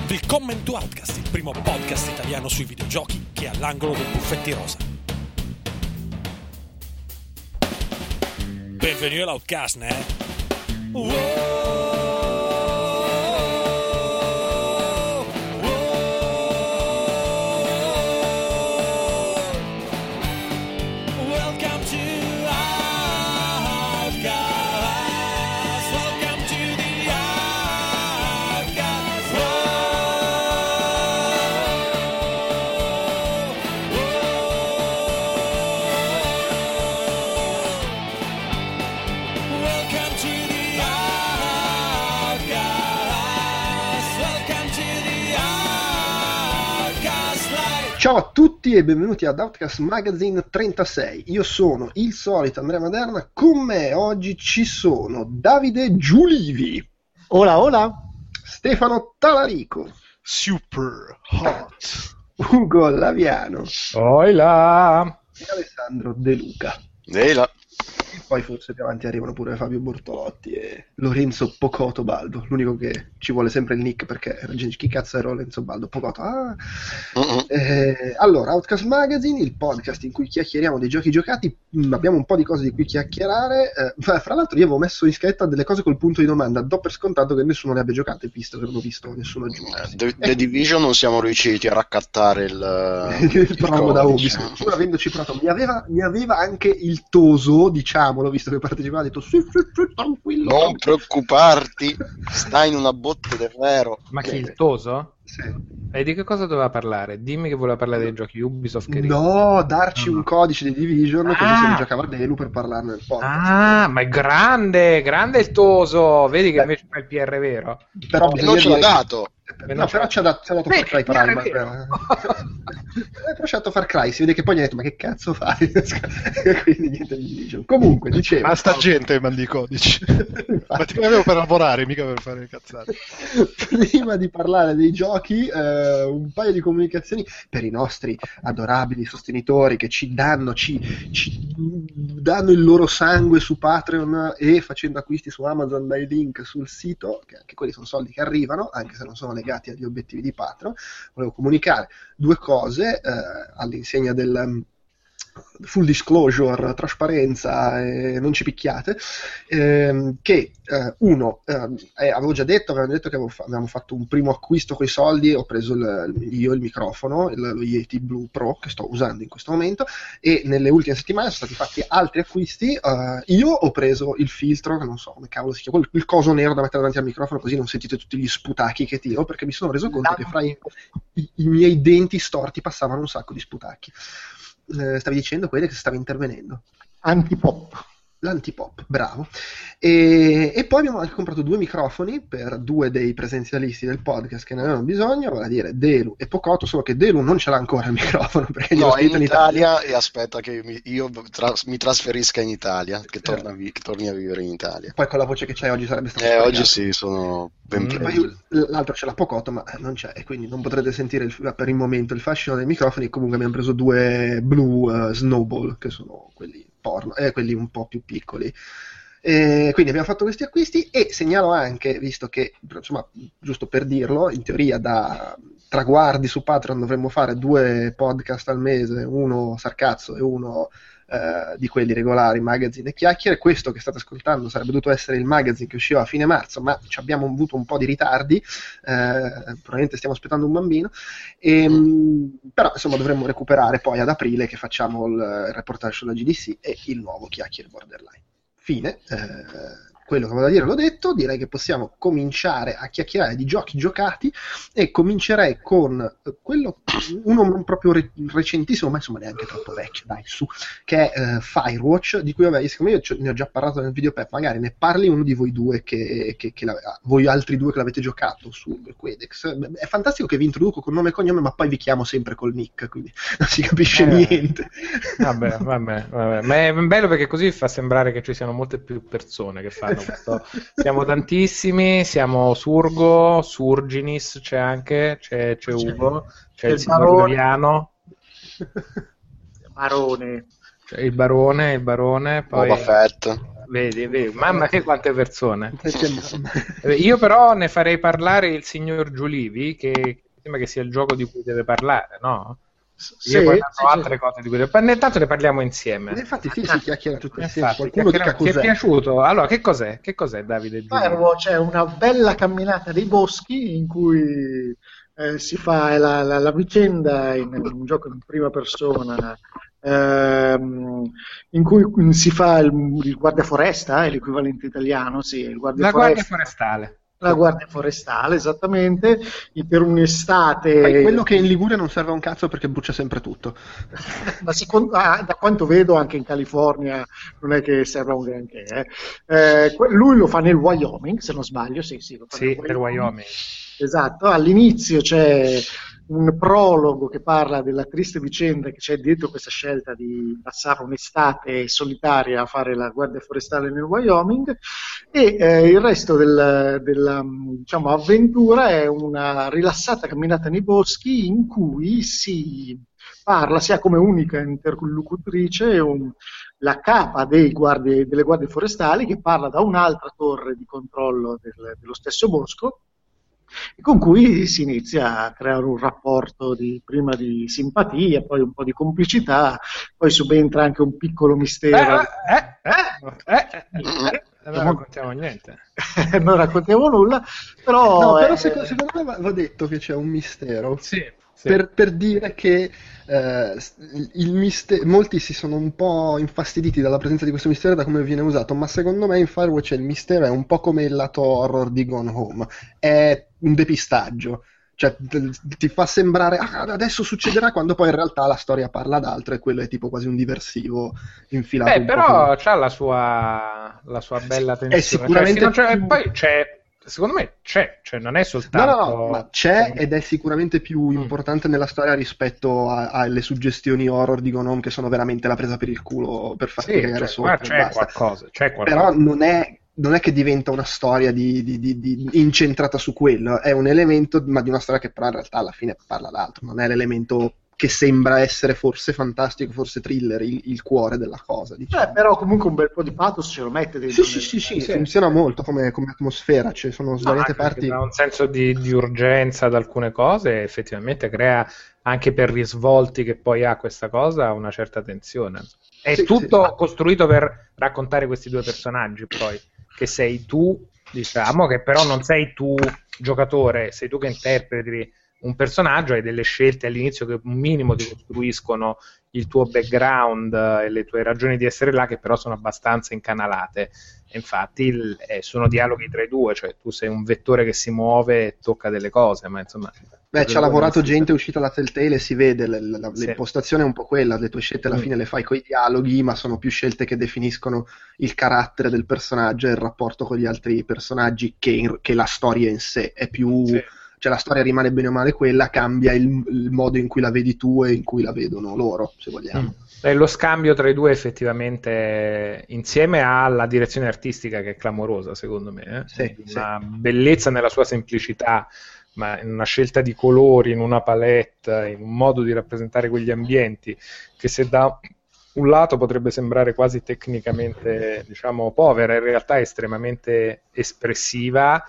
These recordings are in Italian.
Willkommen to Outcast, il primo podcast italiano sui videogiochi che è all'angolo dei buffetti rosa. Benvenuti all'Outcast, né? Ciao a tutti e benvenuti ad Outcast Magazine 36. Io sono il solito Andrea Maderna. Con me oggi ci sono Davide Giulivi. Hola, hola. Stefano Talarico. Super hot. Ugo Laviano. Hola. E Alessandro De Luca. Ehi là. E poi forse più avanti arrivano pure Fabio Bortolotti e Lorenzo Pocotto Baldo. L'unico che ci vuole sempre il nick perché chi cazzo è Lorenzo Baldo? Pocotto. Allora, Outcast Magazine, il podcast in cui chiacchieriamo dei giochi giocati. Abbiamo un po' di cose di cui chiacchierare. Fra l'altro io avevo messo in scaletta delle cose col punto di domanda. Do per scontato che nessuno ne abbia giocate, visto che non ho visto nessuno aggiungere. The Division non siamo riusciti a raccattare il promo da Ubisoft. Pur avendoci provato, mi aveva anche il toso, diciamolo, visto che partecipava, ha detto sì, tranquillo. Non preoccuparti, stai in una botte del vero. Ma chi, il toso? Sì. E di che cosa doveva parlare? Dimmi che voleva parlare dei giochi Ubisoft che No, darci un codice di Division così se ne giocava Delu per parlarne nel podcast. Ah, ma è grande il toso. Vedi che invece fa il PR vero. Però non ce l'ha dato. No, però ci ha dato Far Cry Primal. Però ci ha dato Far Cry, si vede che poi gli ha detto ma che cazzo fai? Quindi niente di Division. Comunque, dicevo. Ma sta gente manda i codici. Ma ti avevo per lavorare, mica per fare le cazzate. Prima di parlare dei giochi, un paio di comunicazioni per i nostri adorabili sostenitori che ci danno il loro sangue su Patreon e facendo acquisti su Amazon dai link sul sito, che anche quelli sono soldi che arrivano, anche se non sono legati agli obiettivi di Patreon. Volevo comunicare due cose all'insegna del full disclosure, trasparenza e non ci picchiate, che uno, avevamo detto che avevamo fatto un primo acquisto con i soldi, ho preso io il microfono, lo Yeti Blue Pro che sto usando in questo momento, e nelle ultime settimane sono stati fatti altri acquisti. Io ho preso il filtro, che non so come cavolo si chiama, il coso nero da mettere davanti al microfono così non sentite tutti gli sputacchi che tiro, perché mi sono reso conto che fra i miei denti storti passavano un sacco di sputacchi. Stavi dicendo quelli che stavi intervenendo. Antipop. L'antipop, bravo. E poi abbiamo anche comprato due microfoni per due dei presenzialisti del podcast che ne avevano bisogno, vale a dire Delu e Pocotto, solo che Delu non ce l'ha ancora il microfono perché no, è in Italia e aspetta che io mi trasferisca in Italia, che torni a vivere in Italia. Poi con la voce che c'hai oggi sarebbe stato oggi sì, sono ben poi l'altro ce l'ha Pocotto ma non c'è, e quindi non potrete sentire per il momento il fascino dei microfoni. Comunque abbiamo preso due Blue Snowball, che sono quelli porno, quelli un po' più piccoli. Quindi abbiamo fatto questi acquisti, e segnalo anche, visto che, insomma, giusto per dirlo, in teoria da traguardi su Patreon dovremmo fare 2 podcast al mese, uno sarcazzo e uno di quelli regolari, magazine e chiacchiere. Questo che state ascoltando sarebbe dovuto essere il magazine che usciva a fine marzo, ma ci abbiamo avuto un po' di ritardi, probabilmente stiamo aspettando un bambino, però insomma dovremmo recuperare poi ad aprile, che facciamo il reportage sulla GDC e il nuovo Chiacchiere Borderline. Fine. Quello che volevo dire l'ho detto, direi che possiamo cominciare a chiacchierare di giochi giocati, e comincerei con uno non proprio recentissimo, ma insomma neanche troppo vecchio, dai, su, che è Firewatch, di cui siccome io ne ho già parlato nel video Pep, magari ne parli uno di voi due voi altri due che l'avete giocato su Quedex. È fantastico che vi introduco con nome e cognome, ma poi vi chiamo sempre col nick, quindi non si capisce niente. Vabbè. Ma è bello perché così fa sembrare che ci siano molte più persone che fanno questo. Siamo tantissimi, siamo Surginis, c'è Ugo, c'è il signor Laviano, Barone. il barone, poi Boba Fett. Vedi, mamma che quante persone. Perché mamma. Io però ne farei parlare il signor Giulivi, che sembra che sia il gioco di cui deve parlare, no? Io poi ho altre cose di cui deve parlare. Intanto ne parliamo insieme. Infatti sì, si chiacchiera tutti insieme. Infatti, Qualcuno dica ti è cos'è. piaciuto? Allora, che cos'è? Che cos'è Davide Giulivi? Firewatch è una bella camminata nei boschi in cui si fa la vicenda in un gioco in prima persona, in cui si fa il guardiaforesta, è l'equivalente italiano, sì, il La guardia forestale. La guardia forestale, esattamente, per un'estate. Poi quello che in Liguria non serve a un cazzo perché brucia sempre tutto. Ma da quanto vedo anche in California non è che serva un granché. Lui lo fa nel Wyoming, se non sbaglio, sì, lo fa nel Wyoming. Esatto, all'inizio c'è un prologo che parla della triste vicenda che c'è dietro questa scelta di passare un'estate solitaria a fare la guardia forestale nel Wyoming, e il resto della diciamo, avventura è una rilassata camminata nei boschi in cui si ha come unica interlocutrice la capa delle guardie forestali, che parla da un'altra torre di controllo dello stesso bosco, con cui si inizia a creare un rapporto prima di simpatia, poi un po' di complicità, poi subentra anche un piccolo mistero. Non raccontiamo niente. Non raccontiamo nulla, però... No, però secondo me va detto che c'è un mistero. Sì. Per dire che molti si sono un po' infastiditi dalla presenza di questo mistero e da come viene usato, ma secondo me in Firewatch il mistero è un po' come il lato horror di Gone Home, è un depistaggio, cioè ti fa sembrare adesso succederà, quando poi in realtà la storia parla d'altro e quello è tipo quasi un diversivo infilato. Però c'ha la sua bella tensione. È sicuramente poi c'è. Secondo me c'è, cioè non è soltanto... No, ma c'è, ed è sicuramente più importante nella storia rispetto alle suggestioni horror di Gone Home, che sono veramente la presa per il culo per farti cagare sopra. C'è qualcosa. Però non è che diventa una storia di incentrata su quello, è un elemento, ma di una storia che però in realtà alla fine parla d'altro, non è l'elemento che sembra essere forse fantastico, forse thriller, il cuore della cosa, diciamo. Però comunque un bel po' di pathos ce lo mette dentro. Sì, funziona molto come atmosfera, ci sono svariate parti. Da un senso di urgenza ad alcune cose, effettivamente crea, anche per risvolti che poi ha questa cosa, una certa tensione. È tutto costruito per raccontare questi due personaggi, poi, che sei tu, diciamo, che però non sei tu giocatore, sei tu che interpreti un personaggio, hai delle scelte all'inizio che un minimo ti costruiscono il tuo background e le tue ragioni di essere là, che però sono abbastanza incanalate, e infatti sono dialoghi tra i due, cioè tu sei un vettore che si muove e tocca delle cose, ma insomma... ci ha lavorato gente uscita da Telltale e si vede, l'impostazione è un po' quella, le tue scelte alla fine le fai coi dialoghi, ma sono più scelte che definiscono il carattere del personaggio e il rapporto con gli altri personaggi che la storia in sé, è più... Cioè la storia rimane bene o male quella, cambia il modo in cui la vedi tu e in cui la vedono loro, se vogliamo. E lo scambio tra i due effettivamente, insieme alla direzione artistica che è clamorosa, secondo me, una bellezza nella sua semplicità, ma in una scelta di colori, in una palette, in un modo di rappresentare quegli ambienti, che se da un lato potrebbe sembrare quasi tecnicamente, diciamo, povera, in realtà è estremamente espressiva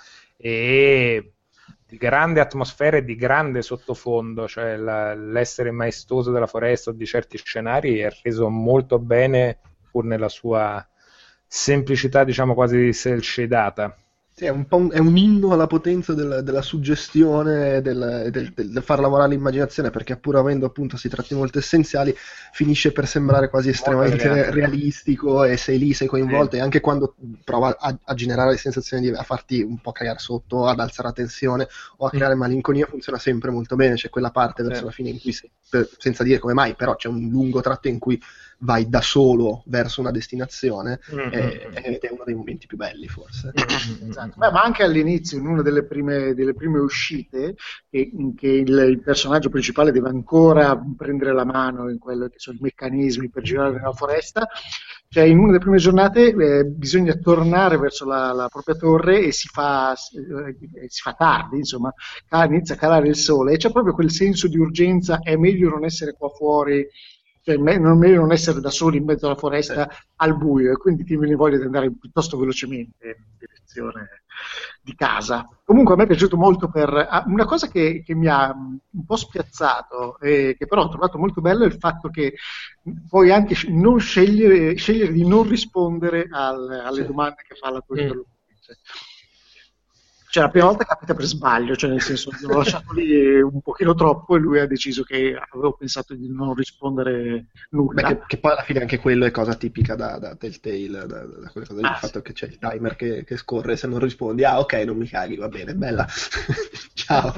e di grande atmosfera e di grande sottofondo, cioè l'essere maestoso della foresta o di certi scenari è reso molto bene, pur nella sua semplicità, diciamo quasi cel-shadata. Sì, è un inno alla potenza della suggestione, del far lavorare l'immaginazione, perché pur avendo appunto si tratti molto essenziali, finisce per sembrare quasi estremamente realistico, e sei lì, sei coinvolto, e anche quando prova a generare sensazioni a farti un po' cagare sotto, ad alzare la tensione o a creare malinconia, funziona sempre molto bene. C'è quella parte verso la fine in cui senza dire come mai, però c'è un lungo tratto in cui vai da solo verso una destinazione ed è uno dei momenti più belli, forse. Esatto. Ma anche all'inizio, in una delle prime uscite, che il personaggio principale deve ancora prendere la mano in quello che sono i meccanismi per girare nella foresta, cioè in una delle prime giornate bisogna tornare verso la propria torre e si fa tardi, insomma, inizia a calare il sole e c'è proprio quel senso di urgenza, è meglio non essere qua fuori cioè non meglio non essere da soli in mezzo alla foresta al buio, e quindi ti viene voglia di andare piuttosto velocemente in direzione di casa. Comunque a me è piaciuto molto una cosa che mi ha un po' spiazzato, che però ho trovato molto bello, è il fatto che puoi anche non scegliere di non rispondere alle domande che fa la tua interlocutrice. Cioè la prima volta capita per sbaglio, cioè nel senso l'ho lasciato lì un pochino troppo e lui ha deciso che avevo pensato di non rispondere nulla. Beh, che poi alla fine anche quello è cosa tipica da Telltale, da quelle cose lì, il fatto che c'è il timer che scorre, se non rispondi, ok, non mi caghi, va bene, bella, ciao.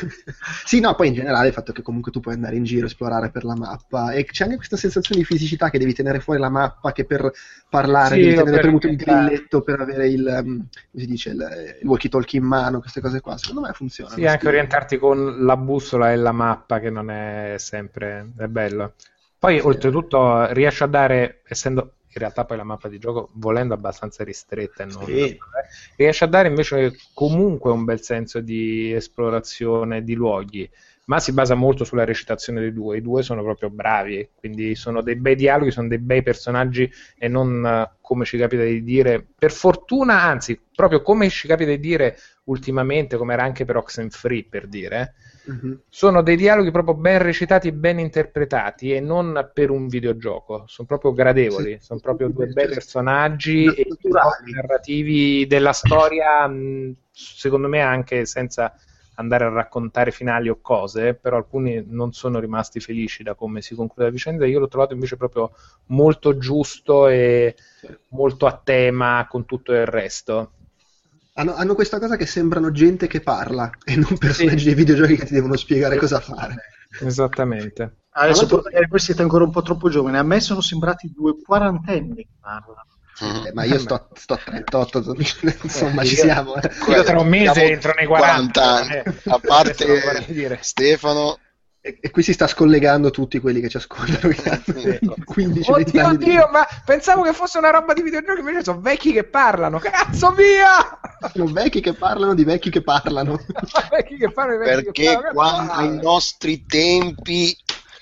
Sì, no, poi in generale il fatto che comunque tu puoi andare in giro, esplorare per la mappa, e c'è anche questa sensazione di fisicità che devi tenere fuori la mappa, che per parlare devi tenere premuto il grilletto per avere come si dice, il walkie-talkie in mano, queste cose qua, secondo me funzionano. Sì, anche orientarti con la bussola e la mappa, che non è sempre è bello. Poi oltretutto riesce a dare, essendo in realtà poi la mappa di gioco volendo abbastanza ristretta, riesce a dare invece comunque un bel senso di esplorazione di luoghi, ma si basa molto sulla recitazione dei due. I due sono proprio bravi, quindi sono dei bei dialoghi, sono dei bei personaggi, e non come ci capita di dire, per fortuna, anzi proprio come ci capita di dire ultimamente, come era anche per Oxenfree, per dire, sono dei dialoghi proprio ben recitati, ben interpretati, e non per un videogioco, sono proprio gradevoli, sono proprio due bei personaggi e i narrativi della storia, secondo me, anche senza andare a raccontare finali o cose, però alcuni non sono rimasti felici da come si conclude la vicenda. Io l'ho trovato invece proprio molto giusto e molto a tema con tutto il resto. Hanno questa cosa che sembrano gente che parla e non personaggi dei videogiochi che ti devono spiegare cosa fare. Esattamente. Adesso voi siete ancora un po' troppo giovani, a me sono sembrati due quarantenni che parlano. Ma io sto 38, insomma ci siamo. Io tra un mese entro nei 40 anni. A parte Stefano. E qui si sta scollegando tutti quelli che ci ascoltano, che hanno 15 oddio, oddio, ma pensavo che fosse una roba di videogiochi, invece sono vecchi che parlano, cazzo via! Sono vecchi che parlano di vecchi che parlano. Vecchi che parlano di vecchi perché che parlano, quando ai nostri tempi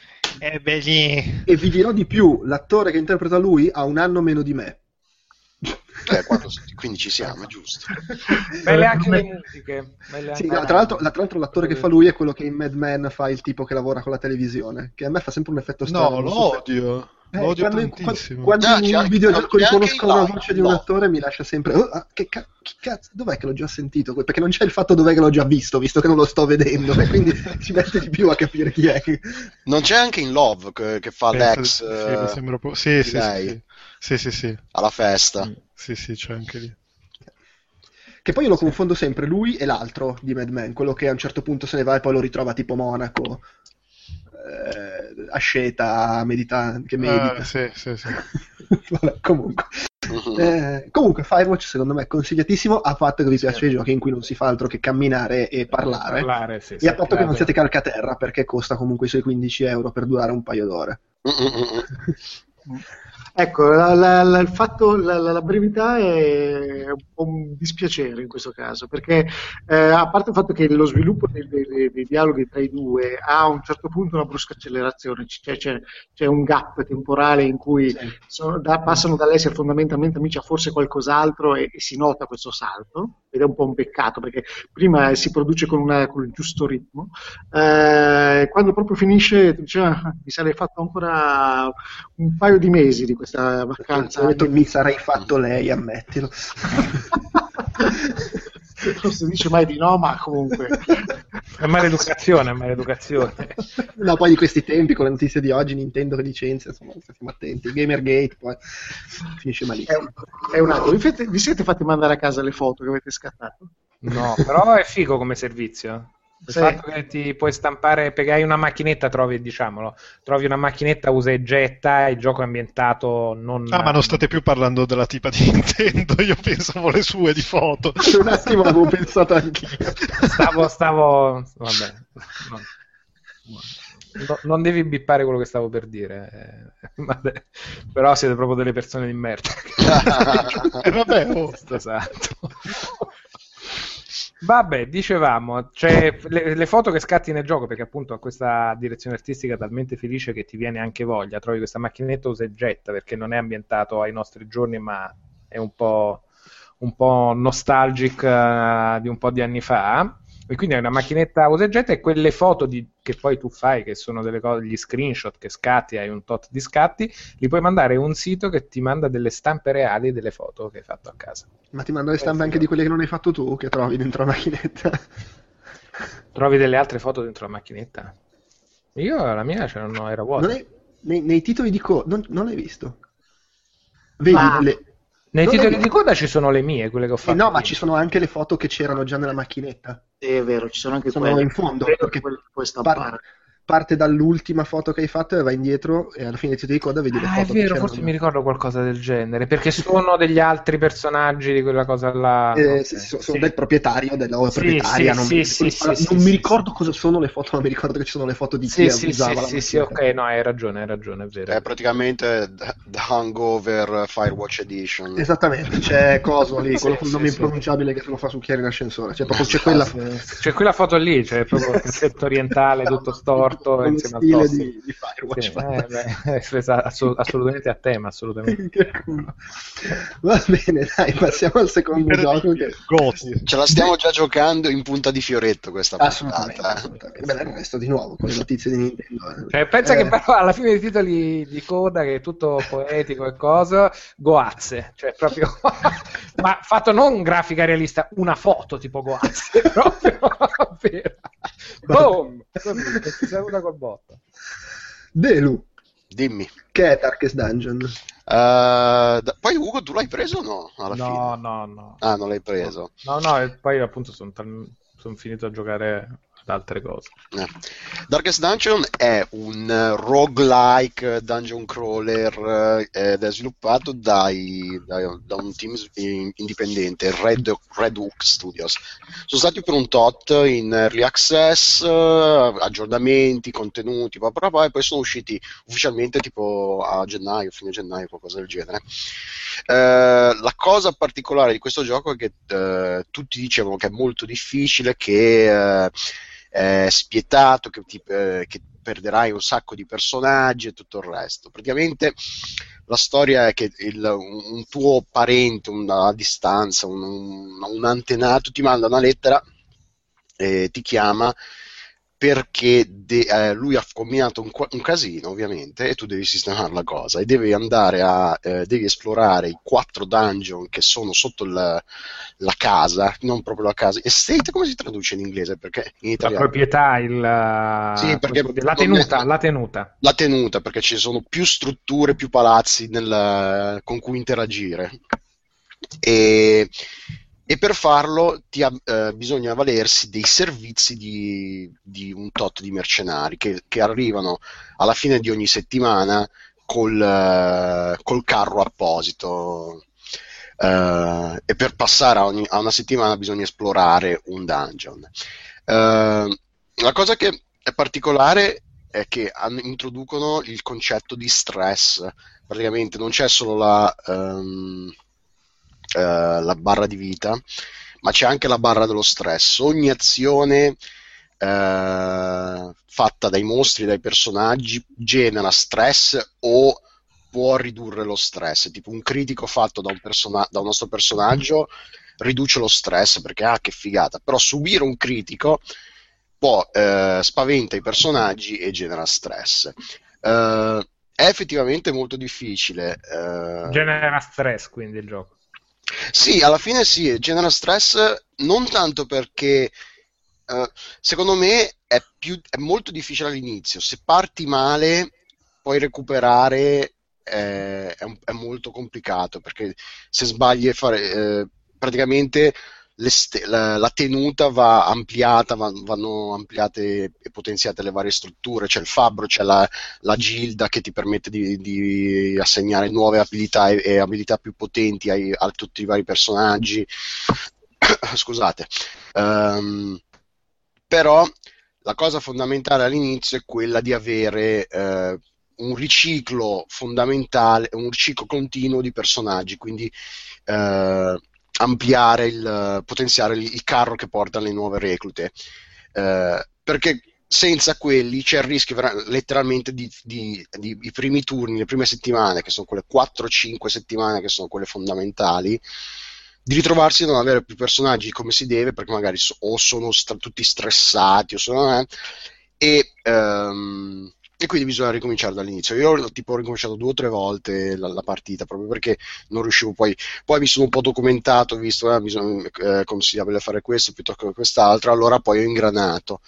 e vi dirò di più, l'attore che interpreta lui ha un anno meno di me. Quindi ci siamo, giusto. Belle anche le musiche. Sì, no, tra l'altro l'attore che fa lui è quello che in Mad Men fa il tipo che lavora con la televisione, che a me fa sempre un effetto strano. No, lo odio. Lo odio tantissimo. Quando in un videogioco riconoscono la voce di un attore mi lascia sempre che cazzo, dov'è che l'ho già sentito? Perché non c'è il fatto dov'è che l'ho già visto che non lo sto vedendo, e quindi ci mette di più a capire chi è. Non c'è anche in Love che fa l'ex sì, mi sembra sì. Alla festa. Sì, c'è anche lì. Che poi io lo confondo sempre, lui e l'altro di Mad Men, quello che a un certo punto se ne va e poi lo ritrova tipo Monaco, asceta, che medita. Sì. Vabbè, comunque Firewatch secondo me è consigliatissimo, a patto che vi piacciono i giochi in cui non si fa altro che camminare e parlare, e a patto che non siate calcaterra, perché costa comunque i suoi 15 euro per durare un paio d'ore. Ecco, il fatto, la brevità è un po' un dispiacere in questo caso, perché a parte il fatto che lo sviluppo dei dialoghi tra i due ha a un certo punto una brusca accelerazione, c'è un gap temporale in cui passano dall'essere fondamentalmente amici a forse qualcos'altro, e si nota questo salto, ed è un po' un peccato, perché prima si produce con il giusto ritmo, quando proprio finisce ti dice, mi sarei fatto ancora un paio di mesi di questa vacanza. Mi sarei fatto lei, ammettilo. Non si dice mai di no, ma comunque è maleducazione. No, poi di questi tempi, con le notizie di oggi, Nintendo che licenzia, insomma, stiamo attenti. Gamergate poi finisce malissimo. È un attimo. Vi siete fatti mandare a casa le foto che avete scattato? No, però è figo come servizio. Il fatto che ti puoi stampare, perché hai una macchinetta, trovi una macchinetta, usa e getta, il gioco è ambientato non... ma non state più parlando della tipa di Nintendo, io pensavo le sue di foto. Un attimo avevo pensato anch'io. Stavo vabbè. Non devi bippare quello che stavo per dire, però siete proprio delle persone di merda. Vabbè, Esatto. Vabbè, dicevamo, cioè, le foto che scatti nel gioco, perché appunto ha questa direzione artistica talmente felice che ti viene anche voglia, trovi questa macchinetta usa e getta, perché non è ambientato ai nostri giorni, ma è un po' nostalgic di un po' di anni fa, e quindi è una macchinetta usa e getta, e quelle foto che poi tu fai, che sono delle cose, gli screenshot che scatti, hai un tot di scatti, li puoi mandare a un sito che ti manda delle stampe reali delle foto che hai fatto a casa. Ma ti mando le stampe anche di quelle che non hai fatto tu, che trovi dentro la macchinetta? Trovi delle altre foto dentro la macchinetta? Io la mia era vuota. Nei titoli di coda non l'hai visto? Vedi Nei non titoli l'hai di coda ci sono le mie, quelle che ho fatto. no, ma io. ci sono anche le foto che c'erano già nella macchinetta. È vero, ci sono anche Sono quelle in fondo, perché quelle che puoi stampare. parte dall'ultima foto che hai fatto e vai indietro e alla fine dei titoli di coda vedi le foto È che vero, c'erano. forse mi ricordo qualcosa del genere, perché sono degli altri personaggi di quella cosa là. Ok. Sono del proprietario, della Sì, proprietaria, non mi ricordo cosa sono le foto, ma mi ricordo che ci sono le foto di chi abusava la sì, macchinetta. ok, no, hai ragione, è vero. È praticamente The Hangover Firewatch Edition. Esattamente, c'è coso lì, Sì, quello con il nome sì. impronunciabile che se lo fa succhiare in ascensore, c'è quella C'è quella foto lì, c'è proprio il concetto orientale tutto storto con insieme al stile tossico. di Firewatch. Sì, assolutamente a tema, assolutamente. Che culo. Va bene, dai, passiamo al secondo gioco. Goti. Ce la stiamo già giocando in punta di fioretto questa Assolutamente, puntata. assolutamente. Beh, il resto di nuovo con le notizie di Nintendo. Cioè, pensa che però alla fine dei titoli di coda, che è tutto poetico e cosa, Goazze, cioè proprio ma fatto non grafica realista, una foto tipo Goazze, proprio vera. Boom! Così, che si saluta col botto. Delu, Dimmi. che è Darkest Dungeon? Poi Ugo, tu l'hai preso o no? Alla fine? No. Ah, non l'hai preso. No, e poi appunto sono finito a giocare ad altre cose. Darkest Dungeon è un roguelike dungeon crawler ed è sviluppato da un team indipendente, Red Hook Studios. Sono stati per un tot in early access, aggiornamenti, contenuti, e poi sono usciti ufficialmente tipo a gennaio, fine gennaio, qualcosa del genere. La cosa particolare di questo gioco è che tutti dicevano che è molto difficile, che è spietato, che perderai un sacco di personaggi e tutto il resto. Praticamente la storia è che un tuo parente, a distanza, un antenato ti manda una lettera e ti chiama perché lui ha combinato un casino, ovviamente, e tu devi sistemare la cosa e devi andare devi esplorare i 4 dungeon che sono sotto la casa, non proprio la casa. Estate, come si traduce in inglese? Perché in italiano La proprietà, sì, perché la tenuta. La tenuta, perché ci sono più strutture, più palazzi con cui interagire. E per farlo bisogna avvalersi dei servizi di un tot di mercenari che arrivano alla fine di ogni settimana col carro apposito. E per passare a una settimana bisogna esplorare un dungeon. La cosa che è particolare è che introducono il concetto di stress. Praticamente non c'è solo la barra di vita, ma c'è anche la barra dello stress. Ogni azione fatta dai mostri, dai personaggi, genera stress o può ridurre lo stress. Tipo un critico fatto da un nostro personaggio riduce lo stress perché che figata, però subire un critico spaventa i personaggi e genera stress. È effettivamente molto difficile. Genera stress, quindi il gioco. Sì, alla fine sì, genera stress non tanto perché secondo me è molto difficile all'inizio. Se parti male, poi recuperare è molto complicato, perché se sbagli a fare praticamente la tenuta va ampliata, vanno ampliate e potenziate le varie strutture. C'è il fabbro, c'è la gilda che ti permette di assegnare nuove abilità e abilità più potenti a tutti i vari personaggi. Scusate. Però la cosa fondamentale all'inizio è quella di avere un riciclo fondamentale, un riciclo continuo di personaggi, quindi ampliare, potenziare il carro che porta le nuove reclute, perché senza quelli c'è il rischio letteralmente i primi turni, le prime settimane, che sono quelle 4-5 settimane che sono quelle fondamentali, di ritrovarsi a non avere più personaggi come si deve, perché magari o sono tutti stressati o sono e quindi bisogna ricominciare dall'inizio. Io tipo ho ricominciato 2 o 3 volte la partita proprio perché non riuscivo poi mi sono un po' documentato, ho visto è consigliabile fare questo piuttosto che quest'altro, allora poi ho ingranato.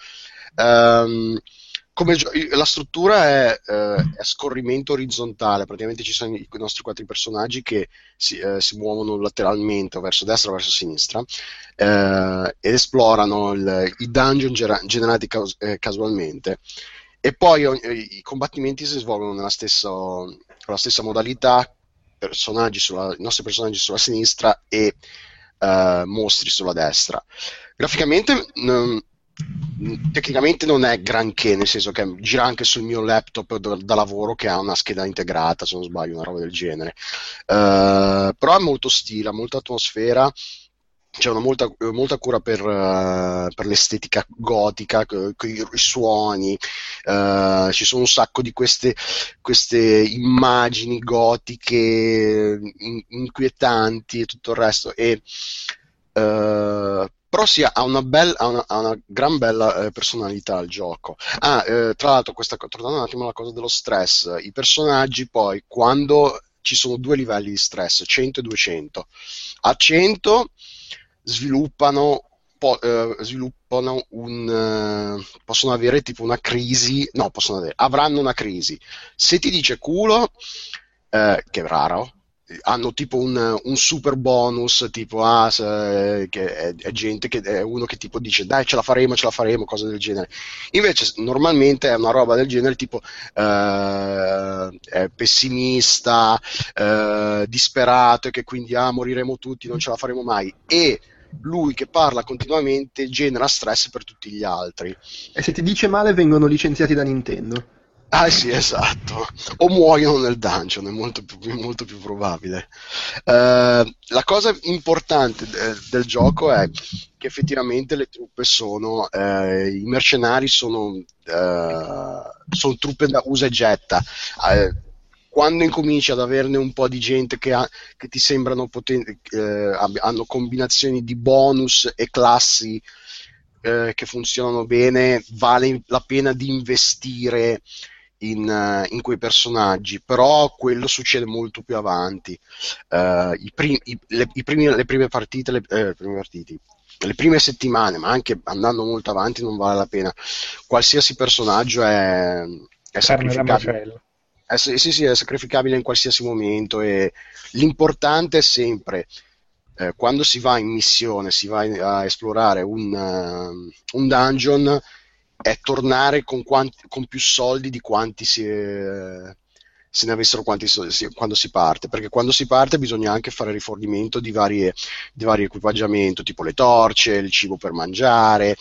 La struttura è a scorrimento orizzontale, praticamente ci sono i nostri 4 personaggi che si muovono lateralmente verso destra o verso sinistra ed esplorano i dungeon generati casualmente, e poi i combattimenti si svolgono con la stessa modalità, i nostri personaggi sulla sinistra e mostri sulla destra. Graficamente tecnicamente non è granché, nel senso che gira anche sul mio laptop da lavoro che ha una scheda integrata, se non sbaglio, una roba del genere, però è molto stile, molta atmosfera, c'è una molta cura per l'estetica gotica, i suoni, ci sono un sacco di queste immagini gotiche inquietanti e tutto il resto, però sì, ha una gran bella personalità il gioco. Tra l'altro, tornando un attimo alla cosa dello stress, i personaggi poi, quando ci sono 2 livelli di stress, 100 e 200, a 100 sviluppano possono avere tipo una crisi, no, avranno una crisi. Se ti dice culo, che è raro, hanno tipo un super bonus, tipo che è gente che è uno che tipo dice dai ce la faremo, cose del genere. Invece normalmente è una roba del genere tipo è pessimista, disperato, e che quindi moriremo tutti, non ce la faremo mai, e lui che parla continuamente genera stress per tutti gli altri. E se ti dice male vengono licenziati da Nintendo. Sì, esatto. O muoiono nel dungeon, è molto più probabile. La cosa importante del gioco è che effettivamente le truppe i mercenari sono truppe da usa e getta. Quando incominci ad averne un po' di gente che ti sembrano potenti, hanno combinazioni di bonus e classi che funzionano bene, vale la pena di investire in quei personaggi, però quello succede molto più avanti. Le prime partite, le prime settimane, ma anche andando molto avanti non vale la pena. Qualsiasi personaggio è sacrificabile. Sì, è sacrificabile in qualsiasi momento, e l'importante è sempre quando si va in missione, si va a esplorare un dungeon, è tornare con più soldi di quanti se ne avessero quando si parte, perché quando si parte bisogna anche fare rifornimento di vari equipaggiamento, tipo le torce, il cibo per mangiare,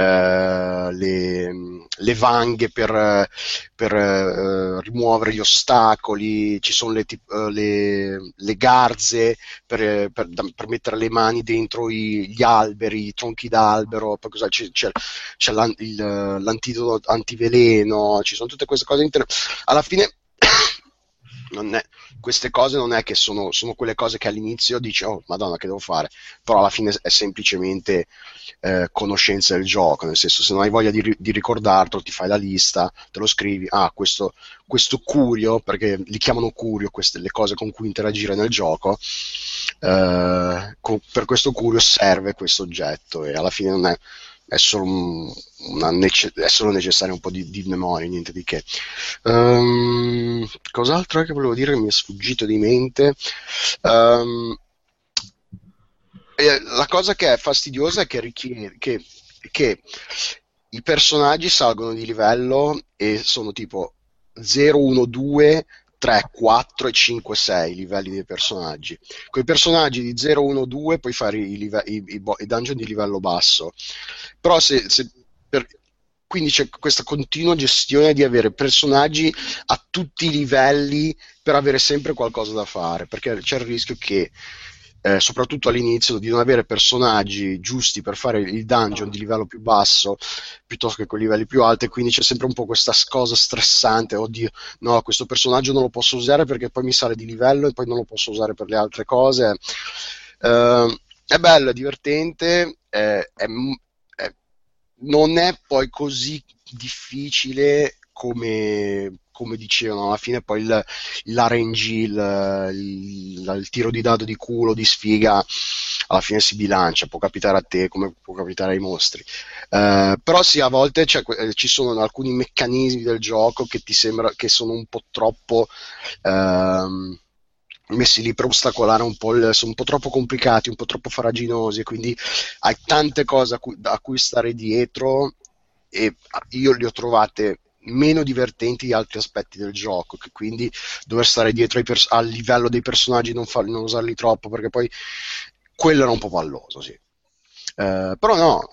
le vanghe per rimuovere gli ostacoli, ci sono le garze per mettere le mani dentro gli alberi, i tronchi d'albero, poi c'è l'antidoto antiveleno, ci sono tutte queste cose alla fine. Queste cose non è che sono quelle cose che all'inizio dici oh madonna che devo fare, però alla fine è semplicemente conoscenza del gioco, nel senso, se non hai voglia di ricordartelo, ti fai la lista, te lo scrivi, questo curio, perché li chiamano curio le cose con cui interagire nel gioco, per questo curio serve questo oggetto, e alla fine non è solo necessario un po' di memoria, niente di che. Cos'altro è che volevo dire che mi è sfuggito di mente? La cosa che è fastidiosa è che richiede che i personaggi salgono di livello e sono tipo 0, 1, 2, 3, 4 e 5, 6 livelli dei personaggi. Con i personaggi di 0, 1, 2 puoi fare i dungeon di livello basso, però quindi c'è questa continua gestione di avere personaggi a tutti i livelli per avere sempre qualcosa da fare, perché c'è il rischio che soprattutto all'inizio, di non avere personaggi giusti per fare il dungeon di livello più basso piuttosto che con livelli più alti, e quindi c'è sempre un po' questa cosa stressante: oddio, no, questo personaggio non lo posso usare perché poi mi sale di livello e poi non lo posso usare per le altre cose. È bello, è divertente, non è poi così difficile come dicevano. Alla fine poi l'RNG, il tiro di dado di culo, di sfiga, alla fine si bilancia, può capitare a te come può capitare ai mostri. Però sì, a volte ci sono alcuni meccanismi del gioco che ti sembra che sono un po' troppo messi lì per ostacolare un po', sono un po' troppo complicati, un po' troppo farraginosi, e quindi hai tante cose a cui stare dietro, e io le ho trovate meno divertenti di altri aspetti del gioco, che quindi dover stare dietro al livello dei personaggi, non usarli troppo, perché poi quello era un po' palloso, sì. Però no,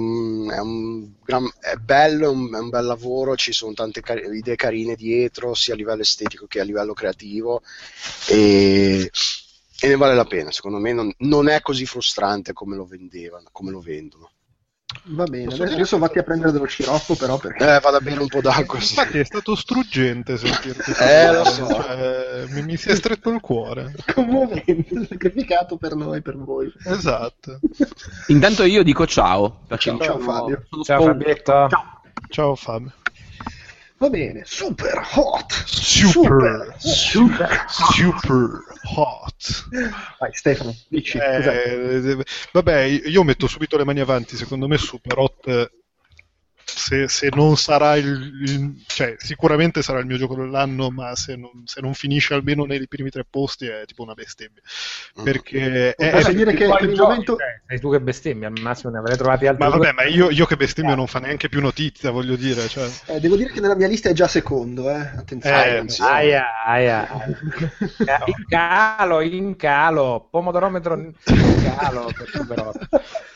è bello, è un bel lavoro, ci sono tante idee carine dietro, sia a livello estetico che a livello creativo, e ne vale la pena. Secondo me non è così frustrante come lo vendevano, come lo vendono. Va bene, adesso vatti a prendere dello sciroppo, però, perché vado a bere un po' d'acqua. Sì. Infatti è stato struggente sentirti. Lo so. Mi si è stretto il cuore. Commovente, sacrificato per noi, per voi. Esatto. Intanto io dico ciao. Ciao Fabio. Ciao Fabietto. Ciao Fabio. Va bene, super hot. Super hot. Vai Stefano, dici. Vabbè, io metto subito le mani avanti. Secondo me super hot, se non sarà cioè sicuramente sarà il mio gioco dell'anno, ma se non finisce almeno nei primi 3 posti è tipo una bestemmia, perché posso dire che per il momento sei tu che bestemmi, al massimo ne avrei trovati altri. Ma vabbè, ma io che bestemmio non fa neanche più notizia, voglio dire, cioè. Devo dire che nella mia lista è già secondo, attenzione. Aia. In calo, pomodorometro in calo per Super 8.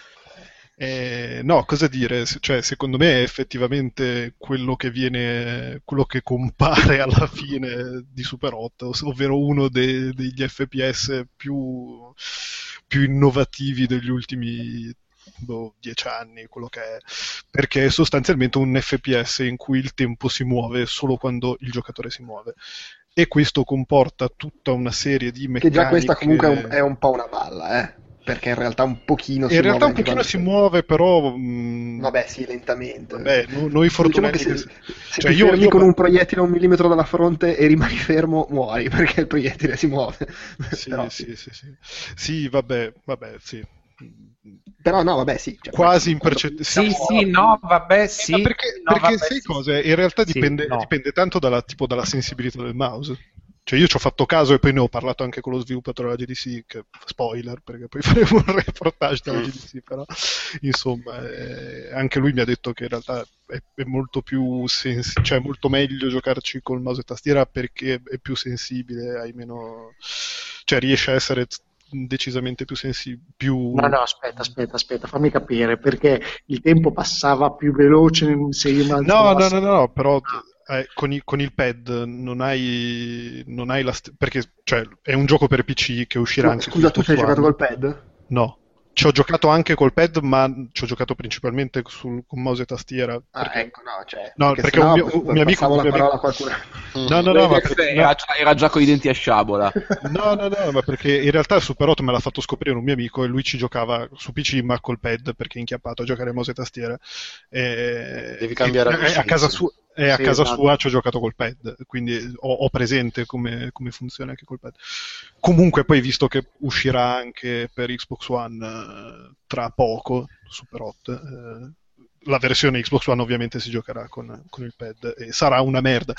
No, cosa dire? Cioè, secondo me è effettivamente quello che compare alla fine di Super 8, ovvero uno degli FPS più innovativi degli ultimi 10 anni, quello che è, perché è sostanzialmente un FPS in cui il tempo si muove solo quando il giocatore si muove. E questo comporta tutta una serie di meccaniche. Che già questa comunque è un po' una balla, perché in realtà un pochino si muove, però vabbè, sì, lentamente. Vabbè, noi fortunati diciamo che se ti fermi con un proiettile a 1 millimetro dalla fronte e rimani fermo, muori, perché il proiettile si muove. Sì, però, sì. Sì, vabbè, sì. Però no, vabbè, sì. Cioè, quasi impercettibile. Sì, no, vabbè, sì. Perché sai cose? In realtà dipende tanto dalla sensibilità del mouse. Cioè io ci ho fatto caso e poi ne ho parlato anche con lo sviluppatore della GDC, che spoiler, perché poi faremo un reportage della GDC, però insomma anche lui mi ha detto che in realtà è molto più cioè molto meglio giocarci col mouse e tastiera, perché è più sensibile, hai meno, cioè riesce a essere decisamente più sensibile. No, aspetta, fammi capire, perché il tempo passava più veloce se io No, però con il pad non hai perché cioè è un gioco per PC che uscirà anche scusa, tu ci hai giocato col pad? No. Ci ho giocato anche col pad, ma ci ho giocato principalmente con mouse e tastiera. Perché un mio amico... Era già con i denti a sciabola. No, ma perché in realtà Super 8 me l'ha fatto scoprire un mio amico e lui ci giocava su PC ma col pad, perché è inchiappato a giocare mouse e tastiera. Devi cambiare a casa sua. E a casa sua ci ho giocato col pad, quindi ho presente come funziona anche col pad. Comunque poi, visto che uscirà anche per Xbox One tra poco, Super 8, la versione Xbox One ovviamente si giocherà con il pad e sarà una merda.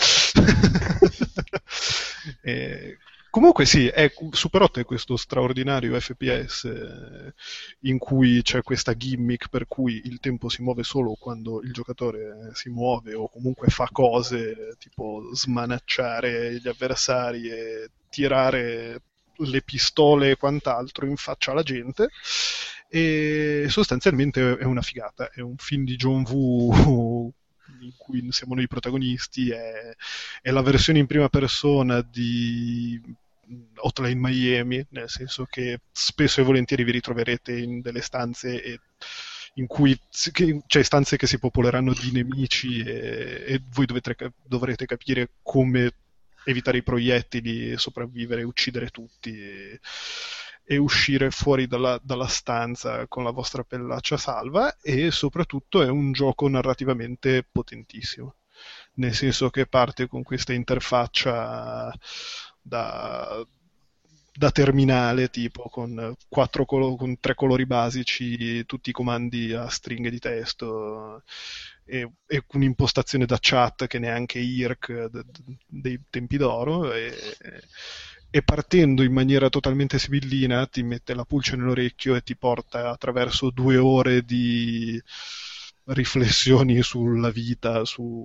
Comunque sì, Super 8 è questo straordinario FPS in cui c'è questa gimmick per cui il tempo si muove solo quando il giocatore si muove o comunque fa cose tipo smanacciare gli avversari e tirare le pistole e quant'altro in faccia alla gente, e sostanzialmente è una figata, è un film di John Woo in cui siamo noi i protagonisti, è la versione in prima persona di Hotline Miami, nel senso che spesso e volentieri vi ritroverete in delle stanze in cui cioè stanze che si popoleranno di nemici e voi dovrete capire come evitare i proiettili, sopravvivere, uccidere tutti e uscire fuori dalla stanza con la vostra pellaccia salva. E soprattutto è un gioco narrativamente potentissimo, nel senso che parte con questa interfaccia da terminale, tipo con con 3 colori basici, tutti i comandi a stringhe di testo e un'impostazione da chat che neanche IRC dei tempi d'oro, e partendo in maniera totalmente sibillina ti mette la pulce nell'orecchio e ti porta attraverso 2 ore di riflessioni sulla vita,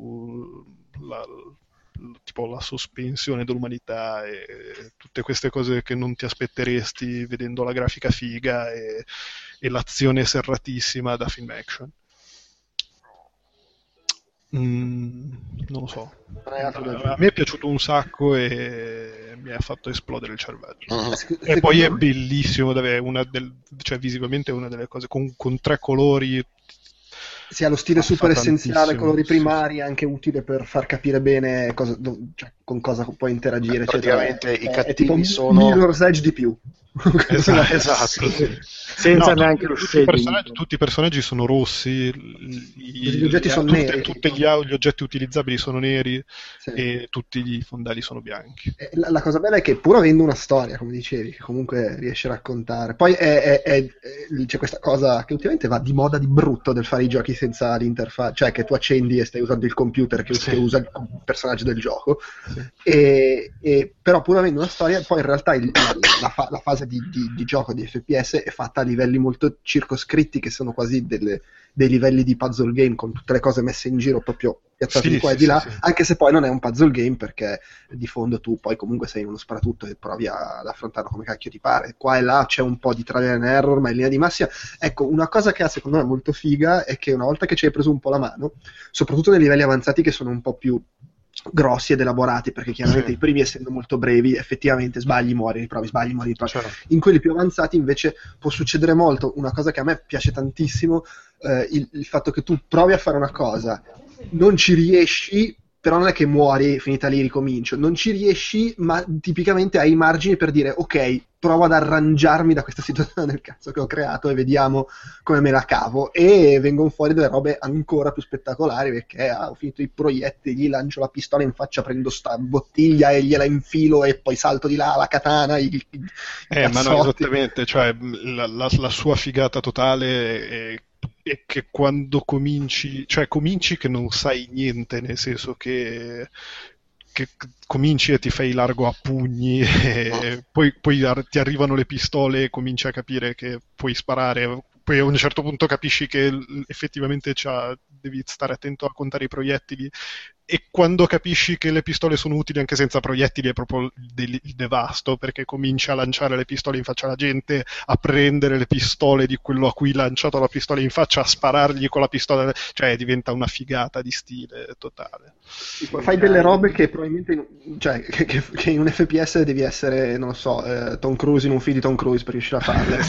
tipo la sospensione dell'umanità e tutte queste cose che non ti aspetteresti vedendo la grafica figa e l'azione serratissima da film action. Non lo so, a me è piaciuto un sacco e mi ha fatto esplodere il cervello. E poi è bellissimo, cioè visivamente è una delle cose con 3 colori. Sì, ha lo stile super essenziale, colori sì. primari, anche utile per far capire bene cioè, con cosa puoi interagire. Praticamente eccetera. i cattivi è tipo sono Mirror's Edge di più. Esatto, sì. Senza neanche lo tutti i personaggi sono rossi, gli oggetti sono neri. Tutti gli oggetti utilizzabili sono neri, Sì. e tutti i fondali sono bianchi. La cosa bella è che pur avendo una storia, come dicevi, che comunque riesce a raccontare, poi c'è questa cosa che ultimamente va di moda di brutto del fare i giochi senza l'interfaccia, cioè che tu accendi e stai usando il computer che usa il personaggio del gioco, però pur avendo una storia, poi in realtà la fase di gioco di FPS è fatta a livelli molto circoscritti, che sono quasi dei livelli di puzzle game, con tutte le cose messe in giro proprio piazzate di qua e di là, anche se poi non è un puzzle game, perché di fondo tu poi comunque sei uno sparatutto e provi ad affrontarlo come cacchio ti pare. Qua e là c'è un po' di trial and error, ma in linea di massima, ecco, una cosa che ha secondo me molto figa è che una volta che ci hai preso un po' la mano, soprattutto nei livelli avanzati che sono un po' più grossi ed elaborati, perché chiaramente i primi, essendo molto brevi, effettivamente sbagli, muori, riprovi, sbagli, muori, riprovi. Certo. In quelli più avanzati invece può succedere molto, una cosa che a me piace tantissimo, il fatto che tu provi a fare una cosa, non ci riesci, però non è che muori, finita lì, ricomincio, non ci riesci, ma tipicamente hai i margini per dire ok, provo ad arrangiarmi da questa situazione del cazzo che ho creato e vediamo come me la cavo, e vengono fuori delle robe ancora più spettacolari, perché ho finito i proiettili, gli lancio la pistola in faccia, prendo sta bottiglia e gliela infilo e poi salto di là la katana, ma no, esattamente, cioè la sua figata totale è che quando cominci che non sai niente, nel senso che cominci e ti fai largo a pugni e poi ti arrivano le pistole e cominci a capire che puoi sparare, poi a un certo punto capisci che effettivamente devi stare attento a contare i proiettili, e quando capisci che le pistole sono utili anche senza proiettili è proprio il devasto, perché cominci a lanciare le pistole in faccia alla gente, a prendere le pistole di quello a cui hai lanciato la pistola in faccia, a sparargli con la pistola, cioè diventa una figata di stile totale. Fai delle robe che probabilmente che in un FPS devi essere, non lo so, Tom Cruise in un film di Tom Cruise per riuscire a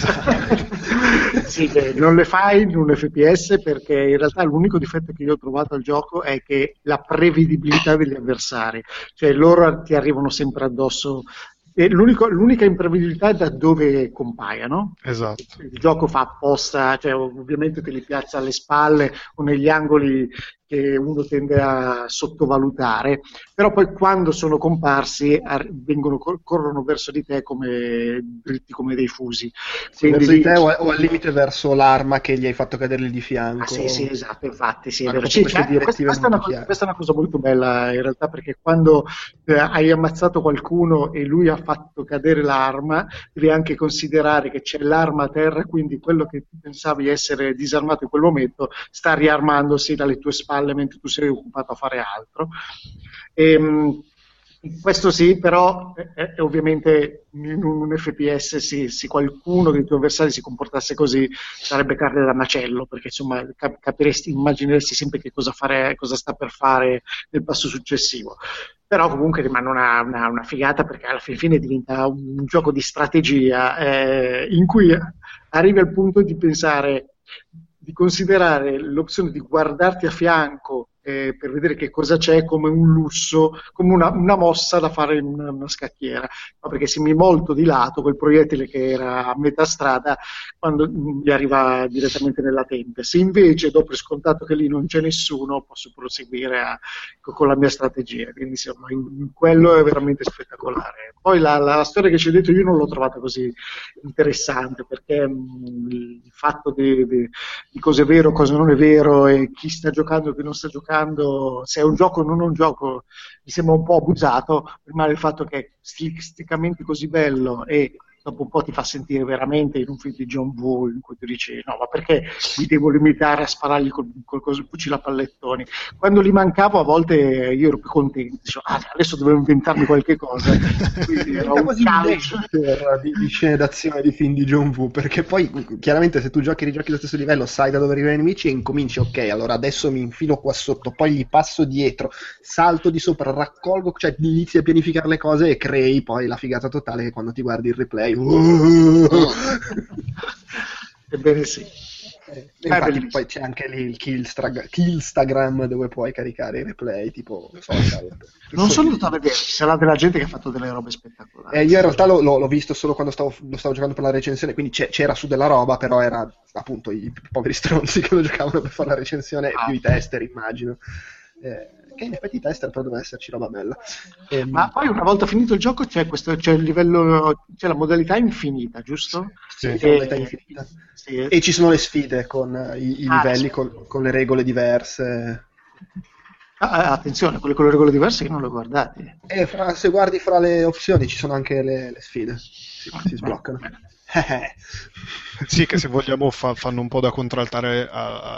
farle. Sì, non le fai in un FPS, perché in realtà l'unico difetto che io ho trovato al gioco è che la prevedibilità degli avversari, cioè loro ti arrivano sempre addosso, e l'unica imprevedibilità è da dove compaiono. Esatto. Il gioco fa apposta, cioè ovviamente te li piazza alle spalle o negli angoli che uno tende a sottovalutare, però poi quando sono comparsi corrono verso di te come dritti come dei fusi. Verso di te o al limite verso l'arma che gli hai fatto cadere di fianco. Sì, esatto, infatti sì, è Ecco, vero. Sì, queste direttive questa è una cosa molto bella in realtà, perché quando hai ammazzato qualcuno e lui ha fatto cadere l'arma, devi anche considerare che c'è l'arma a terra, quindi quello che tu pensavi essere disarmato in quel momento sta riarmandosi dalle tue spalle mentre tu sei occupato a fare altro. Questo sì, però è ovviamente in un FPS se qualcuno dei tuoi avversari si comportasse così sarebbe carne da macello, perché insomma immagineresti sempre che cosa sta per fare nel passo successivo. Però comunque rimane una figata, perché alla fine diventa un gioco di strategia in cui arrivi al punto di pensare, di considerare l'opzione di guardarti a fianco per vedere che cosa c'è come un lusso, come una mossa da fare in una scacchiera, no, perché se mi volto di lato, quel proiettile che era a metà strada, quando mi arriva direttamente nella tempia. Se invece do per scontato che lì non c'è nessuno, posso proseguire con la mia strategia, quindi insomma quello è veramente spettacolare. Poi la storia che ci hai detto io non l'ho trovata così interessante, perché il fatto di cosa è vero, cosa non è vero, e chi sta giocando e chi non sta giocando, se è un gioco o non è un gioco, mi sembra un po' abusato, prima del fatto che è stilisticamente così bello e dopo un po' ti fa sentire veramente in un film di John Woo in cui tu dici no, ma perché mi devo limitare a sparargli col fucile a pallettoni? Quando li mancavo a volte io ero più contento, dicevo, adesso devo inventarmi qualche cosa. Quindi era un calcio di scene d'azione di film di John Woo, perché poi chiaramente se tu rigiochi allo stesso livello sai da dove arrivano i nemici e incominci, ok, allora adesso mi infilo qua sotto, poi gli passo dietro, salto di sopra, raccolgo, cioè inizi a pianificare le cose e crei poi la figata totale che quando ti guardi il replay ebbene sì. Infatti poi c'è anche lì il Killstagram dove puoi caricare i replay tipo social. Non sono andato a vedere, ci sarà della gente che ha fatto delle robe spettacolari. Io in realtà l'ho visto solo quando lo stavo giocando per la recensione, quindi c'era su della roba, però era appunto i poveri stronzi che lo giocavano per fare la recensione, più i tester immagino. Che in effetti i tester però deve esserci roba bella. Ma poi una volta finito il gioco c'è il livello, c'è la modalità infinita, giusto? Sì, la modalità infinita. Sì. E ci sono le sfide con i livelli, con le regole diverse. Attenzione, quelle con le regole diverse che non le guardate. Se guardi fra le opzioni ci sono anche le sfide, si sbloccano. Sì, che se vogliamo fanno un po' da contraltare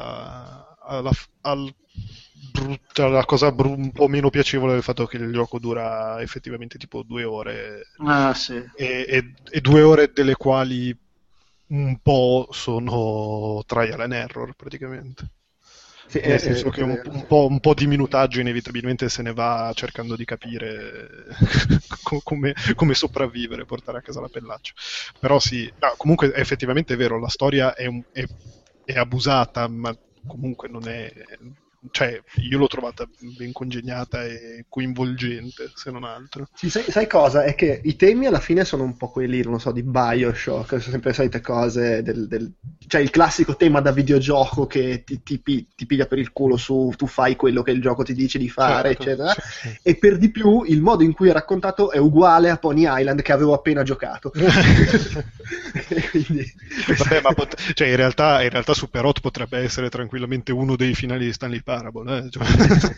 la cosa un po' meno piacevole del fatto che il gioco dura effettivamente tipo 2 ore sì. e 2 ore delle quali un po' sono trial and error praticamente. Sì, nel senso che un po' di minutaggio inevitabilmente se ne va cercando di capire come sopravvivere, portare a casa la pellaccia. Però sì, comunque effettivamente è vero, la storia è abusata, ma comunque non è... Cioè, io l'ho trovata ben congegnata e coinvolgente, se non altro. Sì, sai cosa? È che i temi alla fine sono un po' quelli, non lo so, di BioShock, sono sempre le solite cose cioè il classico tema da videogioco che ti piglia per il culo su tu fai quello che il gioco ti dice di fare, certo, eccetera. Sì. E per di più il modo in cui è raccontato è uguale a Pony Island che avevo appena giocato. Quindi... Vabbè, ma cioè in realtà Super Hot potrebbe essere tranquillamente uno dei finali di Stanley Parable, cioè.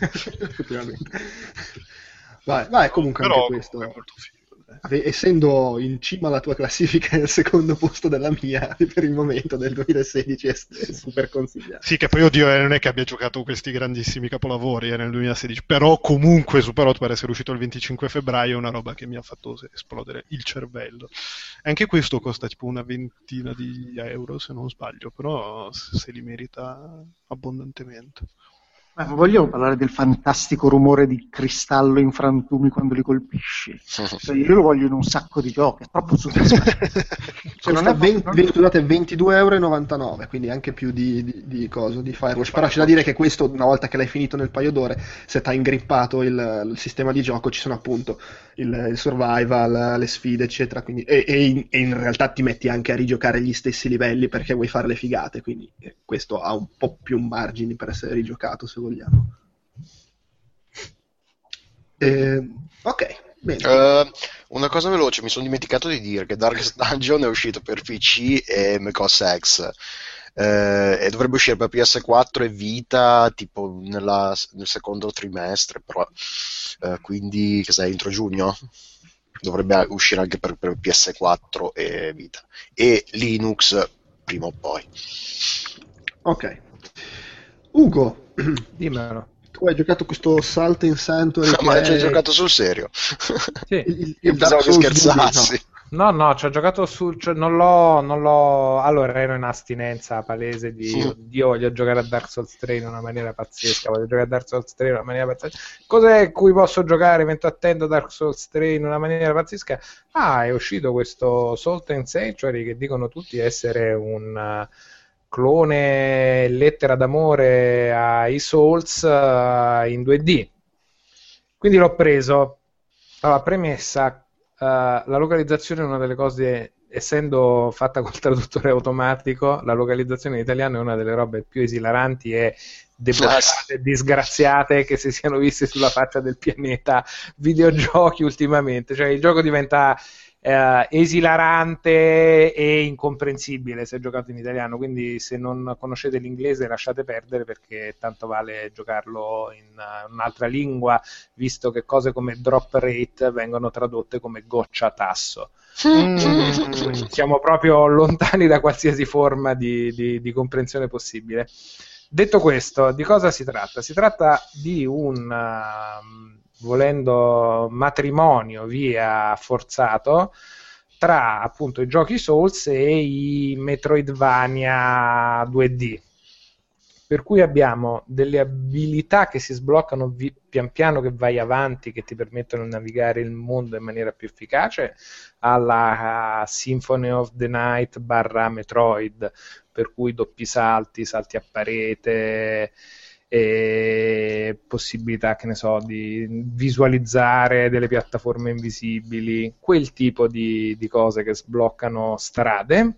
vai, comunque però, anche questo è molto figo. Essendo in cima alla tua classifica nel secondo posto della mia per il momento del 2016 è super consigliato. Sì, che poi oddio non è che abbia giocato questi grandissimi capolavori nel 2016, però comunque Super Hot per essere uscito il 25 febbraio è una roba che mi ha fatto esplodere il cervello. Anche questo costa tipo una ventina di euro se non sbaglio, però se li merita abbondantemente. Vogliamo parlare del fantastico rumore di cristallo in frantumi quando li colpisci? Cioè, io lo voglio in un sacco di giochi, è troppo soddisfacente. Cioè, non è 22,99 €, quindi anche più di Firewatch. Però c'è da dire che questo, una volta che l'hai finito nel paio d'ore, se t'ha ingrippato il sistema di gioco, ci sono appunto il survival, le sfide, eccetera. Quindi, e in realtà ti metti anche a rigiocare gli stessi livelli perché vuoi fare le figate. Quindi questo ha un po' più margini per essere rigiocato, se vogliamo. Ok, bene. Una cosa veloce, mi sono dimenticato di dire che Darkest Dungeon è uscito per PC e macOS X e dovrebbe uscire per PS4 e Vita tipo nel secondo trimestre, però quindi che sei, entro giugno dovrebbe uscire anche per PS4 e Vita e Linux prima o poi. Ok, Ugo, dimmelo. Tu hai giocato questo Salt in Sanctuary? Ma ci hai giocato sul serio? Sì. Io pensavo che scherzassi. No, ci ho giocato non l'ho. Allora, ero in astinenza palese di oddio, voglio giocare a Dark Souls 3 in una maniera pazzesca, Cos'è cui posso giocare mentre attendo Dark Souls 3 in una maniera pazzesca? Ah, è uscito questo Salt and Sanctuary che dicono tutti essere un clone lettera d'amore ai Souls in 2D. Quindi l'ho preso. Allora, premessa, la localizzazione è una delle cose, essendo fatta col traduttore automatico, la localizzazione in italiano è una delle robe più esilaranti e debosciate e disgraziate che si siano viste sulla faccia del pianeta videogiochi ultimamente. Cioè, il gioco diventa esilarante e incomprensibile se giocato in italiano, quindi se non conoscete l'inglese lasciate perdere, perché tanto vale giocarlo in un'altra lingua, visto che cose come drop rate vengono tradotte come goccia tasso. Siamo proprio lontani da qualsiasi forma di comprensione possibile. Detto questo, di cosa si tratta? Si tratta di un volendo matrimonio via forzato tra appunto i giochi Souls e i Metroidvania 2D, per cui abbiamo delle abilità che si sbloccano pian piano che vai avanti, che ti permettono di navigare il mondo in maniera più efficace, alla Symphony of the Night / Metroid, per cui doppi salti a parete, e possibilità, che ne so, di visualizzare delle piattaforme invisibili, quel tipo di cose che sbloccano strade.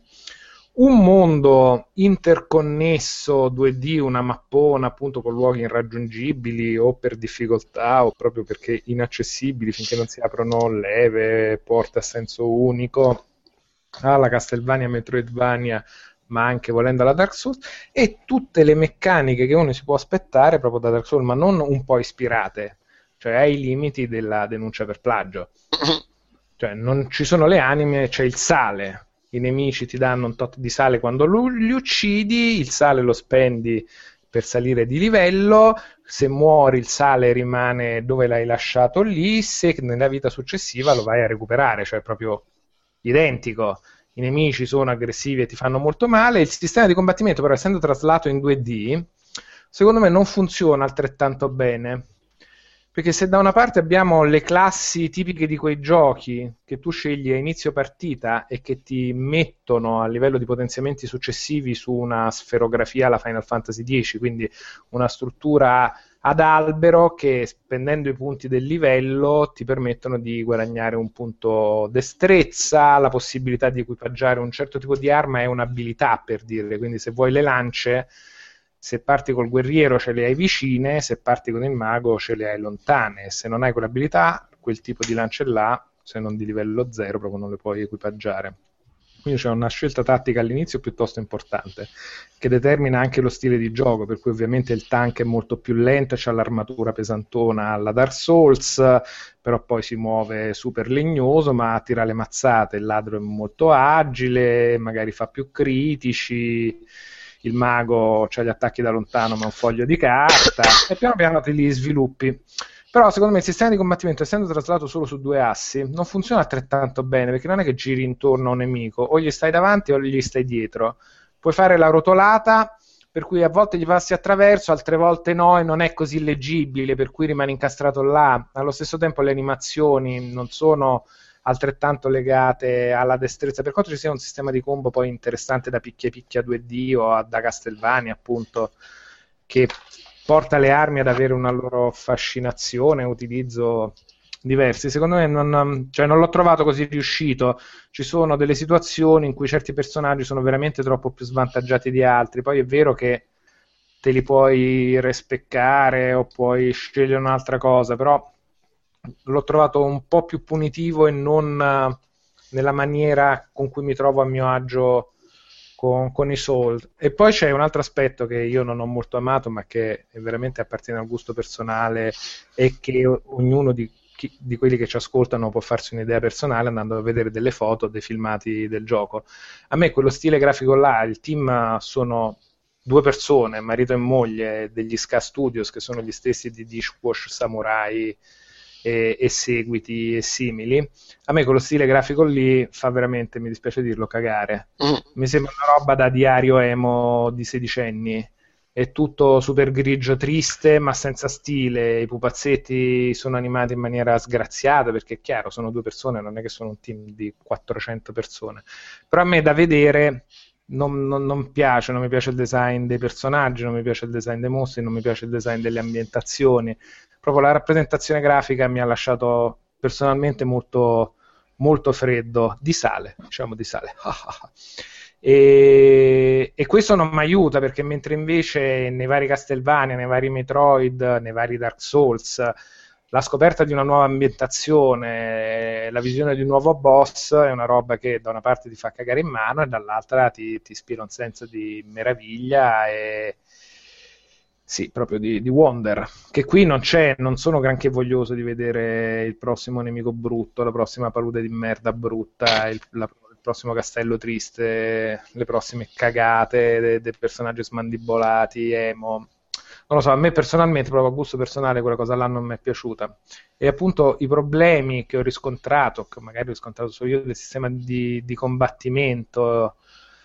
Un mondo interconnesso 2D, una mappona appunto con luoghi irraggiungibili o per difficoltà o proprio perché inaccessibili finché non si aprono leve, porte a senso unico, alla Castlevania, Metroidvania, ma anche volendo alla Dark Souls, e tutte le meccaniche che uno si può aspettare proprio da Dark Souls, ma non un po' ispirate, cioè ai limiti della denuncia per plagio. Cioè non ci sono le anime, c'è il sale. I nemici ti danno un tot di sale quando li uccidi, il sale lo spendi per salire di livello, se muori il sale rimane dove l'hai lasciato lì, se nella vita successiva lo vai a recuperare, cioè proprio identico. I nemici sono aggressivi e ti fanno molto male. Il sistema di combattimento, però, essendo traslato in 2D, secondo me non funziona altrettanto bene, perché se da una parte abbiamo le classi tipiche di quei giochi che tu scegli a inizio partita e che ti mettono a livello di potenziamenti successivi su una sferografia alla Final Fantasy X, quindi una struttura ad albero che, spendendo i punti del livello, ti permettono di guadagnare un punto destrezza, la possibilità di equipaggiare un certo tipo di arma e un'abilità, per dire. Quindi se vuoi le lance, se parti col guerriero ce le hai vicine, se parti con il mago ce le hai lontane. Se non hai quell'abilità, quel tipo di lance là, se non di livello 0, proprio non le puoi equipaggiare. Quindi c'è una scelta tattica all'inizio piuttosto importante, che determina anche lo stile di gioco, per cui ovviamente il tank è molto più lento, c'ha l'armatura pesantona alla Dark Souls, però poi si muove super legnoso, ma tira le mazzate. Il ladro è molto agile, magari fa più critici, il mago ha gli attacchi da lontano ma un foglio di carta, e piano piano te li sviluppi. Però secondo me il sistema di combattimento, essendo traslato solo su 2 assi, non funziona altrettanto bene, perché non è che giri intorno a un nemico, o gli stai davanti o gli stai dietro. Puoi fare la rotolata, per cui a volte gli passi attraverso, altre volte no, e non è così leggibile, per cui rimani incastrato là. Allo stesso tempo le animazioni non sono altrettanto legate alla destrezza, per quanto ci sia un sistema di combo poi interessante da picchia 2D o da Castlevania, appunto, che porta le armi ad avere una loro fascinazione e utilizzo diversi. Secondo me non l'ho trovato così riuscito. Ci sono delle situazioni in cui certi personaggi sono veramente troppo più svantaggiati di altri. Poi è vero che te li puoi respeccare o puoi scegliere un'altra cosa, però l'ho trovato un po' più punitivo e non nella maniera con cui mi trovo a mio agio con i Souls. E poi c'è un altro aspetto che io non ho molto amato, ma che veramente appartiene al gusto personale e che ognuno di quelli che ci ascoltano può farsi un'idea personale andando a vedere delle foto, dei filmati del gioco. A me quello stile grafico là, il team sono 2 persone, marito e moglie, degli Ska Studios, che sono gli stessi di Dishwash Samurai e seguiti e simili. A me quello stile grafico lì fa veramente, mi dispiace dirlo, cagare. Mi sembra una roba da diario emo di sedicenni. È tutto super grigio, triste, ma senza stile. I pupazzetti sono animati in maniera sgraziata, perché è chiaro, sono 2 persone, non è che sono un team di 400 persone. Però a me da vedere non piace, non mi piace il design dei personaggi, non mi piace il design dei mostri, non mi piace il design delle ambientazioni. Proprio la rappresentazione grafica mi ha lasciato personalmente molto, molto freddo, di sale, diciamo di sale. E questo non mi aiuta, perché mentre invece nei vari Castlevania, nei vari Metroid, nei vari Dark Souls, la scoperta di una nuova ambientazione, la visione di un nuovo boss è una roba che da una parte ti fa cagare in mano e dall'altra ti ispira un senso di meraviglia e sì, proprio di wonder, che qui non c'è. Non sono granché voglioso di vedere il prossimo nemico brutto, la prossima palude di merda brutta, il prossimo castello triste, le prossime cagate dei personaggi smandibolati, emo. Non lo so, a me personalmente, proprio a gusto personale, quella cosa là non mi è piaciuta. E appunto i problemi che ho riscontrato, che magari ho riscontrato solo io, del sistema di combattimento,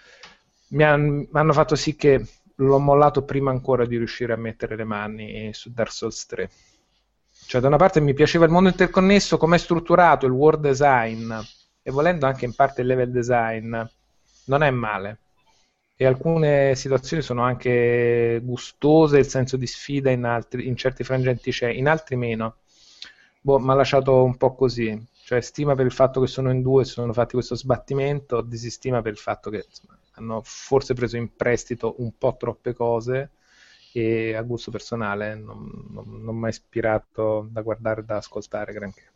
hanno fatto sì che l'ho mollato prima ancora di riuscire a mettere le mani su Dark Souls 3. Cioè, da una parte mi piaceva il mondo interconnesso, come è strutturato, il world design, e volendo anche in parte il level design, non è male. E alcune situazioni sono anche gustose, il senso di sfida in certi frangenti c'è, in altri meno. Mi ha lasciato un po' così. Cioè, stima per il fatto che sono in 2 e sono fatti questo sbattimento, disistima per il fatto che insomma, hanno forse preso in prestito un po' troppe cose e a gusto personale non mi ha ispirato da guardare e da ascoltare granché.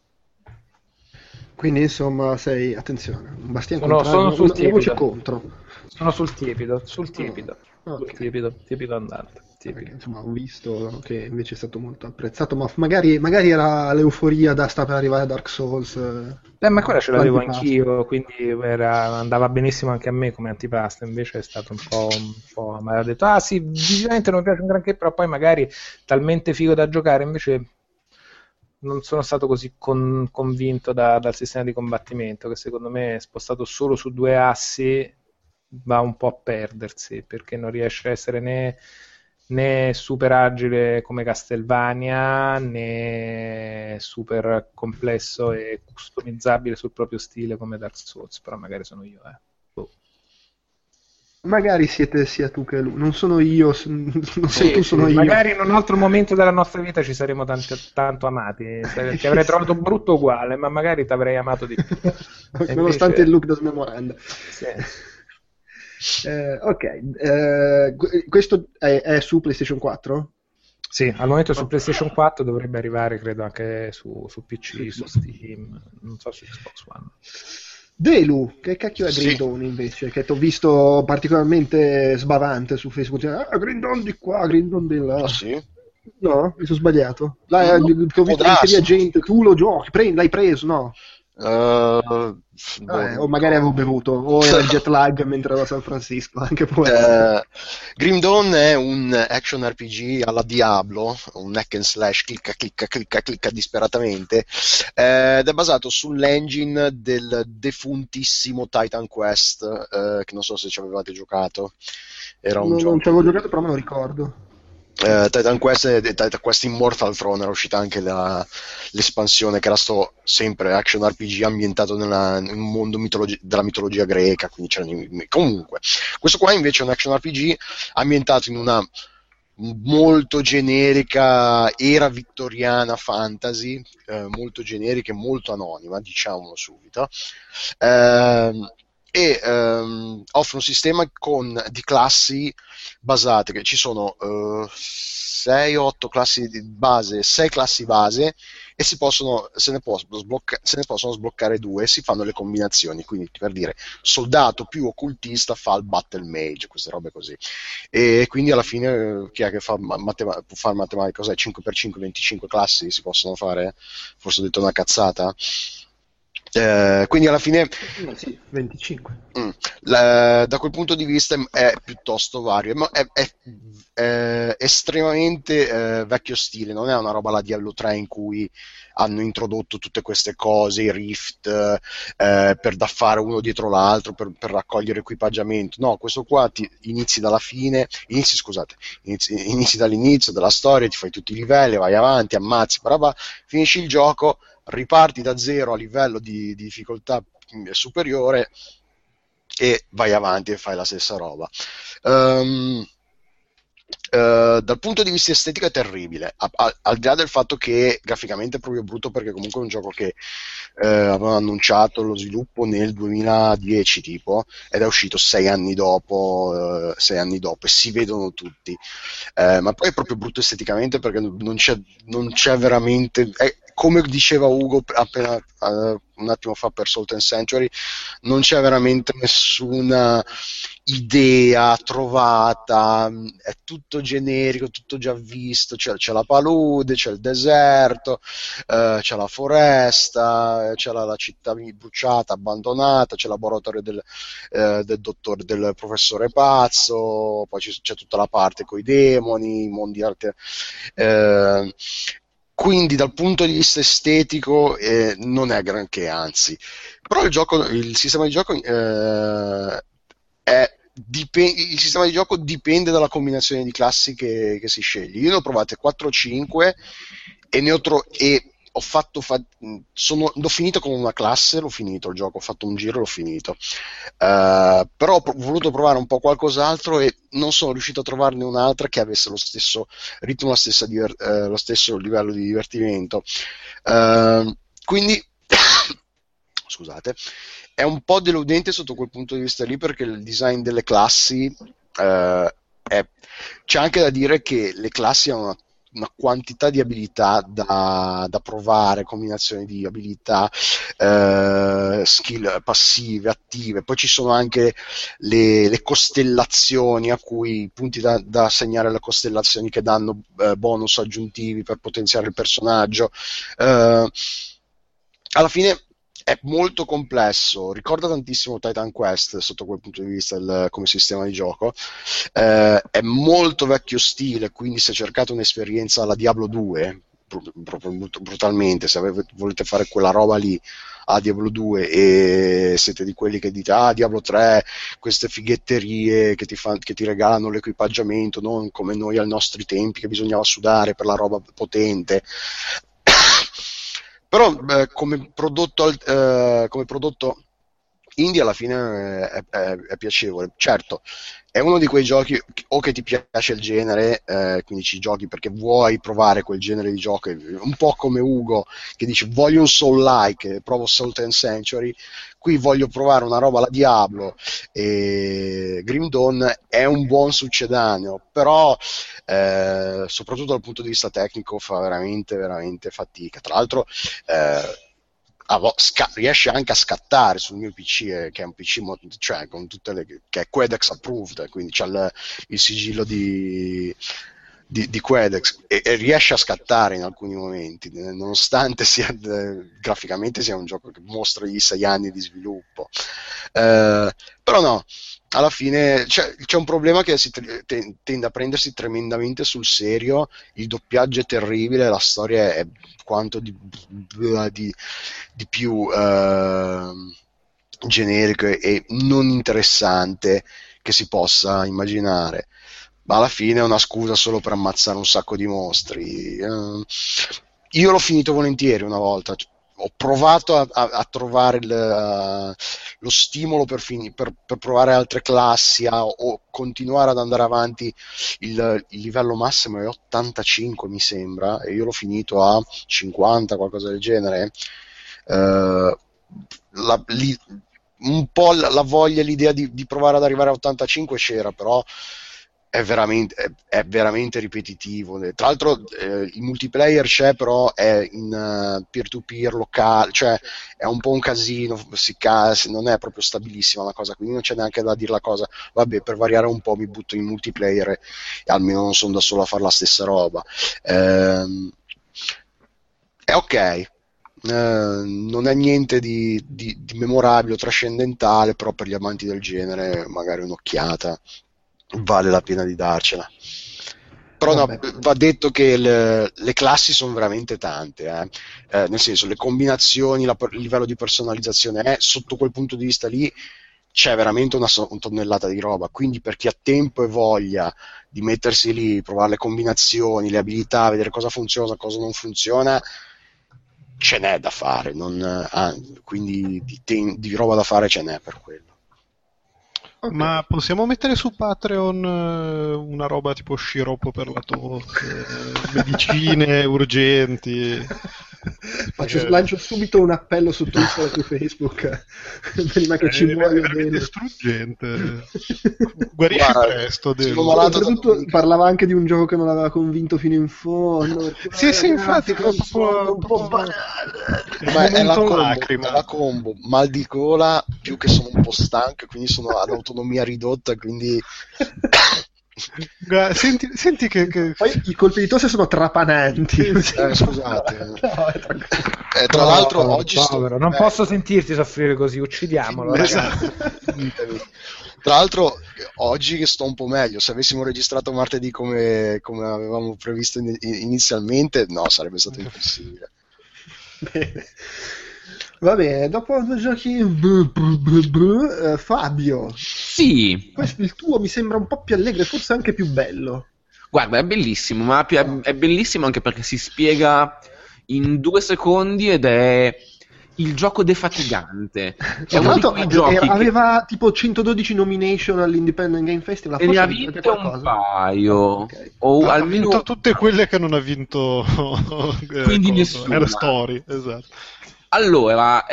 Quindi insomma sei, attenzione, un bastian sono sul una voce contro. Sono sul tiepido, Okay. tiepido andante. Perché, insomma, ho visto che invece è stato molto apprezzato, ma magari era l'euforia da sta per arrivare a Dark Souls. Ma quella ce l'avevo l'antipasto. anch'io, quindi andava benissimo anche a me come antipasto. Invece è stato un po' mi ha detto, sì, visivamente non mi piace un granché, però poi magari talmente figo da giocare, invece non sono stato così convinto dal sistema di combattimento, che secondo me spostato solo su 2 assi va un po' a perdersi, perché non riesce a essere né super agile come Castlevania, né super complesso e customizzabile sul proprio stile come Dark Souls, però magari sono io, Magari siete sia tu che lui, non sono io, non sei tu, sono io. Magari in un altro momento della nostra vita ci saremo tanto amati, ti avrei trovato brutto uguale, ma magari ti avrei amato di più. Nonostante il look da smemoranda. Sì. Questo è su PlayStation 4? Sì, al momento su PlayStation 4 dovrebbe arrivare, credo, anche su PC, su Steam, non so su Xbox One. Delu, che cacchio è Green Dawn invece? Che ti ho visto particolarmente sbavante su Facebook. Green Dawn di qua, Green Dawn di là. Sì. No, mi sono sbagliato. Che ho visto la gente, tu lo giochi, l'hai preso, no? O magari avevo bevuto, o era il jet lag mentre ero a San Francisco, anche può essere. Grim Dawn è un action RPG alla Diablo, un hack and slash clicca disperatamente, ed è basato sull'engine del defuntissimo Titan Quest, che non so se ci avevate giocato. Era un gioco. Non ci avevo giocato, però me lo ricordo. Titan Quest Immortal Throne era uscita anche l'espansione, che era sempre action RPG ambientato in un mondo della mitologia greca, quindi comunque questo qua invece è un action RPG ambientato in una molto generica era vittoriana fantasy, molto generica e molto anonima, diciamolo subito, e offre un sistema di classi basate, che ci sono 6-8 classi di base, 6 classi base, e se ne possono sbloccare 2 e si fanno le combinazioni. Quindi, per dire, soldato più occultista fa il battle mage, queste robe così, e quindi alla fine chi è che può fare matematica? Cos'è? 5x5 25 classi si possono fare? Forse ho detto una cazzata. Quindi alla fine Sì, 25. da quel punto di vista è piuttosto vario, ma è estremamente vecchio stile, non è una roba la Diablo 3 in cui hanno introdotto tutte queste cose, i rift, per da fare uno dietro l'altro, per raccogliere equipaggiamento. No, questo qua inizi dalla fine, scusate, inizi dall'inizio della storia, ti fai tutti i livelli, vai avanti, ammazzi, finisci il gioco, riparti da zero a livello di difficoltà superiore e vai avanti e fai la stessa roba. Dal punto di vista estetico è terribile, al di là del fatto che graficamente è proprio brutto, perché comunque è un gioco che avevano annunciato lo sviluppo nel 2010 tipo, ed è uscito 6 anni dopo e si vedono tutti, ma poi è proprio brutto esteticamente perché non c'è veramente, come diceva Ugo appena un attimo fa per Salt and Sanctuary, non c'è veramente nessuna idea trovata, è tutto generico, tutto già visto, c'è la palude, c'è il deserto, c'è la foresta, c'è la città bruciata, abbandonata, c'è il laboratorio del professore pazzo, poi c'è tutta la parte con i demoni, i mondi altri. Quindi dal punto di vista estetico non è granché, anzi, però il sistema di gioco il sistema di gioco dipende dalla combinazione di classi che si sceglie. Io ne ho provate 4 o 5 e l'ho finito con una classe, l'ho finito il gioco, ho fatto un giro e l'ho finito. Però ho voluto provare un po' qualcos'altro e non sono riuscito a trovarne un'altra che avesse lo stesso ritmo, lo stesso livello di divertimento. Quindi scusate, è un po' deludente sotto quel punto di vista lì, perché il design delle classi c'è anche da dire che le classi hanno una quantità di abilità da provare, combinazioni di abilità, skill passive, attive. Poi ci sono anche le costellazioni, a cui punti da assegnare alle costellazioni che danno bonus aggiuntivi per potenziare il personaggio. Alla fine è molto complesso, ricorda tantissimo Titan Quest sotto quel punto di vista come sistema di gioco. È molto vecchio stile, quindi se cercate un'esperienza alla Diablo 2, proprio brutalmente, se volete fare quella roba lì a Diablo 2 e siete di quelli che dite Diablo 3, queste fighetterie che ti regalano l'equipaggiamento, non come noi ai nostri tempi che bisognava sudare per la roba potente. Però come prodotto indie alla fine è piacevole. Certo, è uno di quei giochi o che ti piace il genere, quindi ci giochi perché vuoi provare quel genere di gioco, un po' come Ugo che dice voglio un Soul-like, provo Salt and Sanctuary, qui voglio provare una roba alla Diablo, e Grim Dawn è un buon succedaneo, però soprattutto dal punto di vista tecnico fa veramente veramente fatica. Tra l'altro riesce anche a scattare sul mio PC, che è un PC cioè, con tutte che è Quedex approved, quindi c'ha il sigillo di Quedex, e riesce a scattare in alcuni momenti, nonostante graficamente sia un gioco che mostra gli 6 anni di sviluppo. Però no, alla fine c'è un problema che tende a prendersi tremendamente sul serio, il doppiaggio è terribile, la storia è quanto di più generico e non interessante che si possa immaginare, ma alla fine è una scusa solo per ammazzare un sacco di mostri. Io l'ho finito volentieri una volta, ho provato a trovare lo stimolo per provare altre classi o continuare ad andare avanti. Il livello massimo è 85 mi sembra, e io l'ho finito a 50, qualcosa del genere. Un po' la voglia, l'idea di provare ad arrivare a 85 c'era, però è veramente ripetitivo. Tra l'altro il multiplayer c'è, però è in peer-to-peer locale, cioè è un po' un casino, non è proprio stabilissima la cosa, quindi non c'è neanche da dire la cosa vabbè, per variare un po' mi butto in multiplayer e almeno non sono da solo a fare la stessa roba. È ok, Non è niente di memorabile o trascendentale, però per gli amanti del genere magari un'occhiata vale la pena di darcela. Però no, va detto che le classi sono veramente tante, nel senso, le combinazioni, il livello di personalizzazione sotto quel punto di vista lì c'è veramente una tonnellata di roba, quindi per chi ha tempo e voglia di mettersi lì, provare le combinazioni, le abilità, vedere cosa funziona, cosa non funziona, ce n'è da fare, quindi di roba da fare ce n'è per quello. Okay. Ma possiamo mettere su Patreon una roba tipo sciroppo per la tosse, medicine urgenti? Lancio subito un appello su Twitter e su Facebook prima che ci muoia bene. È struggente. Guarisci presto. Soprattutto parlava anche di un gioco che non aveva convinto fino in fondo. Sì, infatti un po' banale. È la combo, mal di gola, più che sono un po' stanco, quindi sono ad autonomia ridotta, quindi senti che poi i colpi di tosse sono trapananti. Scusate. Tra l'altro oggi non posso sentirti soffrire così, uccidiamolo. Esatto. Tra l'altro oggi che sto un po' meglio, se avessimo registrato martedì come avevamo previsto inizialmente, no, sarebbe stato impossibile. Bene. Va bene, dopo due giochi Fabio. Sì. Questo il tuo mi sembra un po' più allegro e forse anche più bello. Guarda, è bellissimo, ma è bellissimo anche perché si spiega in 2 secondi ed è il gioco defatigante. È uno di quei giochi aveva tipo 112 nomination all'Independent Game Festival. E ne ha vinte un paio. Okay. O ha almeno vinto tutte quelle che non ha vinto quindi nessuna. Air Story, esatto. Allora,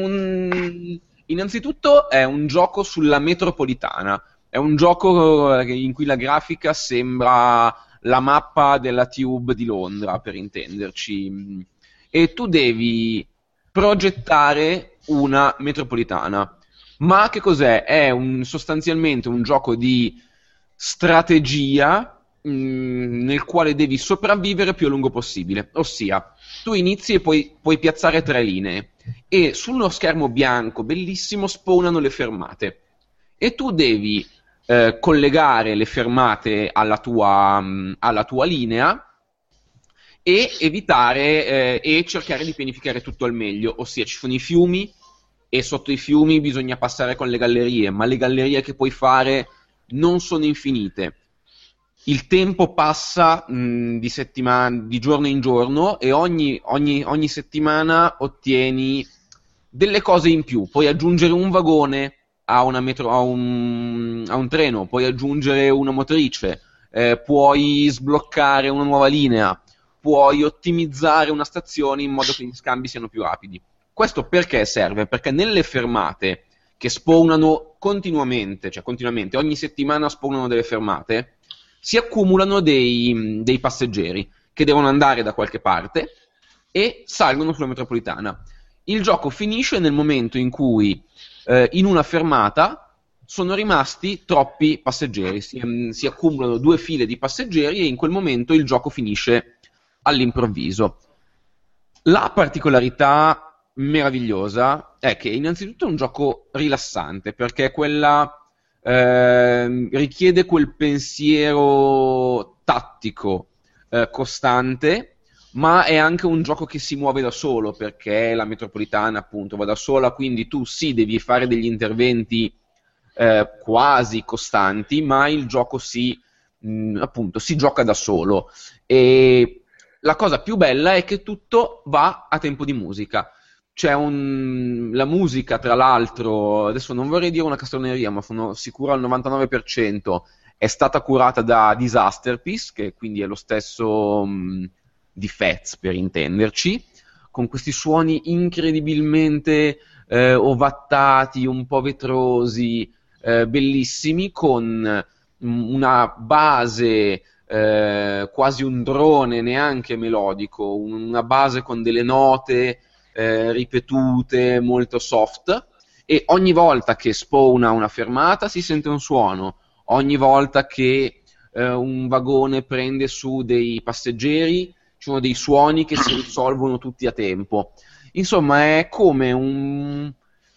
innanzitutto è un gioco sulla metropolitana. È un gioco in cui la grafica sembra la mappa della Tube di Londra, per intenderci. E tu devi progettare una metropolitana. Ma che cos'è? È sostanzialmente un gioco di strategia nel quale devi sopravvivere più a lungo possibile. Ossia, tu inizi e puoi piazzare 3 linee e sullo schermo bianco bellissimo spawnano le fermate e tu devi collegare le fermate alla tua linea e evitare e cercare di pianificare tutto al meglio, ossia ci sono i fiumi e sotto i fiumi bisogna passare con le gallerie, ma le gallerie che puoi fare non sono infinite. Il tempo passa di giorno in giorno e ogni settimana ottieni delle cose in più. Puoi aggiungere un vagone a un treno, puoi aggiungere una motrice, puoi sbloccare una nuova linea, puoi ottimizzare una stazione in modo che gli scambi siano più rapidi. Questo perché serve? Perché nelle fermate che spawnano continuamente, ogni settimana spawnano delle fermate, si accumulano dei passeggeri che devono andare da qualche parte e salgono sulla metropolitana. Il gioco finisce nel momento in cui in una fermata sono rimasti troppi passeggeri, si accumulano 2 file di passeggeri e in quel momento il gioco finisce all'improvviso. La particolarità meravigliosa è che innanzitutto è un gioco rilassante perché richiede quel pensiero tattico costante, ma è anche un gioco che si muove da solo perché la metropolitana appunto va da sola, quindi tu sì devi fare degli interventi quasi costanti, ma il gioco appunto si gioca da solo e la cosa più bella è che tutto va a tempo di musica. C'è la musica, tra l'altro, adesso non vorrei dire una castroneria, ma sono sicuro al 99%, è stata curata da Disasterpeace, che quindi è lo stesso di Fez, per intenderci, con questi suoni incredibilmente ovattati, un po' vetrosi, bellissimi, con una base quasi un drone, neanche melodico, una base con delle note ripetute, molto soft, e ogni volta che spawna una fermata si sente un suono, ogni volta che un vagone prende su dei passeggeri ci sono dei suoni che si risolvono tutti a tempo. Insomma, è come un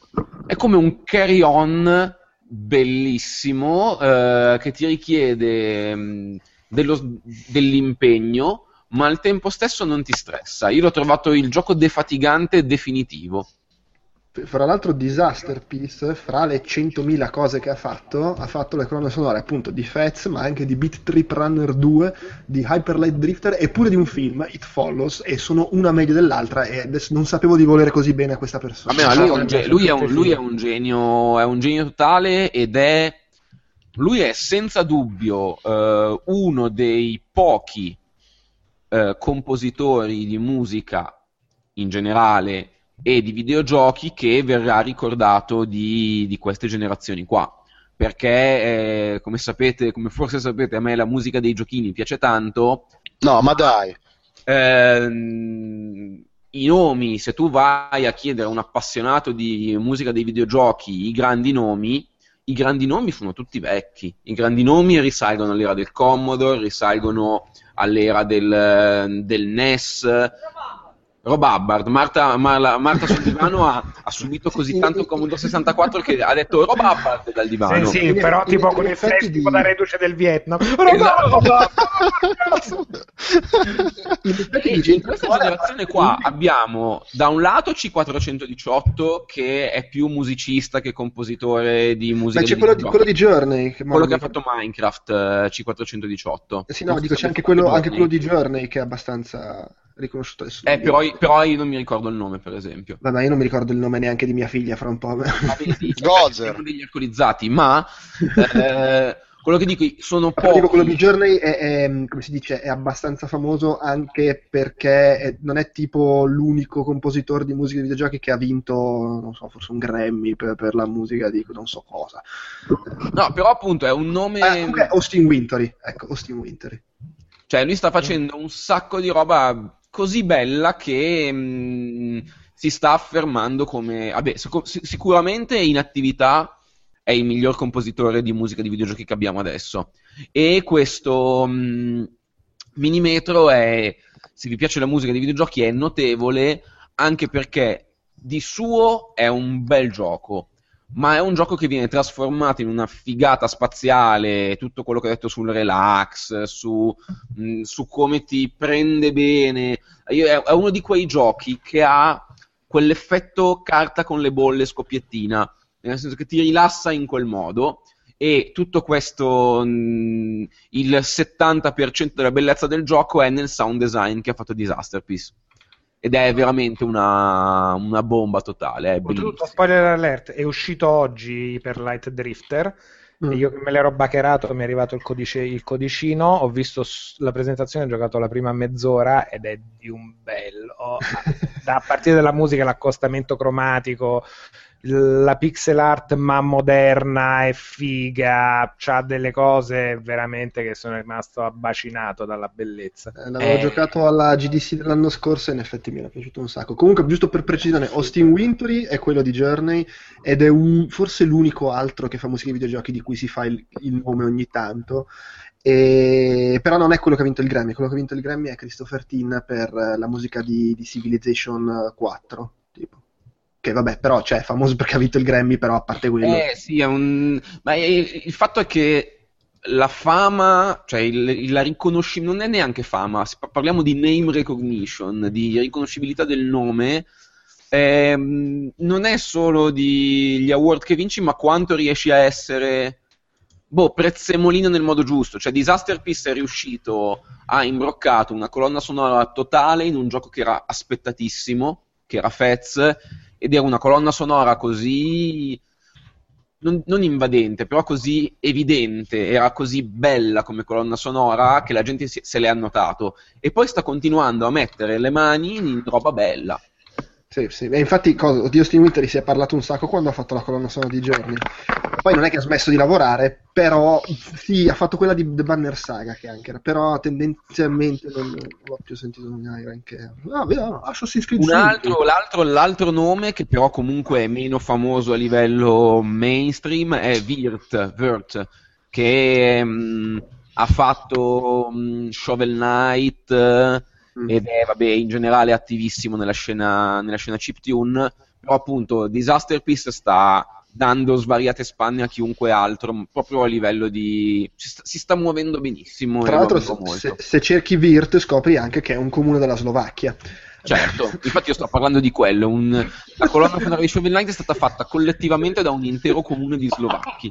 carry-on bellissimo che ti richiede dell'impegno, ma al tempo stesso non ti stressa. Io l'ho trovato il gioco defatigante definitivo. Fra l'altro Disaster Piece, fra le 100.000 cose che ha fatto le colonne sonore appunto di Fez, ma anche di Beat Trip Runner 2, di Hyper Light Drifter e pure di un film, It Follows, e sono una meglio dell'altra e adesso non sapevo di volere così bene a questa persona. Lui è un genio totale lui è senza dubbio uno dei pochi compositori di musica in generale e di videogiochi che verrà ricordato di queste generazioni qua, perché come forse sapete, a me la musica dei giochini piace tanto. No, ma dai, i nomi, se tu vai a chiedere a un appassionato di musica dei videogiochi i grandi nomi sono tutti vecchi. I grandi nomi risalgono all'era del Commodore, risalgono all'era del NES. Rob Hubbard, Marta sul divano ha subito così tanto Commodore 64 che ha detto Rob Hubbard dal divano. Sì, però tipo con il flash tipo da reduce del Vietnam. In questa generazione qua abbiamo da un lato C418 che è più musicista che compositore di musica. C'è quello di Journey, quello che ha fatto Minecraft, C418. Sì, no, dico c'è anche quello di Journey che è abbastanza riconosciuto adesso. Però io non mi ricordo il nome, per esempio. Vabbè, io non mi ricordo il nome neanche di mia figlia fra un po'. Gozer. Sono degli alcolizzati, ma quello che dico sono pochi. Dico, quello di Journey è come si dice, è abbastanza famoso anche perché non è tipo l'unico compositore di musica di videogiochi che ha vinto, non so, forse un Grammy per la musica di non so cosa. No, però appunto è un nome. Austin Wintory, ecco, Austin Wintory. Cioè lui sta facendo un sacco di roba così bella che si sta affermando come... Vabbè, sicuramente in attività è il miglior compositore di musica di videogiochi che abbiamo adesso. E questo Minimetro se vi piace la musica di videogiochi, è notevole anche perché di suo è un bel gioco, ma è un gioco che viene trasformato in una figata spaziale, tutto quello che ho detto sul relax, su come ti prende bene. È uno di quei giochi che ha quell'effetto carta con le bolle scoppiettina, nel senso che ti rilassa in quel modo, e tutto questo, il 70% della bellezza del gioco è nel sound design che ha fatto Disaster Piece. Ed è veramente una bomba totale. Oltretutto, spoiler alert, è uscito oggi per Light Drifter. E io che me l'ero backerato, mi è arrivato il codicino, ho visto la presentazione, ho giocato la prima mezz'ora ed è di un bello. A partire dalla musica, l'accostamento cromatico, la pixel art ma moderna e figa, c'ha delle cose veramente che sono rimasto abbacinato dalla bellezza. L'avevo giocato alla GDC dell'anno scorso e in effetti mi era piaciuto un sacco. Comunque, giusto per precisione, Austin Wintory è quello di Journey ed è forse l'unico altro che fa musica di videogiochi di cui si fa il nome ogni tanto. Però non è quello che ha vinto il Grammy. Quello che ha vinto il Grammy è Christopher Tin per la musica di Civilization 4 tipo. Che vabbè, però è famoso perché ha vinto il Grammy, però a parte quello. Sì, ma il fatto è che la fama, cioè la riconoscibilità, non è neanche fama, parliamo di name recognition, di riconoscibilità del nome, non è solo gli award che vinci, ma quanto riesci a essere prezzemolino nel modo giusto. Cioè Disaster Piece è riuscito, ha imbroccato una colonna sonora totale in un gioco che era aspettatissimo, che era Fez, ed era una colonna sonora così non invadente, però così evidente, era così bella come colonna sonora che la gente se l'è annotato, e poi sta continuando a mettere le mani in roba bella. Sì. E infatti di Austin Wintory si è parlato un sacco quando ha fatto la colonna sonora di Journey. Poi non è che ha smesso di lavorare, però sì, ha fatto quella di The Banner Saga, che anche era, però tendenzialmente non l'ho più sentito nominare anche. Assassin's Creed. L'altro nome che però comunque è meno famoso a livello mainstream è Wirth, che ha fatto Shovel Knight, ed è, vabbè, in generale attivissimo nella scena chiptune, però appunto Disasterpeace sta dando svariate spanne a chiunque altro, proprio a livello di... si sta muovendo benissimo. Tra e lo l'altro, amo molto. se cerchi Virt scopri anche che è un comune della Slovacchia. Certo, infatti io sto parlando di quello. La colonna sonora di Shovel Knight è stata fatta collettivamente da un intero comune di slovacchi.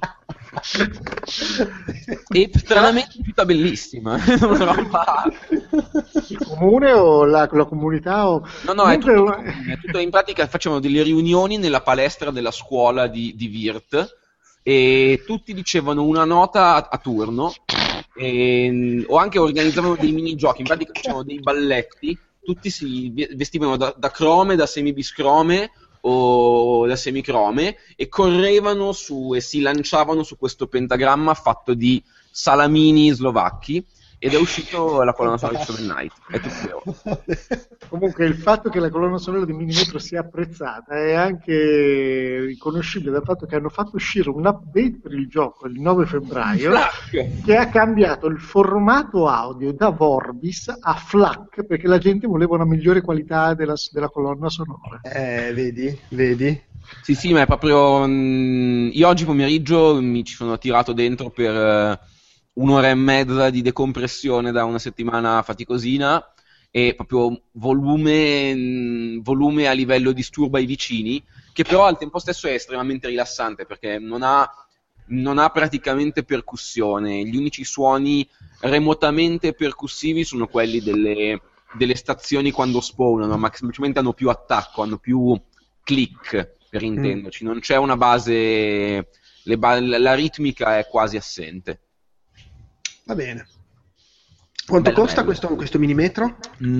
E stranamente è tutta bellissima. Una roba... Il comune o la comunità? No, è tutto comune, è tutto, in pratica facevano delle riunioni nella palestra della scuola di Virt e tutti dicevano una nota a turno o anche organizzavano dei minigiochi, in pratica facevano dei balletti. Tutti si vestivano da crome, da semibiscrome o da semicrome e correvano su e si lanciavano su questo pentagramma fatto di salamini slovacchi ed è uscito la colonna sonora di Shovel Knight. È tutto vero. Comunque il fatto che la colonna sonora di Minimetro sia apprezzata è anche riconoscibile dal fatto che hanno fatto uscire un update per il gioco il 9 febbraio che ha cambiato il formato audio da Vorbis a FLAC perché la gente voleva una migliore qualità della colonna sonora. Vedi? Sì, ma è proprio... io oggi pomeriggio mi ci sono tirato dentro per 1 ora e mezza di decompressione da una settimana faticosina e proprio volume a livello disturba i vicini, che però al tempo stesso è estremamente rilassante perché non ha praticamente percussione. Gli unici suoni remotamente percussivi sono quelli delle stazioni quando spawnano, ma che semplicemente hanno più attacco, hanno più click, per intenderci. Non c'è una base, la ritmica è quasi assente. Va bene. Quanto costa questo Minimetro?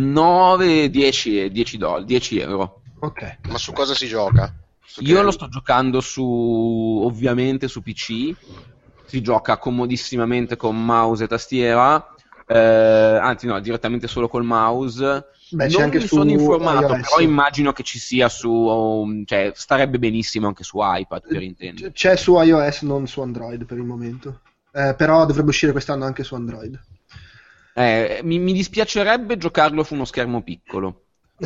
10 euro. Ok. Ma su cosa si gioca? Io lo sto giocando ovviamente su PC. Si gioca comodissimamente con mouse e tastiera. Anzi no, direttamente solo col mouse. Beh, c'è non anche mi su sono informato, iOS. però immagino che ci sia cioè starebbe benissimo anche su iPad, per intendere. C'è su iOS, non su Android per il momento. Però dovrebbe uscire quest'anno anche su Android. Mi dispiacerebbe giocarlo su uno schermo piccolo.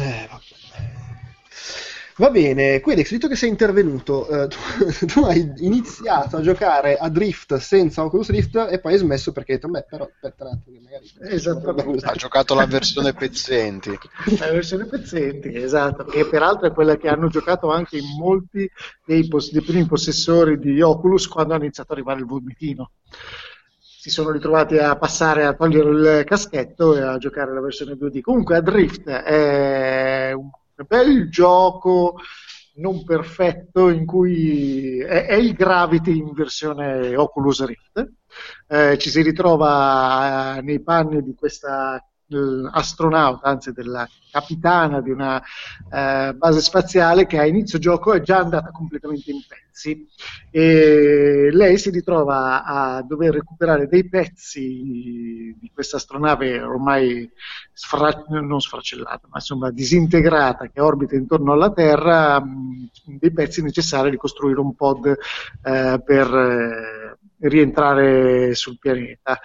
Va bene, quindi visto che sei intervenuto, tu hai iniziato a giocare a Drift senza Oculus Rift e poi hai smesso perché hai detto, beh, però aspetta un attimo, magari... Esattamente. Ha giocato la versione pezzenti. La versione pezzenti, esatto, che peraltro è quella che hanno giocato anche in molti dei primi possessori di Oculus quando hanno iniziato ad arrivare il vomitino. Si sono ritrovati a passare a togliere il caschetto e a giocare la versione 2D. Comunque Adrift è un bel gioco non perfetto in cui è il Gravity in versione Oculus Rift. Ci si ritrova nei panni di questa astronauta, anzi della capitana di una base spaziale che a inizio gioco è già andata completamente in pezzi e lei si ritrova a dover recuperare dei pezzi di questa astronave ormai non sfracellata, ma insomma disintegrata che orbita intorno alla Terra, dei pezzi necessari a ricostruire un pod per rientrare sul pianeta.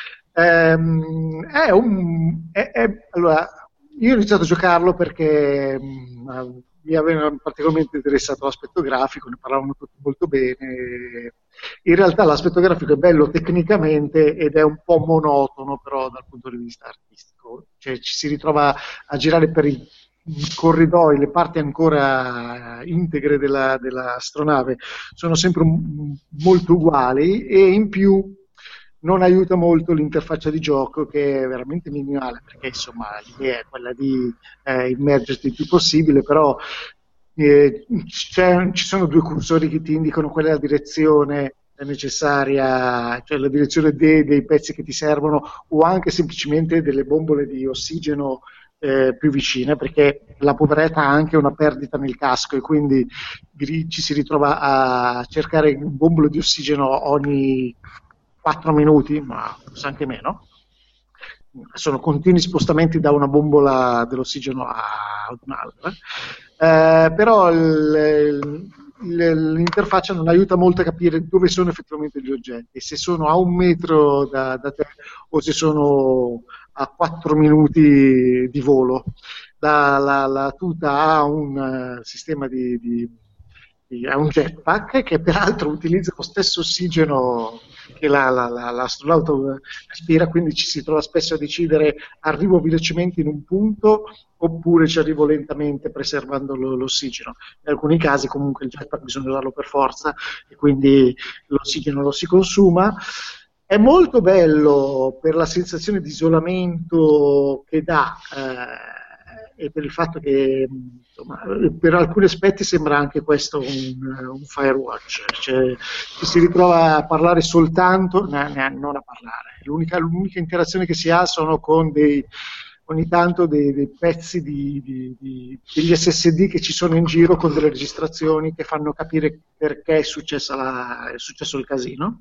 Allora, io ho iniziato a giocarlo perché mi aveva particolarmente interessato l'aspetto grafico, ne parlavano tutti molto bene. In realtà l'aspetto grafico è bello tecnicamente ed è un po' monotono però dal punto di vista artistico, cioè ci si ritrova a girare per i corridoi, le parti ancora integre dell'astronave sono sempre molto uguali e in più non aiuta molto l'interfaccia di gioco che è veramente minimale perché insomma l'idea è quella di immergerti il più possibile, però ci sono 2 cursori che ti indicano qual è la direzione necessaria, cioè la direzione dei pezzi che ti servono o anche semplicemente delle bombole di ossigeno più vicine, perché la poveretta ha anche una perdita nel casco e quindi ci si ritrova a cercare bombole di ossigeno ogni 4 minuti, ma forse anche meno. Sono continui spostamenti da una bombola dell'ossigeno ad un'altra, però l'interfaccia non aiuta molto a capire dove sono effettivamente gli oggetti, se sono a 1 metro da te o se sono a 4 minuti di volo. La tuta ha un sistema ha un jetpack che peraltro utilizza lo stesso ossigeno che l'astronauta respira, quindi ci si trova spesso a decidere: arrivo velocemente in un punto oppure ci arrivo lentamente preservando l'ossigeno. In alcuni casi comunque il jetpack bisogna usarlo per forza e quindi l'ossigeno lo si consuma. È molto bello per la sensazione di isolamento che dà e per il fatto che insomma, per alcuni aspetti sembra anche questo un Firewatch, cioè ci si ritrova a parlare soltanto, non a parlare, l'unica interazione che si ha sono con ogni tanto dei pezzi degli SSD che ci sono in giro con delle registrazioni che fanno capire perché è successo il casino.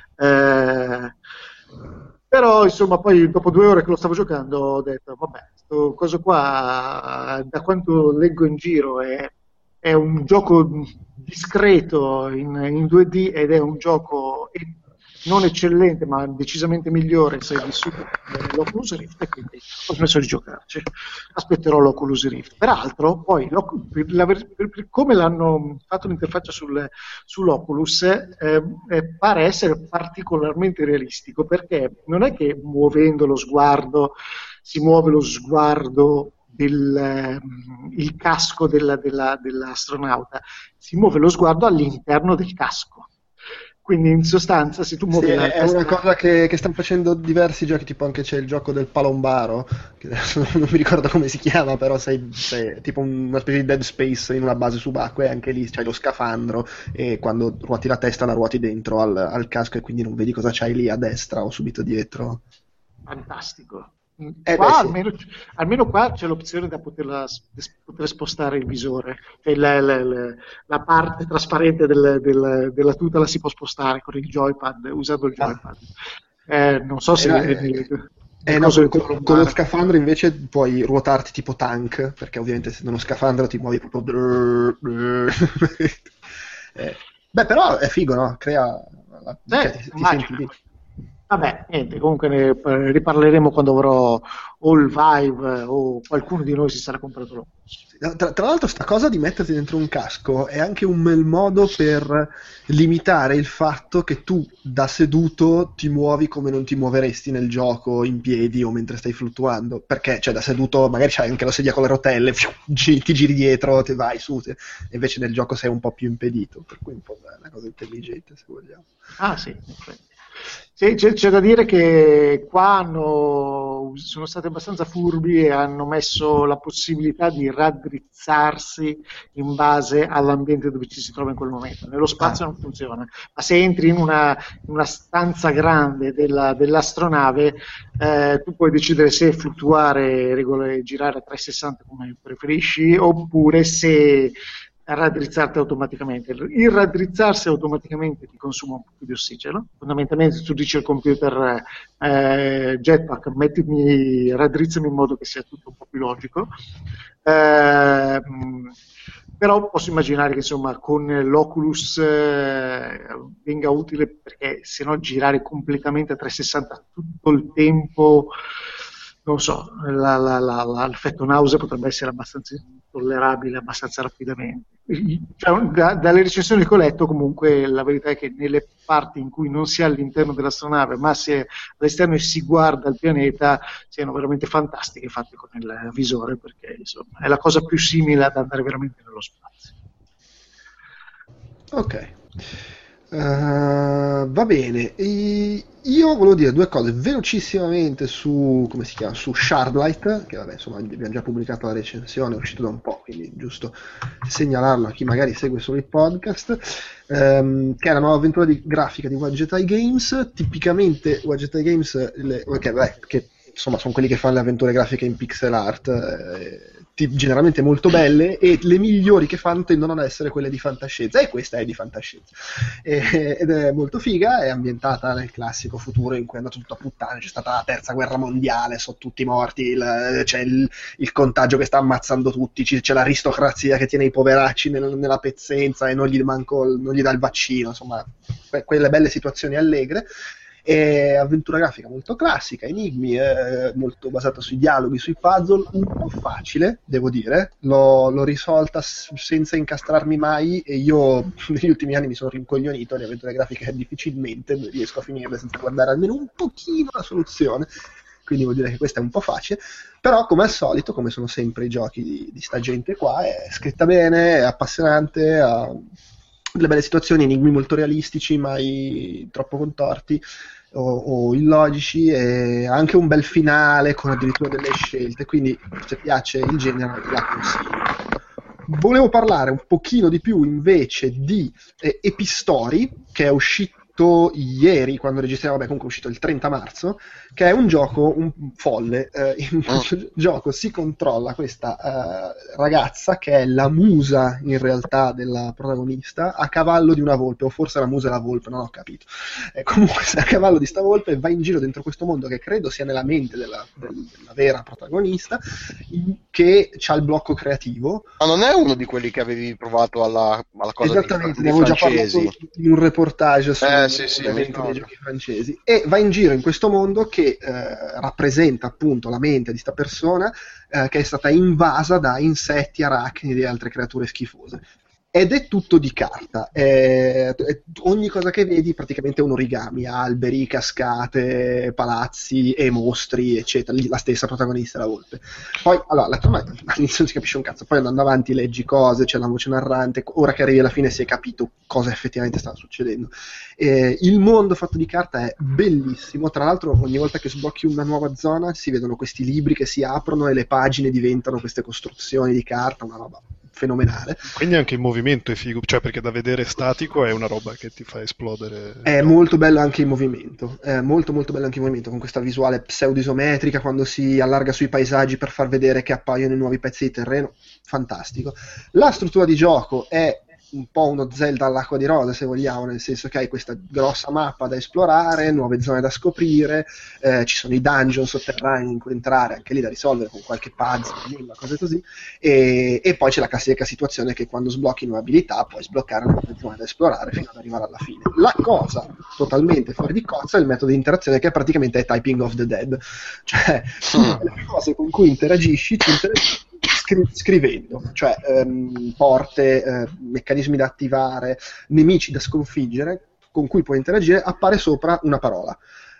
Però insomma poi dopo 2 ore che lo stavo giocando ho detto vabbè, sto coso qua da quanto leggo in giro è un gioco discreto in 2D ed è un gioco non eccellente ma decisamente migliore se vissuto l'Oculus Rift, e quindi ho smesso di giocarci. Aspetterò l'Oculus Rift. Peraltro poi per come l'hanno fatto l'interfaccia sull'Oculus pare essere particolarmente realistico, perché non è che muovendo lo sguardo si muove lo sguardo il casco dell'astronauta, si muove lo sguardo all'interno del casco. Quindi in sostanza se tu muovi la è una cosa che stanno facendo diversi giochi, tipo anche c'è il gioco del palombaro, che adesso non mi ricordo come si chiama, però sei tipo una specie di Dead Space in una base subacquea, e anche lì c'hai lo scafandro e quando ruoti la testa la ruoti dentro al casco e quindi non vedi cosa c'hai lì a destra o subito dietro. Fantastico. Sì. Almeno qua c'è l'opzione da poter spostare il visore, cioè la parte trasparente della tuta la si può spostare con il joypad, usando il joypad. Non so se con lo scafandro invece puoi ruotarti tipo tank, perché ovviamente essendo uno scafandro ti muovi proprio beh, però è figo, no? Crea ti senti lì. Vabbè, niente, comunque ne riparleremo quando avrò o il Vive o qualcuno di noi si sarà comprato l'Oculus. Tra l'altro sta cosa di metterti dentro un casco è anche un bel modo per limitare il fatto che tu da seduto ti muovi come non ti muoveresti nel gioco in piedi o mentre stai fluttuando, perché cioè da seduto magari c'hai anche la sedia con le rotelle, ti giri dietro, ti vai su, e invece nel gioco sei un po' più impedito, per cui un po' è una cosa intelligente se vogliamo. Ah sì, sì, c'è da dire che qua sono stati abbastanza furbi e hanno messo la possibilità di raddrizzarsi in base all'ambiente dove ci si trova in quel momento. Nello spazio non funziona, ma se entri in una stanza grande dell'astronave tu puoi decidere se fluttuare e girare a 360 come preferisci, oppure se raddrizzarti automaticamente. Il raddrizzarsi automaticamente ti consuma un po' più di ossigeno. Fondamentalmente tu dici al computer jetpack, raddrizzami in modo che sia tutto un po' più logico. Però posso immaginare che insomma con l'Oculus venga utile, perché se no girare completamente a 360 tutto il tempo, non so, l'effetto nausea potrebbe essere abbastanza tollerabile abbastanza rapidamente. Cioè, dalle recensioni che ho letto comunque la verità è che nelle parti in cui non si è all'interno dell'astronave ma si è all'esterno e si guarda il pianeta siano veramente fantastiche, fatte con il visore, perché insomma è la cosa più simile ad andare veramente nello spazio. Ok. Va bene, io volevo dire 2 cose velocissimamente su Shardlight, che vabbè insomma abbiamo già pubblicato la recensione, è uscito da un po', quindi giusto segnalarlo a chi magari segue solo il podcast, che è la nuova avventura grafica di Wadjet Eye Games. Tipicamente Wadjet Eye Games che insomma sono quelli che fanno le avventure grafiche in pixel art, generalmente molto belle, e le migliori che fanno tendono ad essere quelle di fantascienza, e questa è di fantascienza ed è molto figa. È ambientata nel classico futuro in cui è andato tutto a puttane, c'è stata la terza guerra mondiale, sono tutti morti, c'è il contagio che sta ammazzando tutti, c'è l'aristocrazia che tiene i poveracci nella pezzenza e non gli dà il vaccino, insomma quelle belle situazioni allegre. È avventura grafica molto classica, enigmi, molto basata sui dialoghi, sui puzzle, un po' facile, devo dire. L'ho risolta senza incastrarmi mai, e io negli ultimi anni mi sono rincoglionito. Le avventure grafiche difficilmente riesco a finirle senza guardare almeno un pochino la soluzione, quindi vuol dire che questa è un po' facile. Però, come al solito, come sono sempre i giochi di sta gente qua, è scritta bene, è appassionante, ha delle belle situazioni, enigmi molto realistici, mai troppo contorti o illogici, e anche un bel finale con addirittura delle scelte, quindi se piace il genere la consiglio. Volevo parlare un pochino di più invece di Epistory, che è uscito ieri, quando registriamo, comunque è uscito il 30 marzo, che è un gioco un folle. In questo gioco si controlla questa ragazza che è la musa in realtà della protagonista, a cavallo di una volpe, o forse la musa è la volpe, non ho capito. Comunque sei a cavallo di sta volpe e va in giro dentro questo mondo che credo sia nella mente della vera protagonista, che ha il blocco creativo. Ma non è uno di quelli che avevi provato alla cosa Esattamente, ne dei avevo già parlato francesi? in un reportage Sì, mi dei ricordo. giochi francesi, e va in giro in questo mondo che rappresenta appunto la mente di sta persona che è stata invasa da insetti, arachnidi e altre creature schifose. Ed è tutto di carta, ogni cosa che vedi praticamente è un origami, alberi, cascate, palazzi e mostri, eccetera. La stessa protagonista, la volpe. Poi, allora, la trama all'inizio non si capisce un cazzo, poi andando avanti leggi cose, c'è la voce narrante, ora che arrivi alla fine si è capito cosa effettivamente stava succedendo. Il mondo fatto di carta è bellissimo, tra l'altro ogni volta che sblocchi una nuova zona si vedono questi libri che si aprono e le pagine diventano queste costruzioni di carta, una roba fenomenale. Quindi anche il movimento è figo, cioè perché da vedere statico è una roba che ti fa esplodere. È molto bello anche in movimento, è molto molto bello anche in movimento, con questa visuale pseudo-isometrica quando si allarga sui paesaggi per far vedere che appaiono i nuovi pezzi di terreno, fantastico. La struttura di gioco è un po' uno Zelda all'acqua di rose, se vogliamo, nel senso che hai questa grossa mappa da esplorare, nuove zone da scoprire, ci sono i dungeon sotterranei in cui entrare, anche lì da risolvere con qualche puzzle, cose così, e poi c'è la classica situazione che quando sblocchi nuove abilità puoi sbloccare nuove zone da esplorare fino ad arrivare alla fine. La cosa totalmente fuori di cozza è il metodo di interazione, che praticamente è Typing of the Dead, cioè le cose con cui interagisci scrivendo, cioè porte, meccanismi da attivare, nemici da sconfiggere con cui puoi interagire, appare sopra una parola.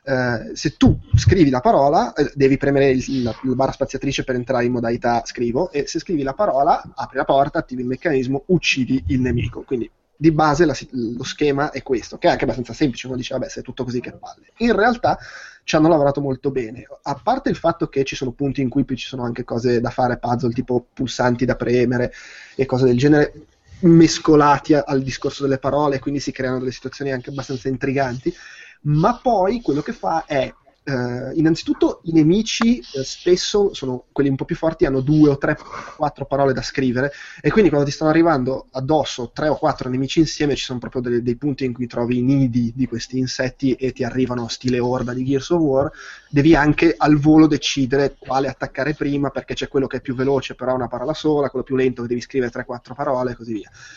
Se tu scrivi la parola, devi premere la barra spaziatrice per entrare in modalità scrivo, e se scrivi la parola apri la porta, attivi il meccanismo, uccidi il nemico. Quindi di base lo schema è questo, che è anche abbastanza semplice. Uno dice vabbè, se è tutto così che palle. In realtà ci hanno lavorato molto bene, a parte il fatto che ci sono punti in cui ci sono anche cose da fare, puzzle tipo pulsanti da premere e cose del genere, mescolati al discorso delle parole, quindi si creano delle situazioni anche abbastanza intriganti. Ma poi quello che fa è innanzitutto i nemici spesso sono quelli un po' più forti, hanno 2 o 3 o 4 parole da scrivere, e quindi quando ti stanno arrivando addosso 3 o 4 nemici insieme ci sono proprio dei punti in cui trovi i nidi di questi insetti e ti arrivano stile orda di Gears of War. Devi anche al volo decidere quale attaccare prima, perché c'è quello che è più veloce però ha una parola sola, quello più lento che devi scrivere 3-4 parole e così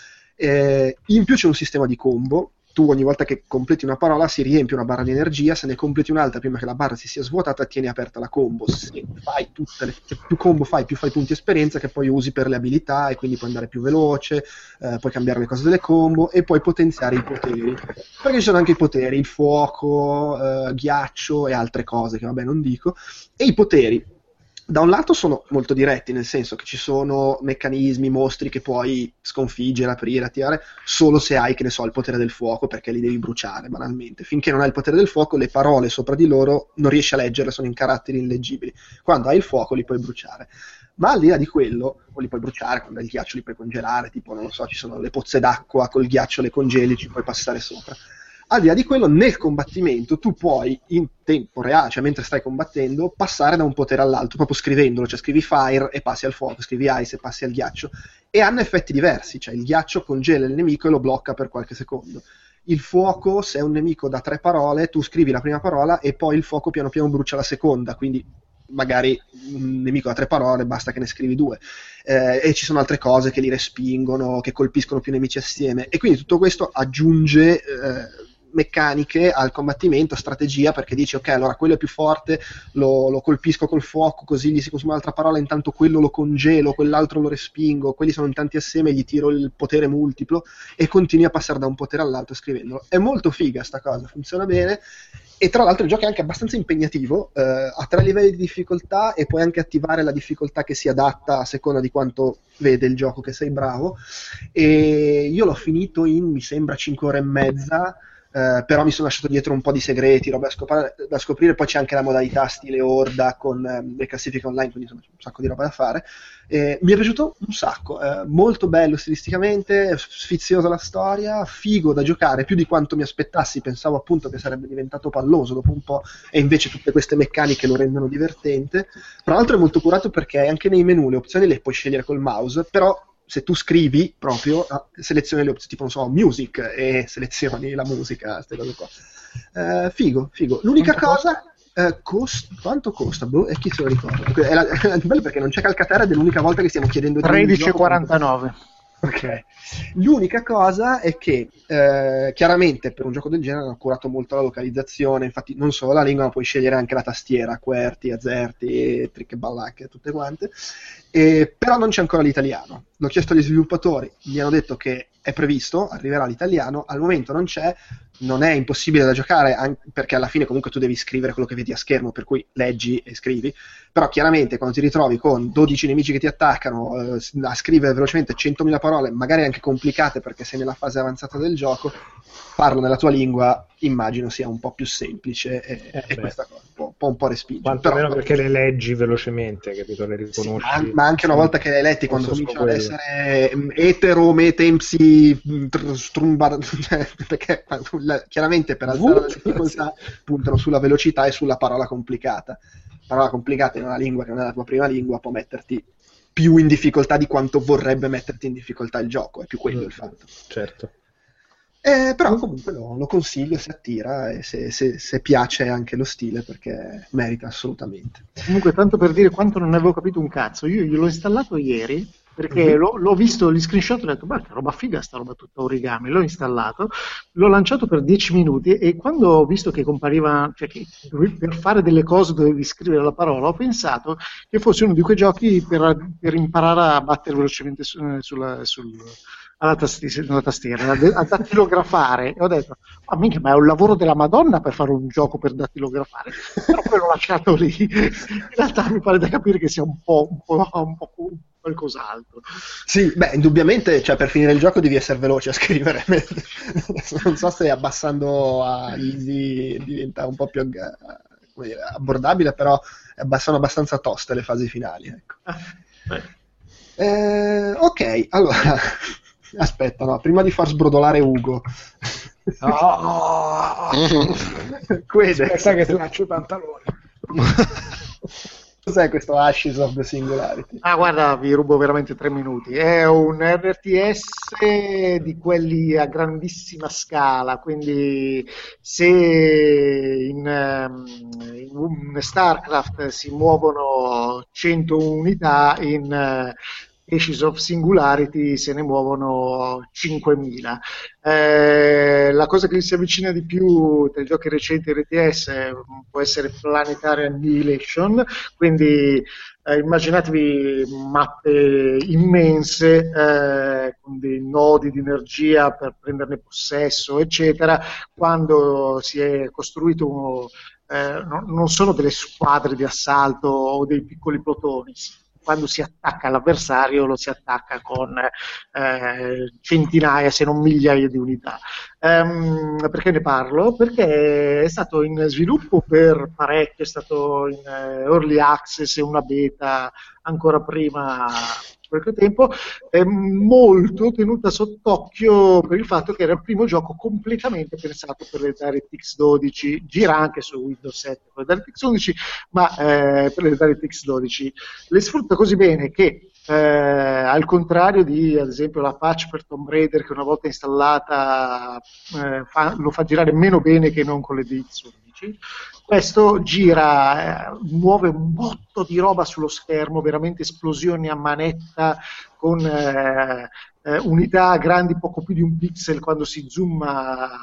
via. In più c'è un sistema di combo. Tu ogni volta che completi una parola si riempie una barra di energia, se ne completi un'altra prima che la barra si sia svuotata tieni aperta la combo. Se fai più combo fai, più fai punti esperienza che poi usi per le abilità, e quindi puoi andare più veloce, puoi cambiare le cose delle combo e puoi potenziare i poteri, perché ci sono anche i poteri, il fuoco, ghiaccio e altre cose che vabbè non dico. E i poteri da un lato sono molto diretti, nel senso che ci sono meccanismi, mostri che puoi sconfiggere, aprire, attivare solo se hai, che ne so, il potere del fuoco, perché li devi bruciare banalmente. Finché non hai il potere del fuoco, le parole sopra di loro non riesci a leggerle, sono in caratteri illeggibili. Quando hai il fuoco li puoi bruciare. Ma al di là di quello, o li puoi bruciare, quando hai il ghiaccio li puoi congelare, tipo, non lo so, ci sono le pozze d'acqua, col ghiaccio le congeli, ci puoi passare sopra. Al di là di quello, nel combattimento tu puoi in tempo reale, cioè mentre stai combattendo, passare da un potere all'altro, proprio scrivendolo, cioè scrivi fire e passi al fuoco, scrivi ice e passi al ghiaccio, e hanno effetti diversi, cioè il ghiaccio congela il nemico e lo blocca per qualche secondo. Il fuoco, se è un nemico da 3 parole, tu scrivi la prima parola e poi il fuoco piano piano brucia la seconda, quindi magari un nemico da 3 parole basta che ne scrivi 2, e ci sono altre cose che li respingono, che colpiscono più nemici assieme, e quindi tutto questo aggiunge meccaniche al combattimento, strategia, perché dici ok, allora quello è più forte, lo colpisco col fuoco così gli si consuma un'altra parola, intanto quello lo congelo, quell'altro lo respingo, quelli sono in tanti assieme, gli tiro il potere multiplo e continui a passare da un potere all'altro scrivendolo. È molto figa sta cosa, funziona bene. E tra l'altro il gioco è anche abbastanza impegnativo, ha 3 livelli di difficoltà e puoi anche attivare la difficoltà che si adatta a seconda di quanto vede il gioco che sei bravo. E io l'ho finito in, mi sembra, 5 ore e mezza, però mi sono lasciato dietro un po' di segreti, roba da scoprire, poi c'è anche la modalità stile Horda con le classifiche online, quindi insomma c'è un sacco di roba da fare. Mi è piaciuto un sacco, molto bello stilisticamente, sfiziosa la storia, figo da giocare, più di quanto mi aspettassi, pensavo appunto che sarebbe diventato palloso dopo un po', e invece tutte queste meccaniche lo rendono divertente. Tra l'altro è molto curato perché anche nei menu le opzioni le puoi scegliere col mouse, però se tu scrivi proprio, selezioni le opzioni, tipo non so, music, e selezioni la musica, queste cose qua. Figo. L'unica cosa, quanto costa? Boh, e chi se lo ricorda? È bello perché non c'è calcaterra ed è l'unica volta che stiamo chiedendo 13,49. Ok. L'unica cosa è che chiaramente per un gioco del genere hanno curato molto la localizzazione, infatti non solo la lingua, ma puoi scegliere anche la tastiera, QWERTY, AZERTY, trick e ballacche, tutte quante. Però non c'è ancora l'italiano. L'ho chiesto agli sviluppatori, mi hanno detto che è previsto, arriverà l'italiano, al momento non c'è, non è impossibile da giocare, perché alla fine comunque tu devi scrivere quello che vedi a schermo, per cui leggi e scrivi, però chiaramente quando ti ritrovi con 12 nemici che ti attaccano, a scrivere velocemente 100.000 parole, magari anche complicate perché sei nella fase avanzata del gioco, farlo nella tua lingua immagino sia un po' più semplice e questa cosa può un po' respingere. Quantomeno perché le leggi velocemente, capito? Le riconosci. Sì, ma anche una volta che le hai letti, quando cominciano ad essere etero, metempsi, perché chiaramente per alzare la difficoltà puntano sulla velocità e sulla parola complicata. Parola complicata in una lingua che non è la tua prima lingua può metterti più in difficoltà di quanto vorrebbe metterti in difficoltà il gioco, è più quello il fatto. Certo. Però comunque lo consiglio, se attira e se piace anche lo stile, perché merita assolutamente. Comunque, tanto per dire quanto non avevo capito un cazzo, io gliel'ho installato ieri perché l'ho visto gli screenshot e ho detto ma che roba figa sta roba tutta origami, l'ho installato, l'ho lanciato per 10 minuti e quando ho visto che compariva, cioè che per fare delle cose dovevi scrivere la parola, ho pensato che fosse uno di quei giochi per imparare a battere velocemente alla tastiera, a dattilografare, e ho detto minchia, ma è un lavoro della Madonna per fare un gioco per dattilografare, però poi l'ho lasciato lì. In realtà mi pare da capire che sia un po' qualcos'altro. Sì, beh, indubbiamente, cioè, per finire il gioco devi essere veloce a scrivere. Non so se abbassando a easy diventa un po' più abbordabile, però sono abbastanza toste le fasi finali, ecco. Ok, allora aspetta, no, prima di far sbrodolare Ugo. Aspetta che slaccio i pantaloni. Cos'è questo Ashes of the Singularity? Guarda, vi rubo veramente 3 minuti. È un RTS di quelli a grandissima scala, quindi se in StarCraft si muovono 100 unità, in Ashes of Singularity se ne muovono 5.000. La cosa che si avvicina di più tra i giochi recenti RTS può essere Planetary Annihilation, quindi immaginatevi mappe immense con dei nodi di energia per prenderne possesso, eccetera. Quando si è costruito non sono delle squadre di assalto o dei piccoli plotoni. Quando si attacca l'avversario lo si attacca con centinaia se non migliaia di unità. Perché ne parlo? Perché è stato in sviluppo per parecchio, è stato in early access e una beta ancora prima qualche tempo, è molto tenuta sott'occhio per il fatto che era il primo gioco completamente pensato per le DirectX 12, gira anche su Windows 7 per le DirectX 11, ma per le DirectX 12 le sfrutta così bene che al contrario di ad esempio la patch per Tomb Raider, che una volta installata lo fa girare meno bene che non con le DX 11, questo gira, muove un botto di roba sullo schermo, veramente esplosioni a manetta con unità grandi poco più di un pixel quando si zooma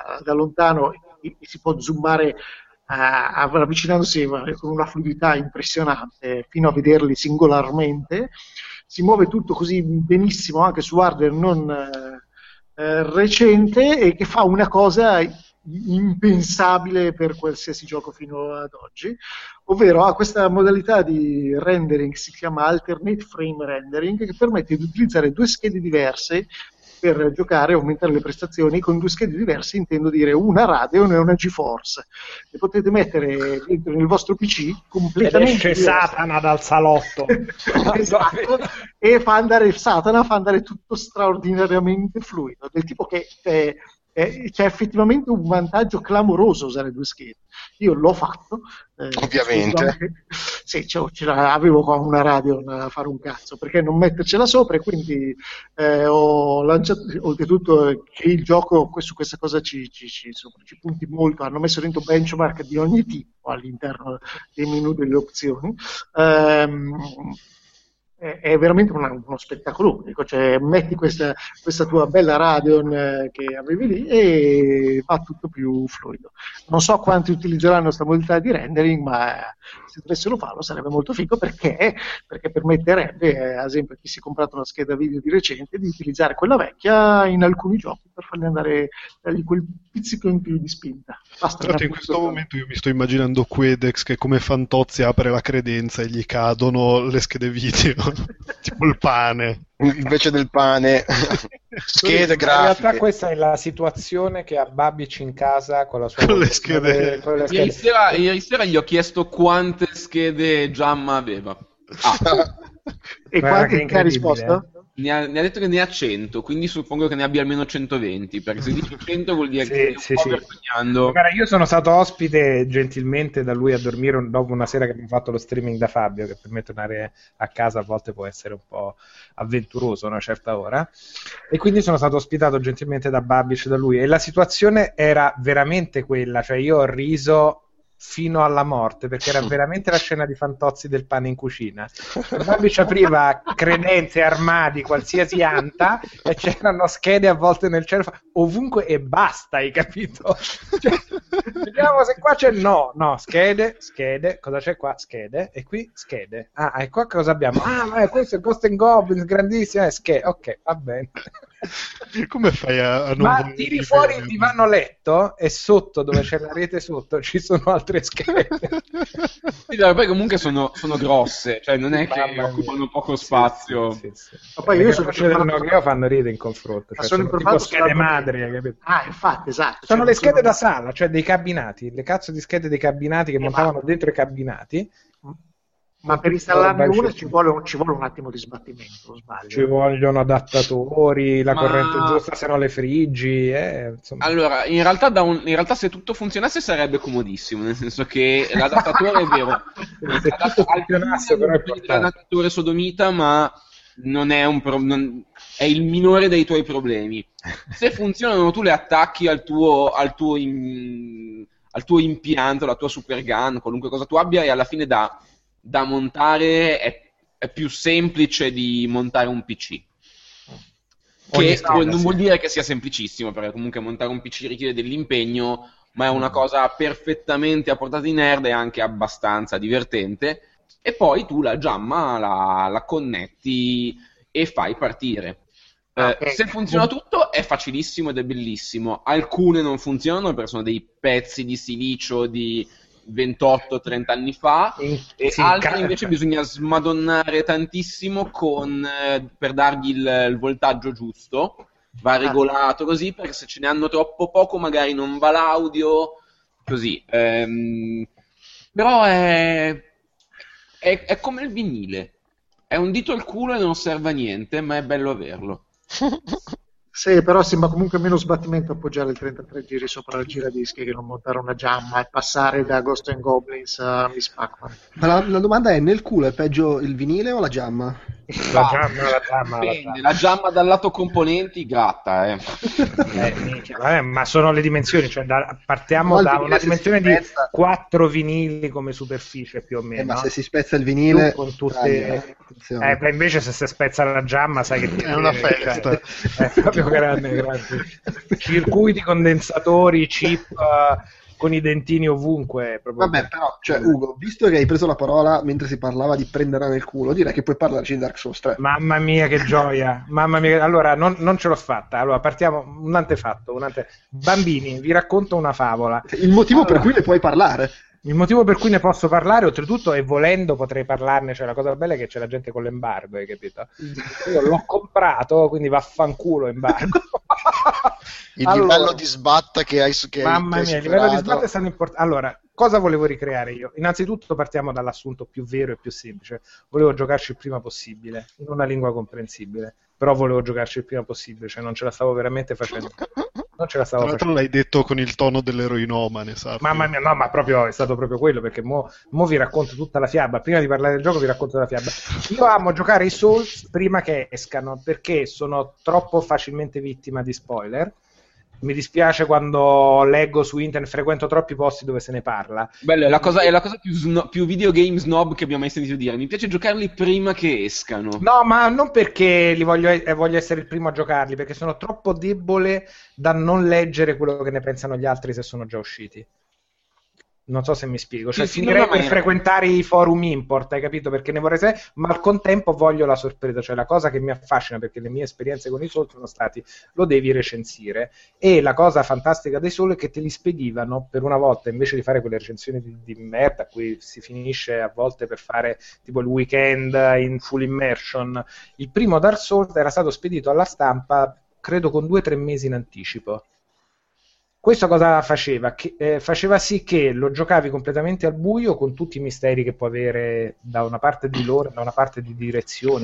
da lontano e si può zoomare avvicinandosi con una fluidità impressionante fino a vederli singolarmente. Si muove tutto così benissimo anche su hardware non recente, e che fa una cosa impensabile per qualsiasi gioco fino ad oggi, ovvero ha questa modalità di rendering, si chiama alternate frame rendering, che permette di utilizzare due schede diverse per giocare e aumentare le prestazioni. Con due schede diverse intendo dire una Radeon e una GeForce. Le potete mettere dentro nel vostro PC completamente ed esce Satana dal salotto. Esatto, e Satana fa andare tutto straordinariamente fluido, del tipo che c'è effettivamente un vantaggio clamoroso usare due schede. Io l'ho fatto, ovviamente. Sì, avevo qua una Radeon a fare un cazzo, perché non mettercela sopra, e quindi ho lanciato, oltretutto che il gioco su questa cosa ci punti molto. Hanno messo dentro benchmark di ogni tipo all'interno dei menu delle opzioni. È veramente uno spettacolo unico, cioè metti questa tua bella Radeon che avevi lì e va tutto più fluido. Non so quanti utilizzeranno questa modalità di rendering, ma se dovessero farlo sarebbe molto figo, perché permetterebbe, ad esempio, a chi si è comprato una scheda video di recente, di utilizzare quella vecchia in alcuni giochi per fargli andare quel pizzico in più di spinta. Basta. Tra l'altro in questo momento io mi sto immaginando Quedex che come Fantozzi apre la credenza e gli cadono le schede video. Tipo il pane. Invece del pane, schede grafiche. In realtà questa è la situazione che ha Babic in casa con la sua con le schede. Ieri sera gli ho chiesto quante schede Giamma aveva. E quanti ha risposto? Ne ha detto che ne ha 100, quindi suppongo che ne abbia almeno 120, perché se dice 100 vuol dire che sì, sto vergognando. Guarda, io sono stato ospite gentilmente da lui a dormire dopo una sera che abbiamo fatto lo streaming da Fabio, che per me tornare a casa a volte può essere un po' avventuroso a una certa ora, e quindi sono stato ospitato gentilmente da Babic, da lui, e la situazione era veramente quella, cioè io ho riso fino alla morte, perché era veramente la scena di Fantozzi del pane in cucina. Babic apriva credenze, armadi, qualsiasi anta, e c'erano schede avvolte nel cielo ovunque e basta, hai capito? Cioè, vediamo se qua c'è no, schede, cosa c'è qua? Schede, e qui schede. E qua cosa abbiamo? Ma questo è Ghost and Goblins, grandissima, schede, ok, va bene. Come fai a non ma tiri fuori il divano letto e sotto, dove c'è la rete sotto, ci sono altre schede. Sì, poi comunque sono grosse, cioè non è che occupano poco spazio. Sì. Ma poi io sono che fanno ride in confronto, cioè sono tipo schede madri, capito? Infatti, esatto. Sono le schede da sala, cioè dei cabinati, le cazzo di schede dei cabinati che montavano dentro i cabinati. Ma per installarne una ci vuole un attimo di sbattimento, o sbaglio? Ci vogliono adattatori, la corrente giusta, se no le friggi. Allora, in realtà se tutto funzionasse sarebbe comodissimo, nel senso che l'adattatore è vero. Se tutto funzionasse, però è l'adattatore sodomita, ma non è è il minore dei tuoi problemi. Se funzionano, tu le attacchi al tuo impianto, la tua super gun, qualunque cosa tu abbia, e alla fine da montare è più semplice di montare un PC, che non vuol dire che sia semplicissimo, perché comunque montare un PC richiede dell'impegno, ma è una cosa perfettamente a portata di nerd e anche abbastanza divertente. E poi tu la Giamma la connetti e fai partire. Se funziona tutto è facilissimo ed è bellissimo. Alcune non funzionano perché sono dei pezzi di silicio di 28-30 anni fa, e altre invece bisogna smadonnare tantissimo per dargli il voltaggio giusto, va regolato così, perché se ce ne hanno troppo poco magari non va l'audio, così. Però è come il vinile, è un dito al culo e non serve a niente, ma è bello averlo. Sì, però sembra comunque meno sbattimento appoggiare il 33 giri sopra il giradischi che non montare una Giamma e passare da Ghost and Goblins a Miss Pac-Man. Ma la domanda è, nel culo è peggio il vinile o la Giamma? Bene, la giamma dal lato componenti gratta, minchia, vabbè, ma sono le dimensioni, cioè partiamo da una dimensione di 4 vinili come superficie più o meno. Ma se si spezza il vinile con tutte... invece se si spezza la giamma sai che è una festa. È proprio grande. Circuiti, condensatori, chip con i dentini ovunque. Vabbè, però, cioè, Ugo, visto che hai preso la parola mentre si parlava di prenderla nel culo, direi che puoi parlarci di Dark Souls 3. Mamma mia, che gioia! Mamma mia, allora, non ce l'ho fatta. Allora, partiamo, un antefatto. Bambini, vi racconto una favola. Il motivo per cui ne puoi parlare. Il motivo per cui ne posso parlare, oltretutto, e volendo potrei parlarne, cioè la cosa bella è che c'è la gente con l'embargo, hai capito? Io l'ho comprato, quindi vaffanculo embargo. Il livello di sbatta che hai mamma mia, il livello di sbatta è stato importante. Allora, cosa volevo ricreare io? Innanzitutto partiamo dall'assunto più vero e più semplice. Volevo giocarci il prima possibile, in una lingua comprensibile. Però volevo giocarci il prima possibile, cioè non ce la stavo veramente facendo. Non ce la stavo Tra l'altro facendo. l'hai detto con il tono dell'eroinomane, sai? Mamma mia, no, ma proprio è stato proprio quello, perché mo vi racconto tutta la fiaba. Prima di parlare del gioco vi racconto la fiaba. Io amo giocare i Souls prima che escano, perché sono troppo facilmente vittima di spoiler. Mi dispiace quando leggo su internet, frequento troppi posti dove se ne parla. Bello, è la cosa più videogame snob che abbiamo mai sentito dire. Mi piace giocarli prima che escano. No, ma non perché voglio essere il primo a giocarli, perché sono troppo debole da non leggere quello che ne pensano gli altri se sono già usciti. Non so se mi spiego, cioè finirei per frequentare i forum import, hai capito? Perché ne vorrei sapere, ma al contempo voglio la sorpresa, cioè la cosa che mi affascina, perché le mie esperienze con i Souls sono stati, lo devi recensire, e la cosa fantastica dei Souls è che te li spedivano per una volta, invece di fare quelle recensioni di merda a cui si finisce a volte per fare tipo il weekend in full immersion. Il primo Dark Souls era stato spedito alla stampa credo con 2 o 3 mesi in anticipo. Questo cosa faceva? Faceva sì che lo giocavi completamente al buio, con tutti i misteri che può avere da una parte di lore, da una parte di direzione,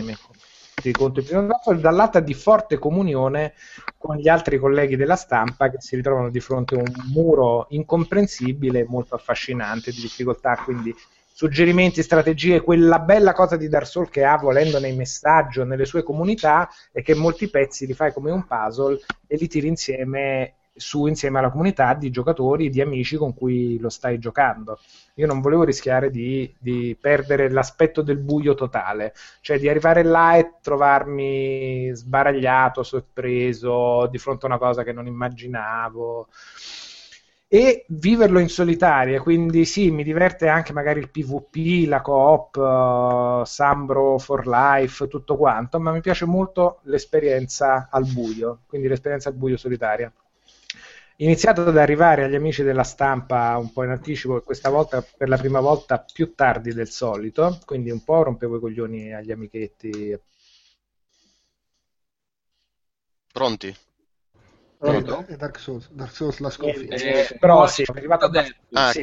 dall'altra di forte comunione con gli altri colleghi della stampa che si ritrovano di fronte a un muro incomprensibile e molto affascinante di difficoltà, quindi suggerimenti, strategie, quella bella cosa di Dark Souls che ha, volendo, nei messaggi o nelle sue comunità, è che molti pezzi li fai come un puzzle e li tiri insieme alla comunità di giocatori, di amici con cui lo stai giocando. Io non volevo rischiare di perdere l'aspetto del buio totale, cioè di arrivare là e trovarmi sbaragliato, sorpreso, di fronte a una cosa che non immaginavo, e viverlo in solitaria. Quindi sì, mi diverte anche magari il PvP, la co-op, Sambro for Life, tutto quanto, ma mi piace molto l'esperienza al buio, quindi l'esperienza al buio solitaria. Iniziato ad arrivare agli amici della stampa un po' in anticipo, e questa volta per la prima volta più tardi del solito, quindi un po' rompevo i coglioni agli amichetti. Pronti? Dark Souls la sconfitta. Però sì, è arrivato sì,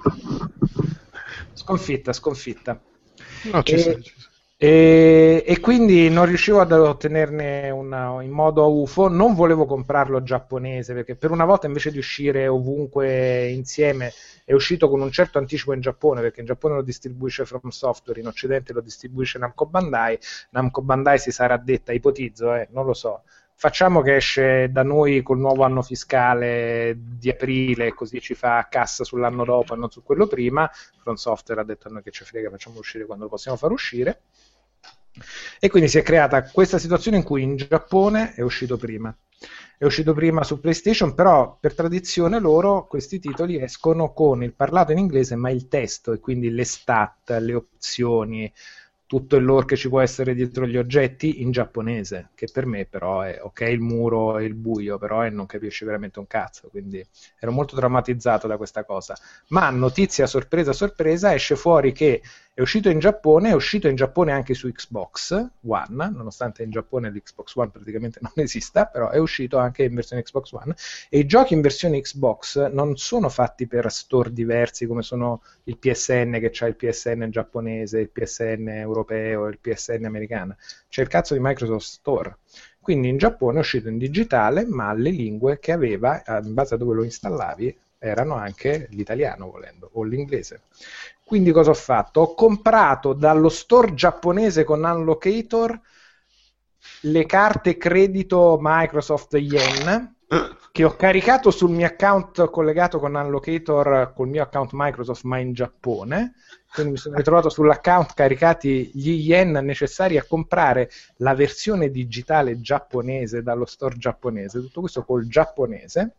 sconfitta. No, ci sei. E quindi non riuscivo ad ottenerne in modo UFO. Non volevo comprarlo giapponese, perché per una volta, invece di uscire ovunque insieme, è uscito con un certo anticipo in Giappone, perché in Giappone lo distribuisce From Software, in Occidente lo distribuisce Namco Bandai. Namco Bandai si sarà detta, ipotizzo, non lo so, facciamo che esce da noi col nuovo anno fiscale di aprile, così ci fa cassa sull'anno dopo e non su quello prima. From Software ha detto a noi che ci frega, facciamo uscire quando lo possiamo far uscire. E quindi si è creata questa situazione in cui in Giappone è uscito prima su PlayStation, però per tradizione loro questi titoli escono con il parlato in inglese ma il testo, e quindi le stat, le opzioni, tutto il lore che ci può essere dietro gli oggetti in giapponese, che per me però è ok il muro e il buio, però è non capisci veramente un cazzo, quindi ero molto traumatizzato da questa cosa. Ma notizia sorpresa, esce fuori che è uscito in Giappone anche su Xbox One, nonostante in Giappone l'Xbox One praticamente non esista, però è uscito anche in versione Xbox One, e i giochi in versione Xbox non sono fatti per store diversi come sono il PSN, che c'ha il PSN giapponese, il PSN europeo e il PSN americano. C'è il cazzo di Microsoft Store. Quindi in Giappone è uscito in digitale, ma le lingue che aveva, in base a dove lo installavi, erano anche l'italiano volendo, o l'inglese. Quindi cosa ho fatto? Ho comprato dallo store giapponese con Unlocator le carte credito Microsoft Yen, che ho caricato sul mio account collegato con Unlocator col mio account Microsoft ma in Giappone, quindi mi sono ritrovato sull'account caricati gli yen necessari a comprare la versione digitale giapponese dallo store giapponese, tutto questo col giapponese,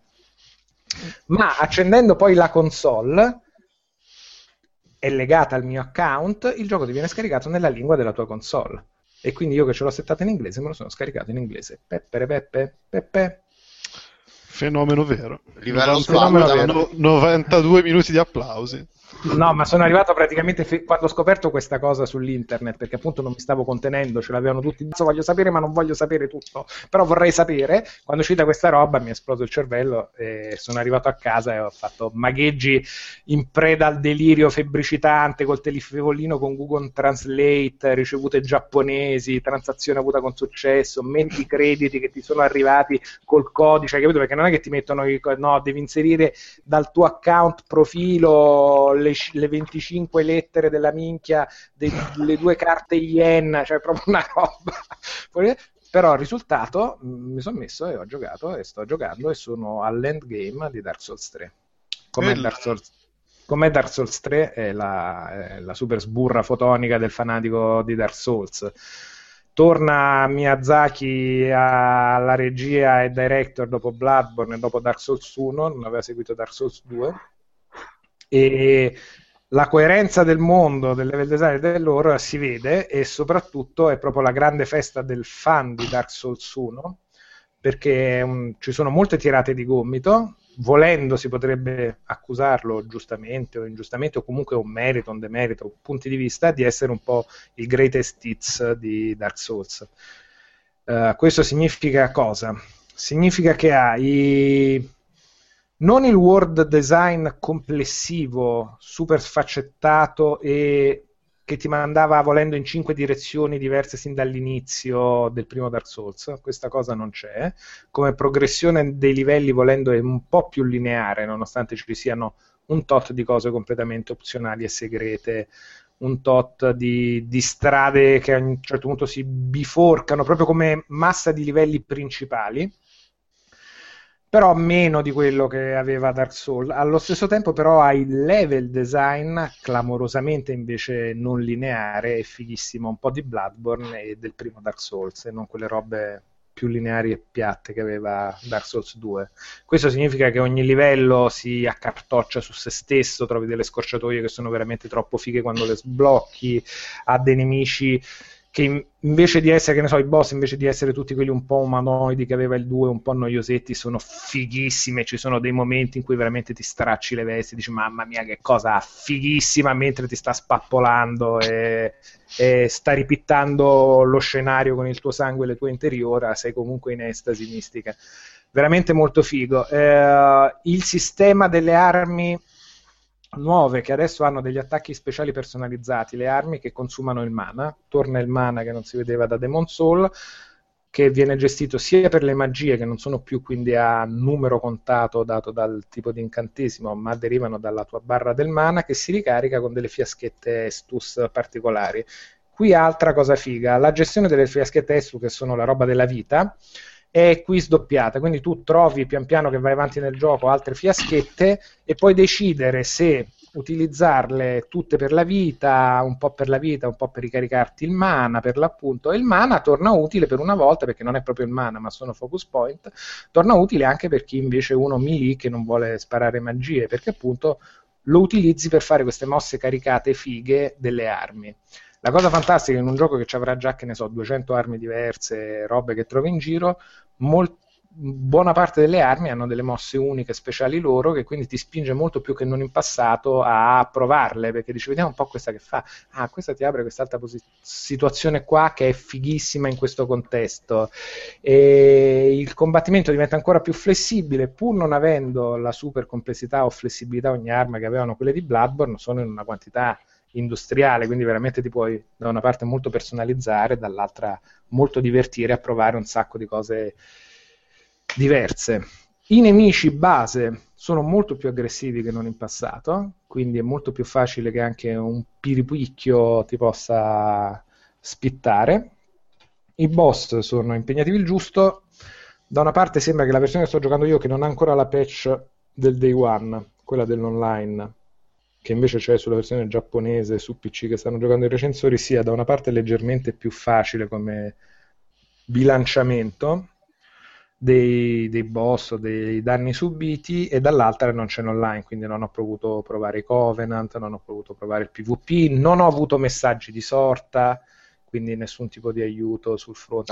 ma accendendo poi la console è legata al mio account, il gioco ti viene scaricato nella lingua della tua console, e quindi io che ce l'ho settato in inglese me lo sono scaricato in inglese. Peppe. Fenomeno vero. Livello 92 minuti di applausi. No, ma sono arrivato praticamente quando ho scoperto questa cosa sull'internet, perché appunto non mi stavo contenendo, ce l'avevano tutti, voglio sapere ma non voglio sapere tutto, però vorrei sapere. Quando è uscita questa roba mi è esploso il cervello e sono arrivato a casa e ho fatto magheggi in preda al delirio febbricitante col telefonino con Google Translate, ricevute giapponesi, transazione avuta con successo, menti crediti che ti sono arrivati col codice, capito? Perché non è che ti mettono no, devi inserire dal tuo account profilo le 25 lettere della minchia, le 2 carte yen, cioè proprio una roba. Però il risultato mi sono messo e ho giocato e sto giocando e sono all'endgame di Dark Souls 3. Com'è Dark Souls 3 è la super sburra fotonica del fanatico di Dark Souls. Torna Miyazaki alla regia e director dopo Bloodborne e dopo Dark Souls 1, non aveva seguito Dark Souls 2, e la coerenza del mondo, del level design e dell'lore si vede, e soprattutto è proprio la grande festa del fan di Dark Souls 1, perché ci sono molte tirate di gomito, volendo si potrebbe accusarlo giustamente o ingiustamente, o comunque un merito, un demerito, punti di vista, di essere un po' il greatest hits di Dark Souls. Questo significa cosa? Significa che hai non il world design complessivo, super sfaccettato e che ti mandava volendo in 5 direzioni diverse sin dall'inizio del primo Dark Souls, questa cosa non c'è. Come progressione dei livelli volendo è un po' più lineare, nonostante ci siano un tot di cose completamente opzionali e segrete, un tot di strade che a un certo punto si biforcano proprio come massa di livelli principali, però meno di quello che aveva Dark Souls. Allo stesso tempo però hai il level design clamorosamente invece non lineare e fighissimo, un po' di Bloodborne e del primo Dark Souls, e non quelle robe più lineari e piatte che aveva Dark Souls 2. Questo significa che ogni livello si accartoccia su se stesso, trovi delle scorciatoie che sono veramente troppo fighe quando le sblocchi, ha dei nemici che invece di essere, che ne so, i boss, invece di essere tutti quelli un po' umanoidi che aveva il 2, un po' noiosetti, sono fighissime. Ci sono dei momenti in cui veramente ti stracci le vesti, dici mamma mia che cosa fighissima, mentre ti sta spappolando e sta ripittando lo scenario con il tuo sangue e le tue interiora, sei comunque in estasi mistica. Veramente molto figo. Il sistema delle armi nuove, che adesso hanno degli attacchi speciali personalizzati, le armi che consumano il mana, torna il mana che non si vedeva da Demon Soul, che viene gestito sia per le magie, che non sono più quindi a numero contato dato dal tipo di incantesimo, ma derivano dalla tua barra del mana, che si ricarica con delle fiaschette Estus particolari. Qui altra cosa figa, la gestione delle fiaschette Estus, che sono la roba della vita, è qui sdoppiata, quindi tu trovi pian piano che vai avanti nel gioco altre fiaschette e puoi decidere se utilizzarle tutte per la vita, un po' per ricaricarti il mana, per l'appunto, e il mana torna utile per una volta, perché non è proprio il mana ma sono focus point, torna utile anche per chi invece è uno melee che non vuole sparare magie, perché appunto lo utilizzi per fare queste mosse caricate fighe delle armi. La cosa fantastica in un gioco che ci avrà già, che ne so, 200 armi diverse, robe che trovi in giro, buona parte delle armi hanno delle mosse uniche, speciali loro, che quindi ti spinge molto più che non in passato a provarle, perché dici vediamo un po' questa che fa, questa ti apre quest'altra situazione qua che è fighissima in questo contesto, e il combattimento diventa ancora più flessibile, pur non avendo la super complessità o flessibilità ogni arma che avevano quelle di Bloodborne, sono in una quantità industriale, quindi veramente ti puoi da una parte molto personalizzare, dall'altra molto divertire a provare un sacco di cose diverse. I nemici base sono molto più aggressivi che non in passato, quindi è molto più facile che anche un piripicchio ti possa spittare. I boss sono impegnativi il giusto. Da una parte sembra che la versione che sto giocando io, che non ha ancora la patch del day one, quella dell'online, che invece c'è sulla versione giapponese su PC che stanno giocando i recensori, sia da una parte leggermente più facile come bilanciamento dei boss o dei danni subiti, e dall'altra non c'è online, quindi non ho potuto provare i Covenant, non ho potuto provare il PvP, non ho avuto messaggi di sorta, quindi nessun tipo di aiuto sul fronte.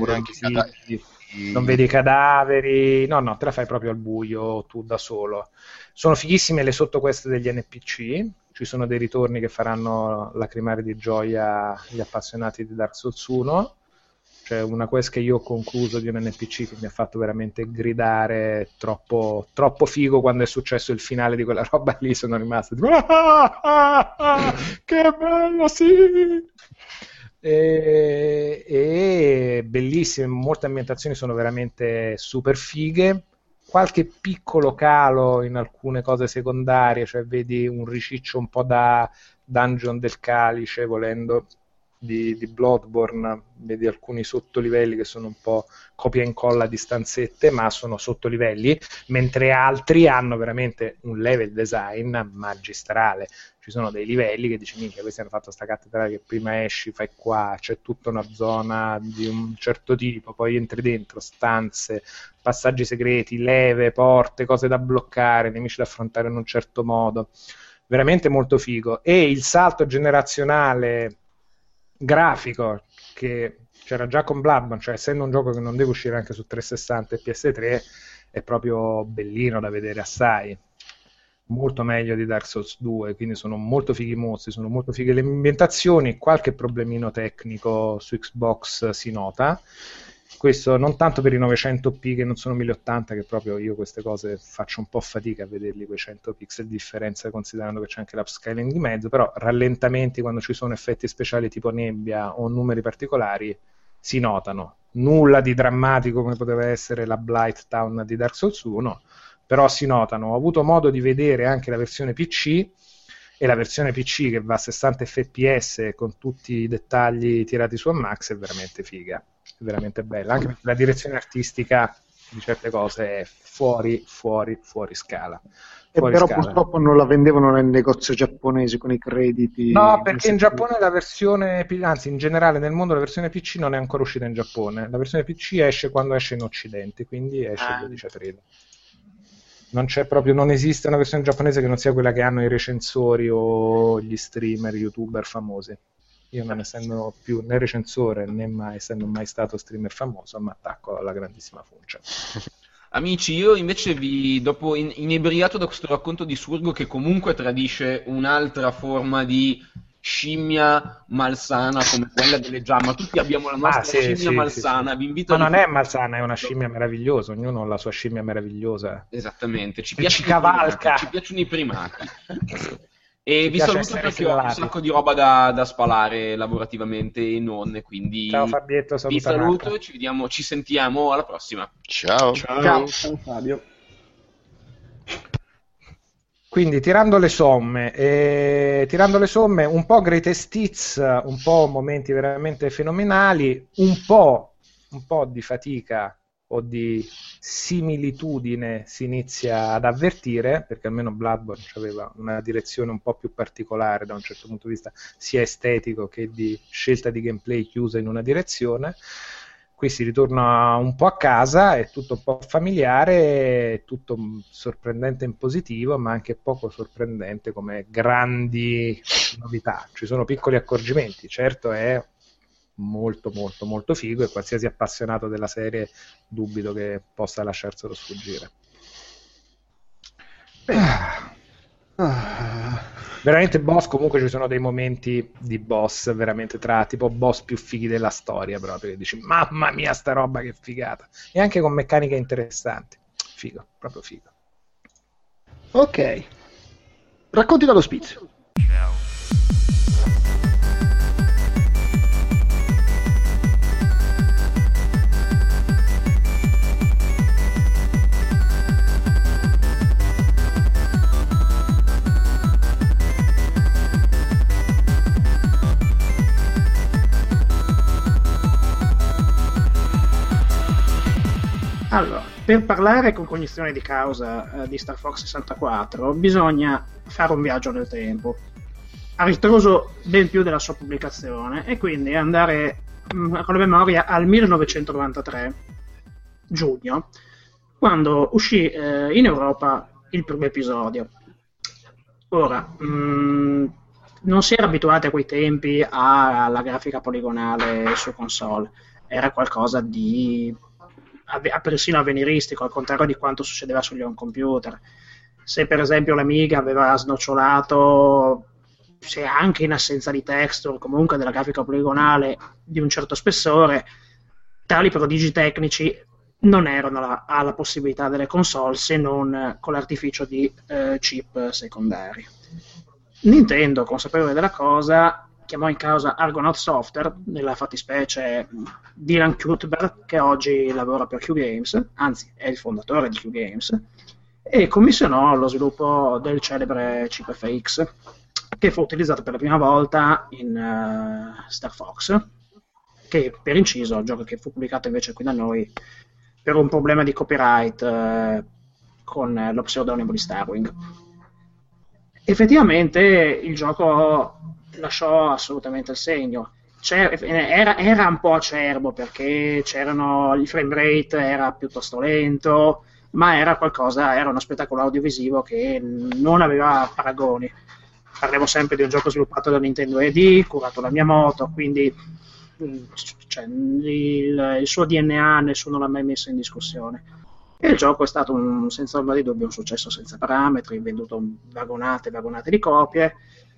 Non vedi i cadaveri, no, te la fai proprio al buio tu da solo. Sono fighissime le sottoquest degli NPC, ci sono dei ritorni che faranno lacrimare di gioia gli appassionati di Dark Souls 1. C'è una quest che io ho concluso di un NPC che mi ha fatto veramente gridare, troppo figo quando è successo il finale di quella roba lì, sono rimasto tipo, che bello, sì! E bellissime, molte ambientazioni sono veramente super fighe, qualche piccolo calo in alcune cose secondarie, cioè vedi un riciccio un po' da Dungeon del Calice, volendo, di Bloodborne, vedi alcuni sottolivelli che sono un po' copia e incolla di stanzette, ma sono sottolivelli, mentre altri hanno veramente un level design magistrale. Ci sono dei livelli che dici, minchia, questi hanno fatto sta cattedrale che prima esci, fai qua, c'è tutta una zona di un certo tipo, poi entri dentro, stanze, passaggi segreti, leve, porte, cose da bloccare, nemici da affrontare in un certo modo. Veramente molto figo. E il salto generazionale grafico che c'era già con Bloodborne, cioè essendo un gioco che non deve uscire anche su 360 e PS3, è proprio bellino da vedere assai, molto meglio di Dark Souls 2, quindi sono molto fighi i mostri, sono molto fighe le ambientazioni, qualche problemino tecnico su Xbox si nota, questo non tanto per i 900p che non sono 1080, che proprio io queste cose faccio un po' fatica a vederli quei 100 pixel di differenza, considerando che c'è anche l'upscaling di mezzo, però rallentamenti quando ci sono effetti speciali tipo nebbia o numeri particolari si notano. Nulla di drammatico come poteva essere la Blight Town di Dark Souls 1, però si notano. Ho avuto modo di vedere anche la versione PC, e la versione PC che va a 60 fps con tutti i dettagli tirati su a max è veramente figa, è veramente bella, anche perché la direzione artistica di certe cose è fuori scala. Però purtroppo non la vendevano nel negozio giapponese con i crediti. No, perché in Giappone la versione, anzi in generale nel mondo la versione PC non è ancora uscita in Giappone, la versione PC esce quando esce in Occidente, quindi esce il 12 aprile. Non c'è proprio, non esiste una versione giapponese che non sia quella che hanno i recensori o gli streamer, youtuber famosi. Io non essendo più né recensore né essendo mai stato streamer famoso, mi attacco alla grandissima Funcia. Amici, io invece dopo inebriato da questo racconto di Surgo che comunque tradisce un'altra forma di scimmia malsana come quella delle Giamma, tutti abbiamo la nostra scimmia malsana. Vi invito ma non è malsana, è una scimmia meravigliosa, ognuno ha la sua scimmia meravigliosa. Esattamente, ci cavalca, ci piacciono i primati. E vi saluto perché ho un sacco di roba da spalare lavorativamente e non, quindi ciao Fabietto, vi saluto e ci sentiamo alla prossima. Ciao Fabio. Quindi tirando le somme, un po' greatest hits, un po' momenti veramente fenomenali, un po' di fatica o di similitudine si inizia ad avvertire, perché almeno Bloodborne aveva una direzione un po' più particolare da un certo punto di vista, sia estetico che di scelta di gameplay chiusa in una direzione. Qui si ritorna un po' a casa, è tutto un po' familiare, è tutto sorprendente in positivo, ma anche poco sorprendente come grandi novità. Ci sono piccoli accorgimenti, certo è molto molto molto figo e qualsiasi appassionato della serie dubito che possa lasciarselo sfuggire. Veramente boss, comunque ci sono dei momenti di boss veramente tra tipo boss più fighi della storia proprio, che dici mamma mia sta roba che figata, e anche con meccaniche interessanti, figo, proprio figo. Ok, racconti dall'ospizio. Allora, per parlare con cognizione di causa di Star Fox 64 bisogna fare un viaggio nel tempo, a ritroso ben più della sua pubblicazione, e quindi andare con la memoria al 1993, giugno, quando uscì in Europa il primo episodio. Ora, non si era abituati a quei tempi alla grafica poligonale su console, era qualcosa di persino avveniristico, al contrario di quanto succedeva sugli home computer. Se per esempio l'Amiga aveva snocciolato, se anche in assenza di texture, comunque della grafica poligonale di un certo spessore, tali prodigi tecnici non erano alla possibilità delle console, se non con l'artificio di chip secondari. Nintendo, consapevole della cosa, chiamò in causa Argonaut Software, nella fattispecie Dylan Cuthbert, che oggi lavora per Q Games, anzi è il fondatore di Q Games, e commissionò lo sviluppo del celebre chip FX, che fu utilizzato per la prima volta in Star Fox, che per inciso, il gioco che fu pubblicato invece qui da noi per un problema di copyright con lo pseudonimo di Starwing. Effettivamente il gioco lasciò assolutamente il segno. Era un po' acerbo perché il frame rate era piuttosto lento, ma era uno spettacolo audiovisivo che non aveva paragoni. Parliamo sempre di un gioco sviluppato da Nintendo ED, curato da Miyamoto, quindi il suo DNA nessuno l'ha mai messo in discussione. E il gioco è stato senza ombra di dubbio un successo senza parametri, venduto vagonate e vagonate di copie.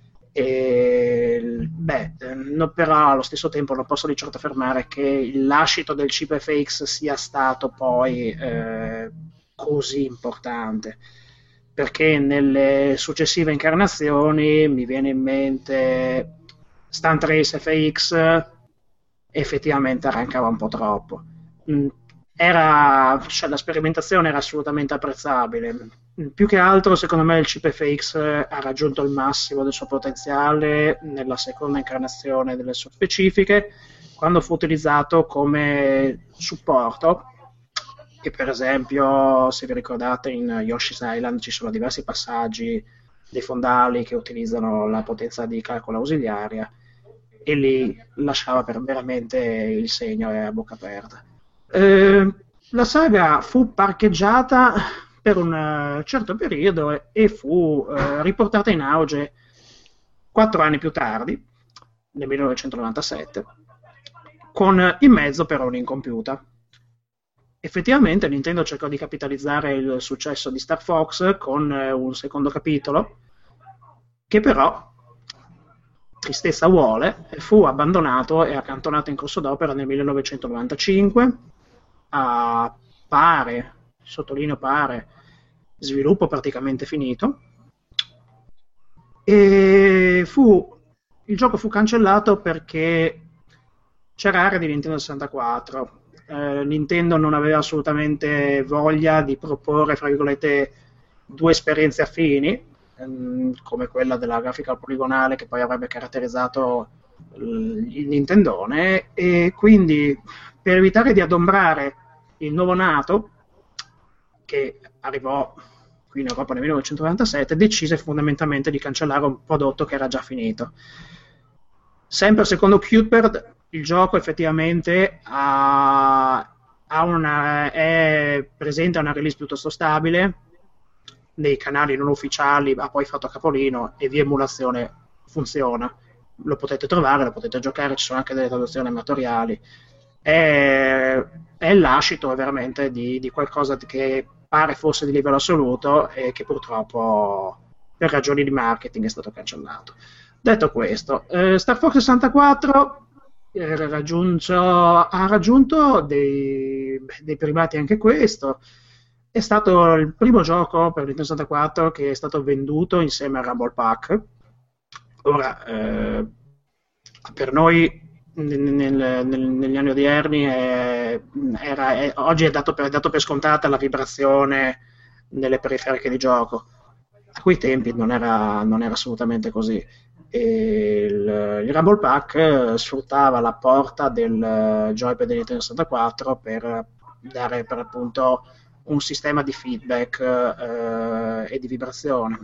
Però allo stesso tempo non posso di certo affermare che il lascito del chip FX sia stato poi così importante, perché nelle successive incarnazioni mi viene in mente Stunt Race FX, effettivamente arrancava un po' troppo. La sperimentazione era assolutamente apprezzabile. Più che altro, secondo me, il chip FX ha raggiunto il massimo del suo potenziale nella seconda incarnazione delle sue specifiche, quando fu utilizzato come supporto. E per esempio, se vi ricordate, in Yoshi's Island ci sono diversi passaggi dei fondali che utilizzano la potenza di calcolo ausiliaria, e lì lasciava veramente il segno a bocca aperta. La saga fu parcheggiata per un certo periodo e fu riportata in auge 4 anni più tardi, nel 1997, con in mezzo però un'incompiuta. Effettivamente Nintendo cercò di capitalizzare il successo di Star Fox con un secondo capitolo, che però, tristezza vuole, fu abbandonato e accantonato in corso d'opera nel 1995, sottolineo pare, sviluppo praticamente finito, e il gioco fu cancellato perché c'era area di Nintendo 64. Nintendo non aveva assolutamente voglia di proporre, fra virgolette, 2 esperienze affini, come quella della grafica poligonale che poi avrebbe caratterizzato il Nintendone, e quindi per evitare di adombrare il nuovo nato, che arrivò qui in Europa nel 1997, decise fondamentalmente di cancellare un prodotto che era già finito. Sempre secondo Cuthbert, il gioco effettivamente è presente a una release piuttosto stabile, nei canali non ufficiali ha poi fatto capolino e via emulazione funziona. Lo potete trovare, lo potete giocare, ci sono anche delle traduzioni amatoriali. È il lascito veramente di qualcosa che pare fosse di livello assoluto e che purtroppo per ragioni di marketing è stato cancellato. Detto questo, Star Fox 64 ha raggiunto dei primati anche questo. È stato il primo gioco per Nintendo 64 che è stato venduto insieme al Rumble Pack. Ora, per noi negli anni odierni oggi è dato per scontata la vibrazione nelle periferiche di gioco. A quei tempi non era assolutamente così. E il Rumble Pack sfruttava la porta del joypad del Nintendo 64 per dare per appunto un sistema di feedback e di vibrazione.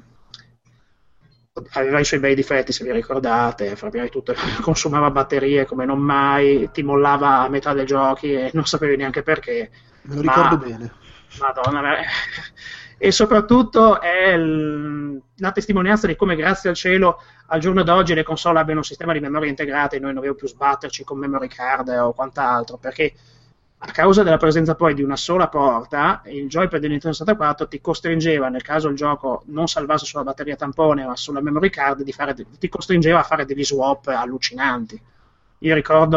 Aveva i suoi bei difetti, se vi ricordate, fra prima di tutto consumava batterie come non mai, ti mollava a metà dei giochi e non sapevi neanche perché. Me lo ricordo bene. Madonna, e soprattutto è la testimonianza di come, grazie al cielo, al giorno d'oggi le console abbiano un sistema di memoria integrata e noi non dobbiamo più sbatterci con memory card o quant'altro, perché a causa della presenza poi di una sola porta, il joypad del Nintendo 64 ti costringeva, nel caso il gioco non salvasse sulla batteria tampone ma sulla memory card, ti costringeva a fare degli swap allucinanti. Io ricordo,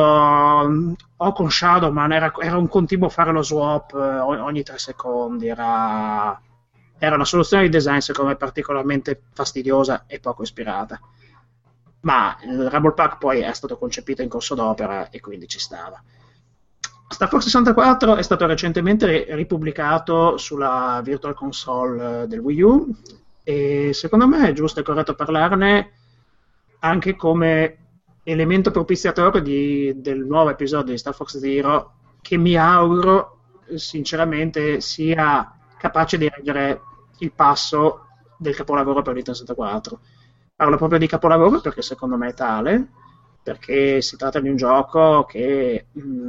o con Shadow, ma era un continuo fare lo swap ogni 3 secondi, era una soluzione di design secondo me particolarmente fastidiosa e poco ispirata. Ma il Rumble Pack poi è stato concepito in corso d'opera e quindi ci stava. Star Fox 64 è stato recentemente ripubblicato sulla Virtual Console del Wii U e secondo me è giusto e corretto parlarne anche come elemento propiziatorio del nuovo episodio di Star Fox Zero, che mi auguro sinceramente sia capace di reggere il passo del capolavoro per Nintendo 64. Parlo proprio di capolavoro perché secondo me è tale, perché si tratta di un gioco che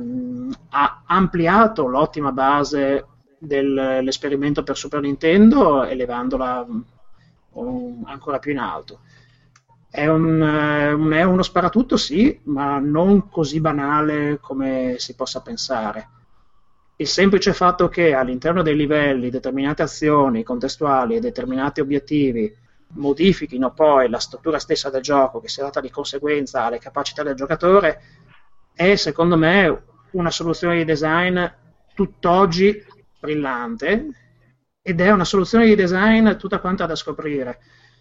ha ampliato l'ottima base dell'esperimento per Super Nintendo, elevandola ancora più in alto. È uno sparatutto, sì, ma non così banale come si possa pensare. Il semplice fatto che all'interno dei livelli determinate azioni contestuali e determinati obiettivi modifichino poi la struttura stessa del gioco, che sia data di conseguenza alle capacità del giocatore, è secondo me una soluzione di design tutt'oggi brillante, ed è una soluzione di design tutta quanta da scoprire,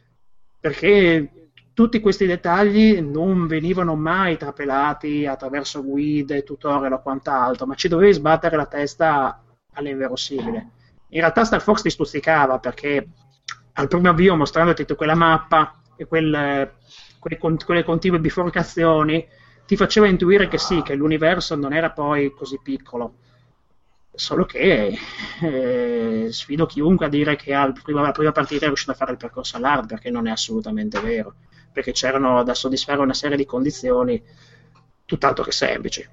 perché tutti questi dettagli non venivano mai trapelati attraverso guide, tutorial o quant'altro, ma ci dovevi sbattere la testa all'inverosimile. In realtà Star Fox ti stuzzicava, perché al primo avvio, mostrandoti quella mappa e quelle continue biforcazioni, ti faceva intuire che sì, che l'universo non era poi così piccolo. Solo che sfido chiunque a dire che la prima partita è riuscito a fare il percorso all'hard, perché non è assolutamente vero, perché c'erano da soddisfare una serie di condizioni tutt'altro che semplici.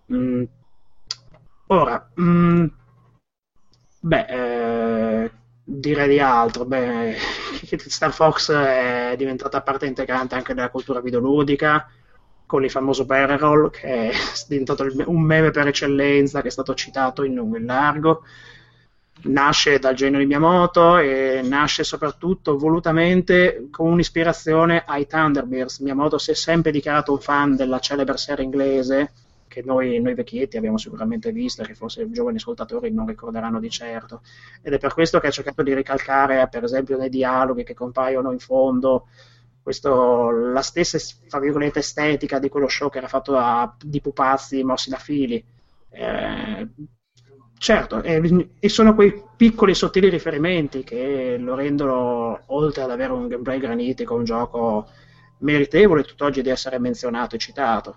Ora, direi di altro. Star Fox è diventata parte integrante anche della cultura videoludica, con il famoso barrel roll, che è diventato un meme per eccellenza, che è stato citato in lungo e in largo. Nasce dal genio di Miyamoto e nasce soprattutto volutamente con un'ispirazione ai Thunderbirds. Miyamoto si è sempre dichiarato un fan della celebre serie inglese, che noi vecchietti abbiamo sicuramente visto, che forse i giovani ascoltatori non ricorderanno di certo, ed è per questo che ha cercato di ricalcare, per esempio, nei dialoghi che compaiono in fondo, la stessa, fra virgolette, estetica di quello show che era fatto di pupazzi mossi da fili. Certo, e sono quei piccoli sottili riferimenti che lo rendono, oltre ad avere un gameplay granitico, un gioco meritevole tutt'oggi di essere menzionato e citato.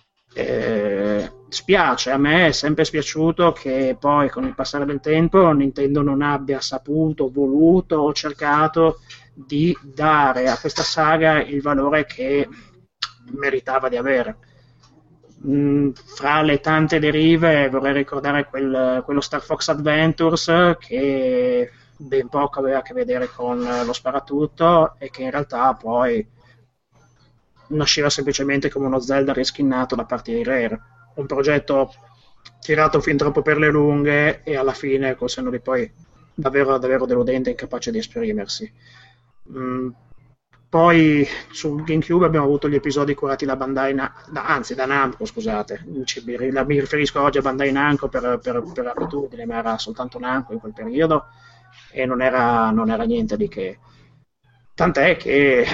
Spiace, a me è sempre spiaciuto che poi con il passare del tempo Nintendo non abbia saputo, voluto o cercato di dare a questa saga il valore che meritava di avere. Fra le tante derive vorrei ricordare quello Star Fox Adventures, che ben poco aveva a che vedere con lo sparatutto e che in realtà poi nasceva semplicemente come uno Zelda riskinnato da parte di Rare, un progetto tirato fin troppo per le lunghe e alla fine col senno di poi davvero, davvero deludente e incapace di esprimersi. Poi su GameCube abbiamo avuto gli episodi curati da da Namco, scusate, mi riferisco oggi a Bandai Namco per abitudine, ma era soltanto Namco in quel periodo e non era niente di che. Tant'è che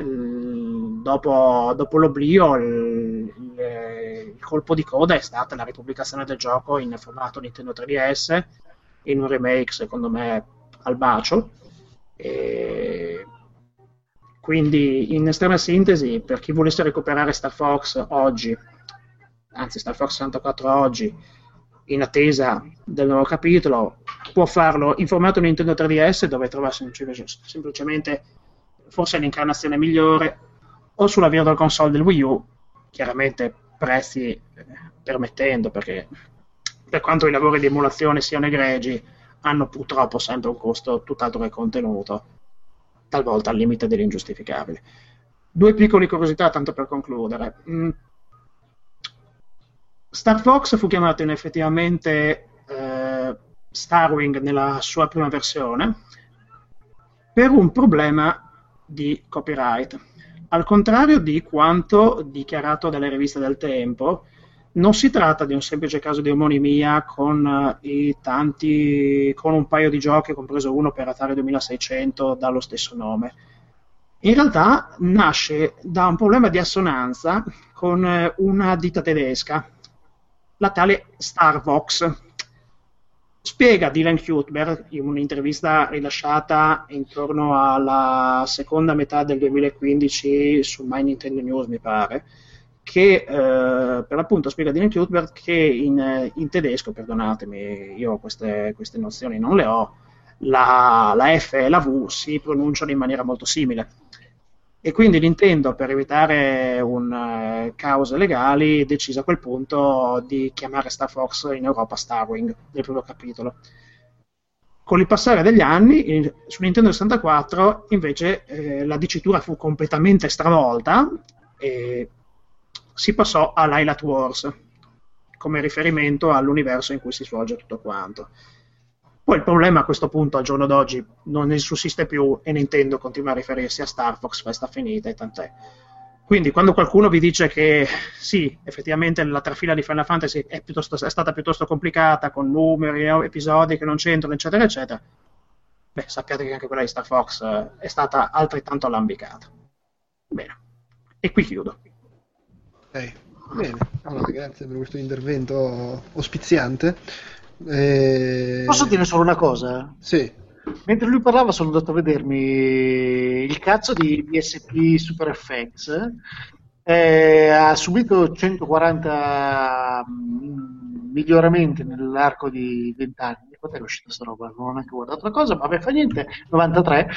dopo l'oblio il colpo di coda è stata la ripubblicazione del gioco in formato Nintendo 3DS, in un remake secondo me al bacio. E quindi, in estrema sintesi, per chi volesse recuperare Star Fox oggi, anzi Star Fox 64 oggi, in attesa del nuovo capitolo, può farlo in formato Nintendo 3DS, dove trova semplicemente forse l'incarnazione migliore, o sulla Virtual Console del Wii U, chiaramente prezzi permettendo, perché per quanto i lavori di emulazione siano egregi, hanno purtroppo sempre un costo tutt'altro che contenuto, talvolta al limite dell'ingiustificabile. Due piccole curiosità, tanto per concludere. Star Fox fu chiamato effettivamente Starwing nella sua prima versione per un problema di copyright. Al contrario di quanto dichiarato dalle riviste del tempo, non si tratta di un semplice caso di omonimia con un paio di giochi, compreso uno per Atari 2600 dallo stesso nome. In realtà nasce da un problema di assonanza con una ditta tedesca, la tale Starvox. Spiega Dylan Cuthbert in un'intervista rilasciata intorno alla seconda metà del 2015 su My Nintendo News, mi pare, che per l'appunto spiega Dylan Cuthbert che in tedesco, perdonatemi, io queste nozioni non le ho, la F e la V si pronunciano in maniera molto simile. E quindi Nintendo, per evitare cause legali, decise a quel punto di chiamare Star Fox in Europa Starwing nel primo capitolo. Con il passare degli anni, su Nintendo 64 invece la dicitura fu completamente stravolta e si passò a Lylat Wars come riferimento all'universo in cui si svolge tutto quanto. Poi il problema a questo punto, al giorno d'oggi, non ne sussiste più e Nintendo continua a riferirsi a Star Fox, festa finita e tant'è. Quindi quando qualcuno vi dice che sì, effettivamente la trafila di Final Fantasy è stata piuttosto complicata, con numeri, episodi che non c'entrano, eccetera, eccetera, beh, sappiate che anche quella di Star Fox è stata altrettanto allambicata. Bene, e qui chiudo. Ok, bene, allora grazie per questo intervento ospiziante. Posso dire solo una cosa? Sì. Mentre lui parlava sono andato a vedermi il cazzo di PSP Super FX. Ha subito 140 miglioramenti nell'arco di 20 anni. Quando è uscita sta roba? Non ho neanche guardato la cosa, ma vabbè, fa niente, 93.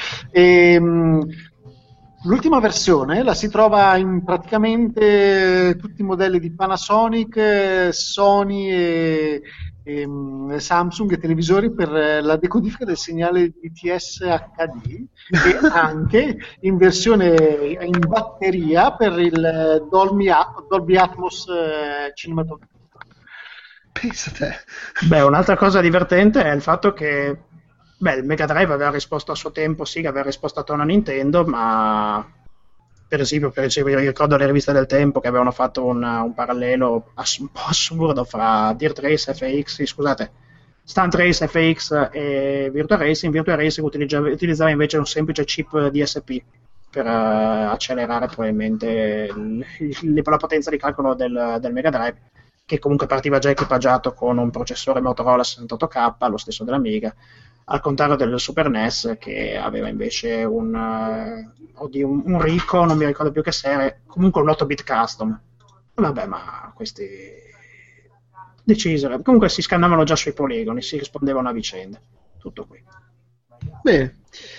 L'ultima versione la si trova in praticamente tutti i modelli di Panasonic, Sony e Samsung e televisori per la decodifica del segnale DTS HD e anche in versione in batteria per il Dolby Atmos cinematografico. Pensa te. Beh, un'altra cosa divertente è il fatto che il Mega Drive aveva risposto a suo tempo, sì, che aveva risposto a tono Nintendo, ma per esempio io ricordo le riviste del tempo che avevano fatto un parallelo un po' assurdo fra Dirt Race FX, scusate, Stunt Race FX e Virtua Racing. Virtua Racing utilizzava invece un semplice chip DSP per accelerare probabilmente la potenza di calcolo del Mega Drive, che comunque partiva già equipaggiato con un processore Motorola 68K, lo stesso dell'Amiga, al contrario del Super NES che aveva invece un Rico, non mi ricordo più che serie, comunque un 8-bit custom. Vabbè, ma questi decisero, comunque si scannavano già sui poligoni, si rispondevano a vicenda. Tutto qui. Bene.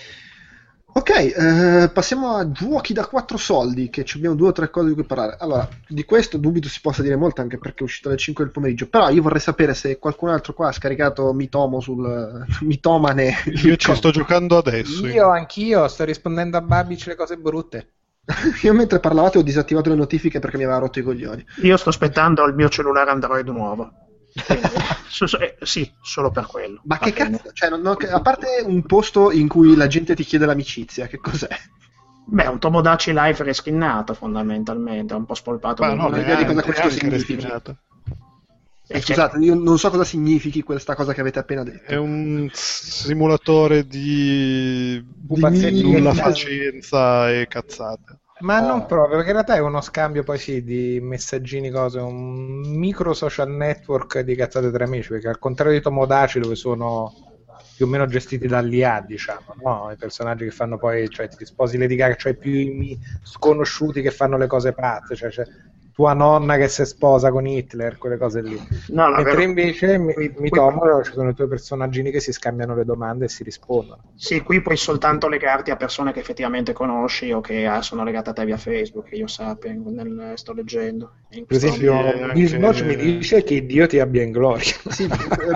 Ok, passiamo a giochi da 4 soldi, che ci abbiamo 2 o 3 cose di cui parlare. Allora, di questo dubito si possa dire molto, anche perché è uscito alle 5 del pomeriggio, però io vorrei sapere se qualcun altro qua ha scaricato Mitomo sul Mitomane. Io ci sto giocando adesso. Anch'io sto rispondendo a Babic le cose brutte. Io mentre parlavate ho disattivato le notifiche perché mi aveva rotto i coglioni. Io sto aspettando il mio cellulare Android nuovo. Sì, solo per quello. Ma che cazzo? Cioè, a parte un posto in cui la gente ti chiede l'amicizia, che cos'è? Beh, un Tomodachi Life reskinnato fondamentalmente, un po' spolpato. Ma non ho idea di cosa questo significhi. Scusate, io non so cosa significhi questa cosa che avete appena detto. È un simulatore di nulla facenza e cazzate. Ma non proprio, perché in realtà è uno scambio poi sì di messaggini, cose, un micro social network di cazzate tra amici, perché al contrario di Tomodachi, dove sono più o meno gestiti dall'IA, diciamo, no? I personaggi che fanno poi, cioè ti sposi Lady Gaga, cioè più i sconosciuti che fanno le cose pazze, cioè tua nonna che si sposa con Hitler, quelle cose lì. No, Mentre invece mi tomo, ci sono i tuoi personaggini che si scambiano le domande e si rispondono. Sì, qui puoi soltanto legarti a persone che effettivamente conosci o che sono legate a te via Facebook, che io sappia, sto leggendo. Per esempio, Bisnoch mi dice che Dio ti abbia in gloria. Sì,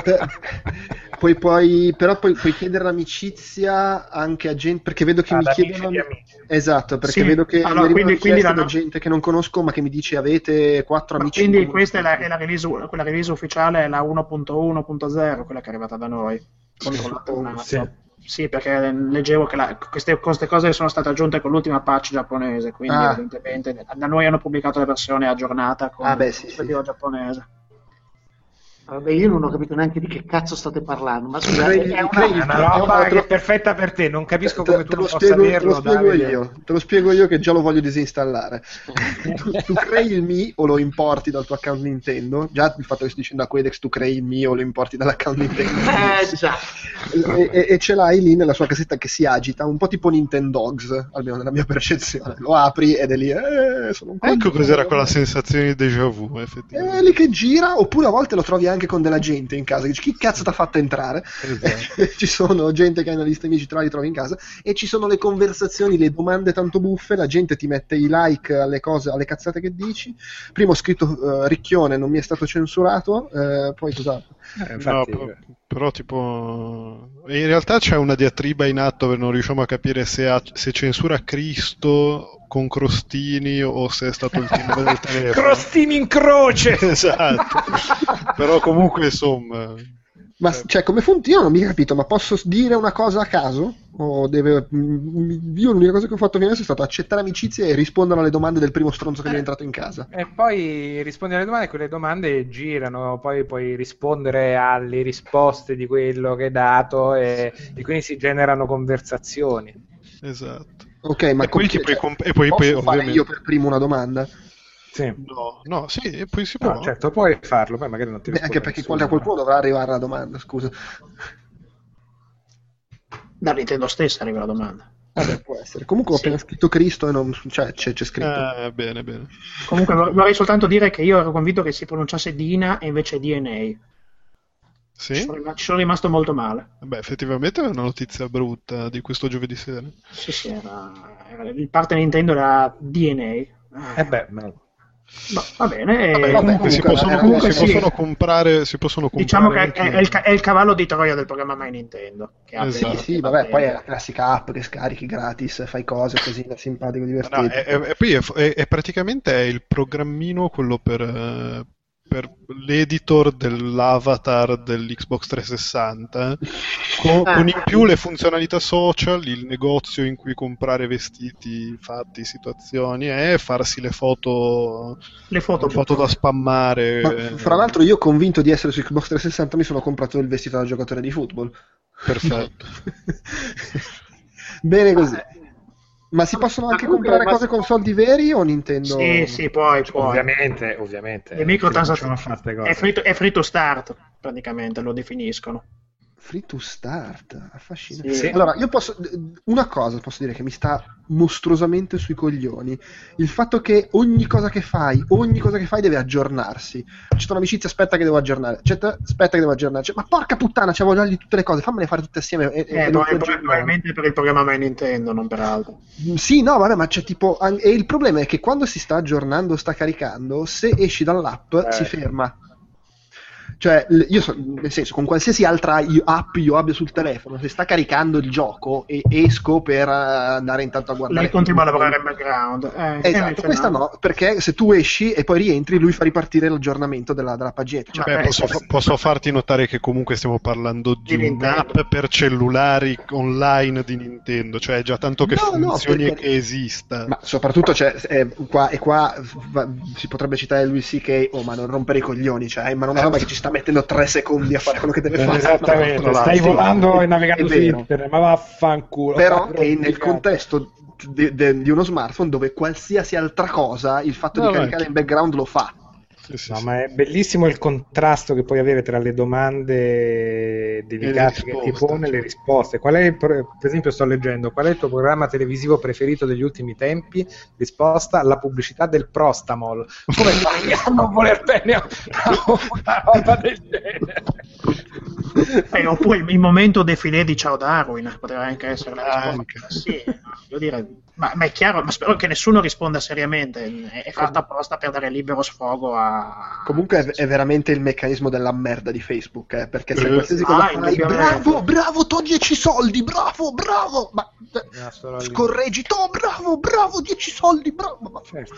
però puoi chiedere l'amicizia anche a gente, perché vedo che mi chiedono. Esatto, perché vedo che quindi da gente che non conosco, ma che mi dice avete 4 amici. Quindi questa è la release, quella release ufficiale, è la 1.1.0, quella che è arrivata da noi. Sì, perché leggevo che queste cose sono state aggiunte con l'ultima patch giapponese, quindi evidentemente da noi hanno pubblicato la versione aggiornata con il perspettiva giapponese. Vabbè, io non ho capito neanche di che cazzo state parlando, ma è una roba che è perfetta per te, non capisco come tu non possa averlo. Te lo spiego io che già lo voglio disinstallare. tu crei il Mi o lo importi dal tuo account Nintendo, già il fatto che sto dicendo a Quedex tu crei il Mi o lo importi dall'account Nintendo. Già. E ce l'hai lì nella sua casetta che si agita, un po' tipo Nintendogs, almeno nella mia percezione. Lo apri ed è lì, sono un ecco cos'era quella sensazione di déjà vu, effettivamente. È lì che gira, oppure a volte lo trovi anche con della gente in casa che dici chi cazzo ti ha fatto entrare. Esatto. Ci sono gente che hai una lista amici, li trovi in casa e ci sono le conversazioni, le domande tanto buffe, la gente ti mette i like alle cose, alle cazzate che dici. Prima ho scritto Ricchione, non mi è stato censurato, poi cos'altro? Infatti... No, però tipo in realtà c'è una diatriba in atto dove non riusciamo a capire se censura Cristo con crostini o se è stato il team del telefono. Crostini in croce! Esatto. Però comunque insomma... Ma cioè, come funziona? Io non mi ho capito, ma posso dire una cosa a caso? O io l'unica cosa che ho fatto finora è stato accettare amicizie e rispondere alle domande del primo stronzo che mi è entrato in casa. E poi rispondi alle domande e quelle domande girano, poi puoi rispondere alle risposte di quello che hai dato e quindi si generano conversazioni. Esatto. Ok, ma e poi posso fare io per primo una domanda? Sì. No, sì, e poi si può. No, certo, puoi farlo, poi magari non ti risponde anche perché qualcuno dovrà arrivare alla domanda, scusa. Da Nintendo stessa arriva la domanda. Vabbè, può essere. Comunque ho appena scritto Cristo e non c'è scritto. Bene. Comunque vorrei soltanto dire che io ero convinto che si pronunciasse Dina e invece DNA. Sì? Ci sono rimasto molto male. Beh, effettivamente è una notizia brutta di questo giovedì sera. Sì, era il parte Nintendo era DNA. Va bene. Comunque si possono comprare. Diciamo che è il cavallo di Troia del programma My Nintendo. Che sì, vabbè, poi è la classica app che scarichi gratis, fai cose così, simpatico, divertente. E poi è praticamente il programmino quello per l'editor dell'avatar dell'Xbox 360 con in più le funzionalità social, il negozio in cui comprare vestiti, fatti, situazioni e farsi le foto da spammare. Ma, fra l'altro io convinto di essere su Xbox 360 mi sono comprato il vestito da giocatore di football. Perfetto. Bene così. Ma si possono anche comprare cose con soldi veri o Nintendo? Sì, poi. Ovviamente. Le microtransazioni è free to start, praticamente, lo definiscono. Free to start, affascinante. Sì. Allora, una cosa posso dire che mi sta mostruosamente sui coglioni: il fatto che ogni cosa che fai deve aggiornarsi. C'è un'amicizia, aspetta che devo aggiornare. Ma porca puttana, c'avevo già di tutte le cose, fammele fare tutte assieme. Probabilmente per il programma My Nintendo, non per altro. Sì, no, vabbè, ma c'è tipo. E il problema è che quando si sta aggiornando, sta caricando, se esci dall'app si ferma. Cioè, nel senso, con qualsiasi altra app io abbia sul telefono, se sta caricando il gioco e esco per andare intanto a guardare. Lei continua a lavorare in background. Esatto, questa no, perché se tu esci e poi rientri, lui fa ripartire l'aggiornamento della paginetta. Cioè, posso farti notare che comunque stiamo parlando di un'app per cellulari online di Nintendo, cioè già tanto che funzioni e che esista. Ma soprattutto, qua si potrebbe citare Louis C.K. ma non rompere i coglioni, cioè, ma non è una roba che ci sta mettendo 3 secondi a fare quello che deve fare. Esattamente, stai volando e navigando su internet, ma vaffanculo. Però è nel contesto di uno smartphone dove qualsiasi altra cosa, il fatto di caricare in background lo fa. Sì, No, sì. ma è bellissimo il contrasto che puoi avere tra le domande delicate che ti risposte, pone e le cioè. risposte. Per esempio, sto leggendo qual è il tuo programma televisivo preferito degli ultimi tempi? Risposta: la pubblicità del Prostamol. Come fai a non voler bene a una roba del genere? Oppure il momento defilé di Ciao Darwin potrebbe anche essere la risposta. Anche. Sì, voglio dire, ma è chiaro, ma spero che nessuno risponda seriamente, è fatta apposta per dare libero sfogo a... Comunque è veramente il meccanismo della merda di Facebook, perché se qualsiasi cosa fai, indubbiamente. bravo, to 10 soldi, bravo, ma scorreggi, to, bravo, 10 soldi, bravo. Ma Certo.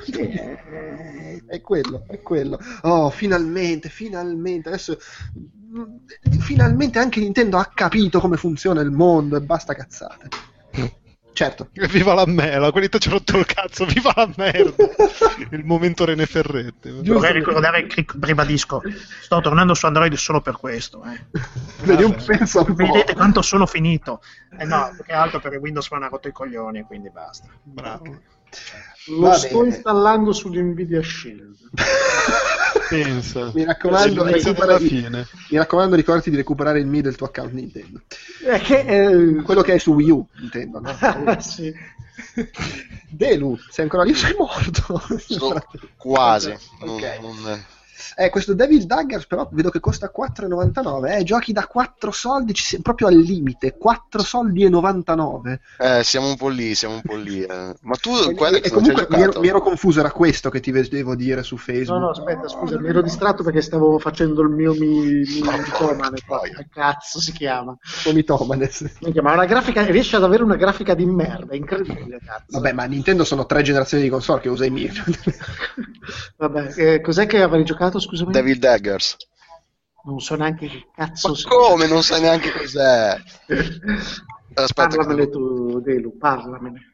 è quello. Oh, finalmente, adesso finalmente anche Nintendo ha capito come funziona il mondo e basta cazzate. Certo. Viva la mela, quelli ti ci ha rotto il cazzo, viva la merda. Il momento René Ferrette. Vorrei ricordare, ribadisco, sto tornando su Android solo per questo. Vedi un penso un po'. Vedete quanto sono finito. No, più che altro perché Windows Phone ha rotto i coglioni, quindi basta. Bravo. Lo sto installando sugli Nvidia Shield. Pensa. Mi raccomando, alla fine. mi raccomando, ricordati di recuperare il Mi del tuo account Nintendo. Che, Quello che è su Wii U, Nintendo, no? sì. Delu, sei ancora lì? Sei morto? Quasi. Ok. Non- Questo Devil Daggers però vedo che costa 4,99, giochi da 4 soldi, proprio al limite, 4 soldi e 99. siamo un po' lì. Ma tu, E Quedex, non ci hai comunque giocato? mi ero confuso, era questo che ti devo dire su Facebook. No, aspetta, scusa, mi ero distratto perché stavo facendo il mio mitomane qua. troia. Che cazzo si chiama? Mitomanes. Minchia, ma una grafica, riesce ad avere una grafica di merda, incredibile, cazzo. Vabbè, ma Nintendo sono 3 generazioni di console che usa i Mi. Vabbè, cos'è che avevi giocato, scusami? Devil Daggers. Non so neanche che cazzo Ma sia. come? Non sai neanche cos'è? Aspetta, Parlamene tu, Delu, parlamene.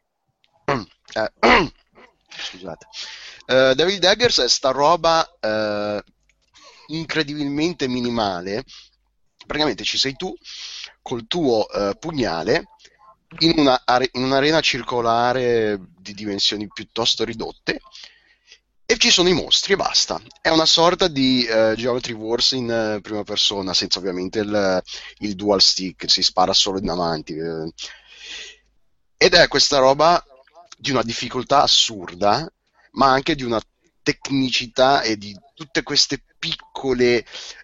Scusate. Devil Daggers è sta roba incredibilmente minimale. Praticamente ci sei tu col tuo pugnale in un'arena circolare di dimensioni piuttosto ridotte e ci sono i mostri e basta. È una sorta di Geometry Wars in prima persona, senza ovviamente il dual stick, si spara solo in avanti. Ed è questa roba di una difficoltà assurda, ma anche di una tecnicità e di tutte queste piccole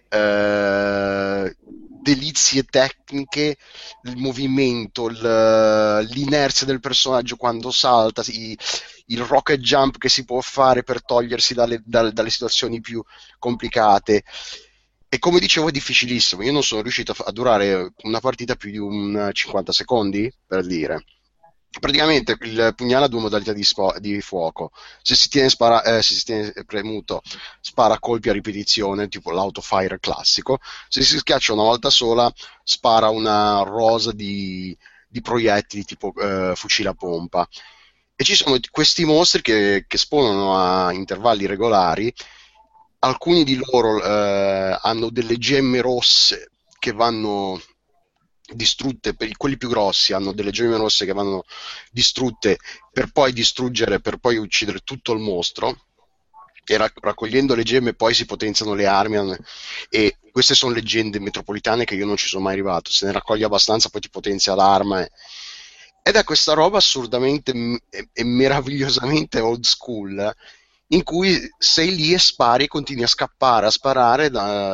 delizie tecniche, il movimento, l'inerzia del personaggio quando salta, il rocket jump che si può fare per togliersi dalle situazioni più complicate. E come dicevo è difficilissimo, io non sono riuscito a durare una partita più di un 50 secondi, per dire. Praticamente il pugnale ha due modalità di fuoco. Se si tiene premuto, spara colpi a ripetizione, tipo l'autofire classico. Se si schiaccia una volta sola, spara una rosa di proiettili tipo fucile a pompa. E ci sono questi mostri che spawnano a intervalli regolari. Alcuni di loro hanno delle gemme rosse che vanno distrutte, quelli più grossi hanno delle gemme rosse che vanno distrutte per poi distruggere, per poi uccidere tutto il mostro, e raccogliendo le gemme poi si potenziano le armi, e queste sono leggende metropolitane che io non ci sono mai arrivato. Se ne raccogli abbastanza poi ti potenzia l'arma, ed è questa roba assurdamente e meravigliosamente old school, in cui sei lì e spari e continui a scappare, a sparare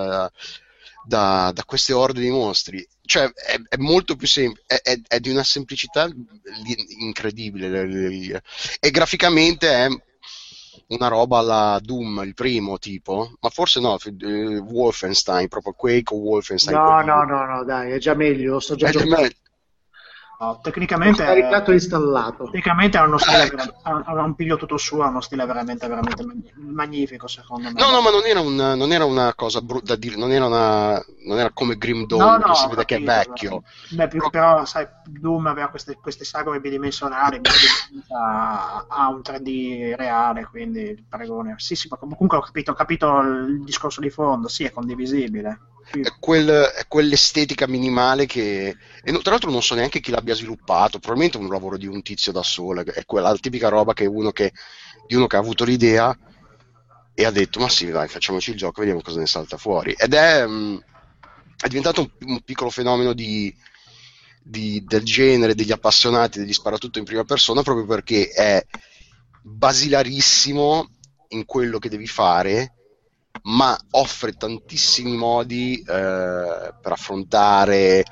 da queste orde di mostri. Cioè è molto più semplice, è di una semplicità incredibile, e graficamente è una roba alla Doom, il primo tipo, ma forse no, Wolfenstein, proprio Quake o Wolfenstein. No, dai, è già meglio, sto già giocando. No, tecnicamente scaricato e installato. Tecnicamente ha uno stile, ha un piglio tutto suo, ha uno stile veramente magnifico, secondo me. No, ma non era una cosa da dire, non era come Grim Dawn, che si vede che è vecchio. Beh, però sai, Doom aveva queste sagome bidimensionali, ha un 3D reale, è paragone. Sì, ma comunque ho capito il discorso di fondo, sì, è condivisibile. È quell'estetica minimale che... E tra l'altro non so neanche chi l'abbia sviluppato, probabilmente è un lavoro di un tizio da solo, è quella tipica roba che di uno che ha avuto l'idea e ha detto: ma sì, dai, facciamoci il gioco e vediamo cosa ne salta fuori. Ed è diventato un piccolo fenomeno del genere, degli appassionati degli sparatutto in prima persona, proprio perché è basilarissimo in quello che devi fare, ma offre tantissimi modi per affrontare.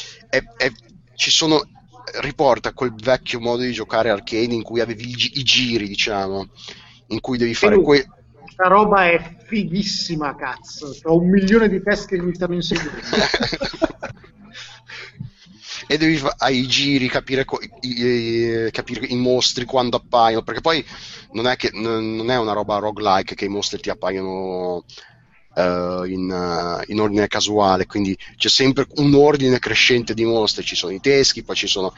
Riporta quel vecchio modo di giocare arcade in cui avevi i giri, diciamo, in cui devi fare questa roba è fighissima, cazzo. Ho 1 milione di test che iniziano in seguito. E devi ai giri capire i mostri quando appaiono, perché poi non è una roba roguelike che i mostri ti appaiono in ordine casuale, quindi c'è sempre un ordine crescente di mostri. Ci sono i teschi, poi ci sono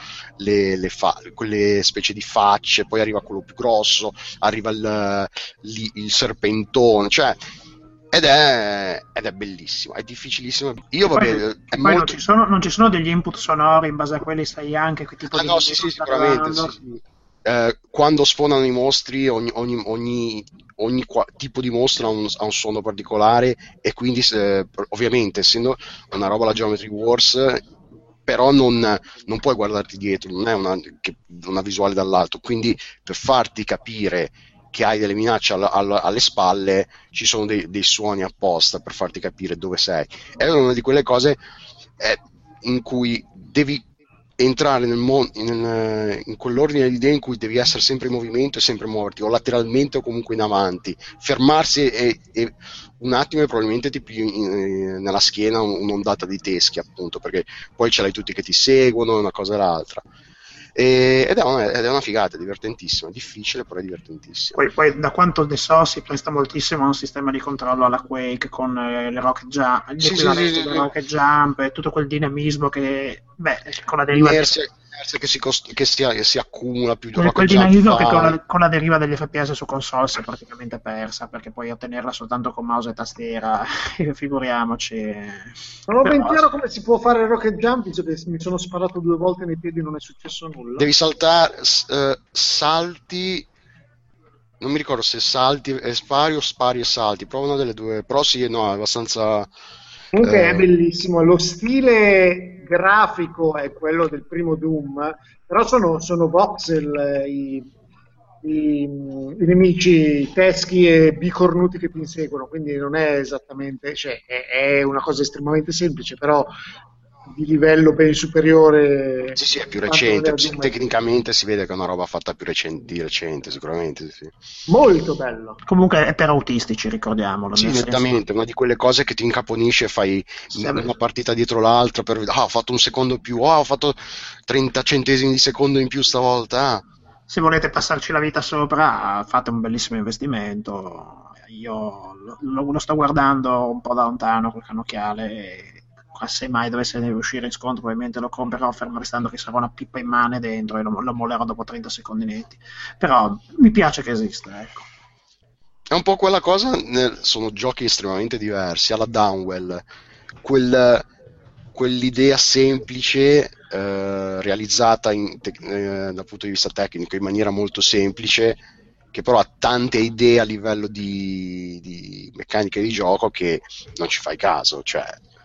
quelle specie di facce, poi arriva quello più grosso, arriva il serpentone, cioè ed è bellissimo, è difficilissimo. Non ci sono degli input sonori in base a quelli, sai anche che tipo di sì, sicuramente sì. Quando spawnano i mostri, ogni tipo di mostro ha un suono particolare, e quindi ovviamente, essendo una roba la Geometry Wars, però non puoi guardarti dietro, non è una visuale dall'alto, quindi per farti capire che hai delle minacce alle spalle ci sono dei suoni apposta per farti capire dove sei. È una di quelle cose in cui devi entrare in quell'ordine di idee in cui devi essere sempre in movimento e sempre muoverti, o lateralmente o comunque in avanti, fermarsi e un attimo, e probabilmente ti pigli nella schiena un'ondata di teschi, appunto, perché poi ce l'hai tutti che ti seguono, una cosa e l'altra. Ed è una figata, è divertentissima, difficile però è divertentissima. Poi da quanto ne so si presta moltissimo a un sistema di controllo alla Quake, con le rocket jump, rocket jump e tutto quel dinamismo che con la deriva che si accumula più di quel dinamismo che con la deriva degli FPS su console si è praticamente persa, perché puoi ottenerla soltanto con mouse e tastiera, figuriamoci. Non ho ben chiaro come si può fare rocket jump, visto che mi sono sparato 2 volte nei piedi e non è successo nulla. Devi saltare, salti, non mi ricordo se salti e spari o spari e salti, prova una delle due, però sì, no, è abbastanza... Comunque è bellissimo, lo stile grafico è quello del primo Doom, però sono voxel i nemici teschi e bicornuti che ti inseguono, quindi non è esattamente, cioè è una cosa estremamente semplice, però di livello ben superiore. Sì, è più recente, tecnicamente si vede che è una roba fatta di recente, sicuramente sì. Molto bello. Comunque è per autistici, ricordiamolo. Sì, nettamente, una di quelle cose che ti incaponisce e fai una partita dietro l'altra per ho fatto un secondo più, ho fatto 30 centesimi di secondo in più stavolta. Se volete passarci la vita sopra, fate un bellissimo investimento. Io lo sto guardando un po' da lontano col cannocchiale e se mai dovesse uscire in scontro probabilmente lo comprerò, fermo restando che sarà una pippa immane dentro e lo mollerò dopo 30 secondi netti, però mi piace che esista, ecco. È un po' quella cosa, sono giochi estremamente diversi, alla Downwell quell'idea semplice realizzata dal punto di vista tecnico in maniera molto semplice, che però ha tante idee a livello di meccanica di gioco che non ci fai caso, cioè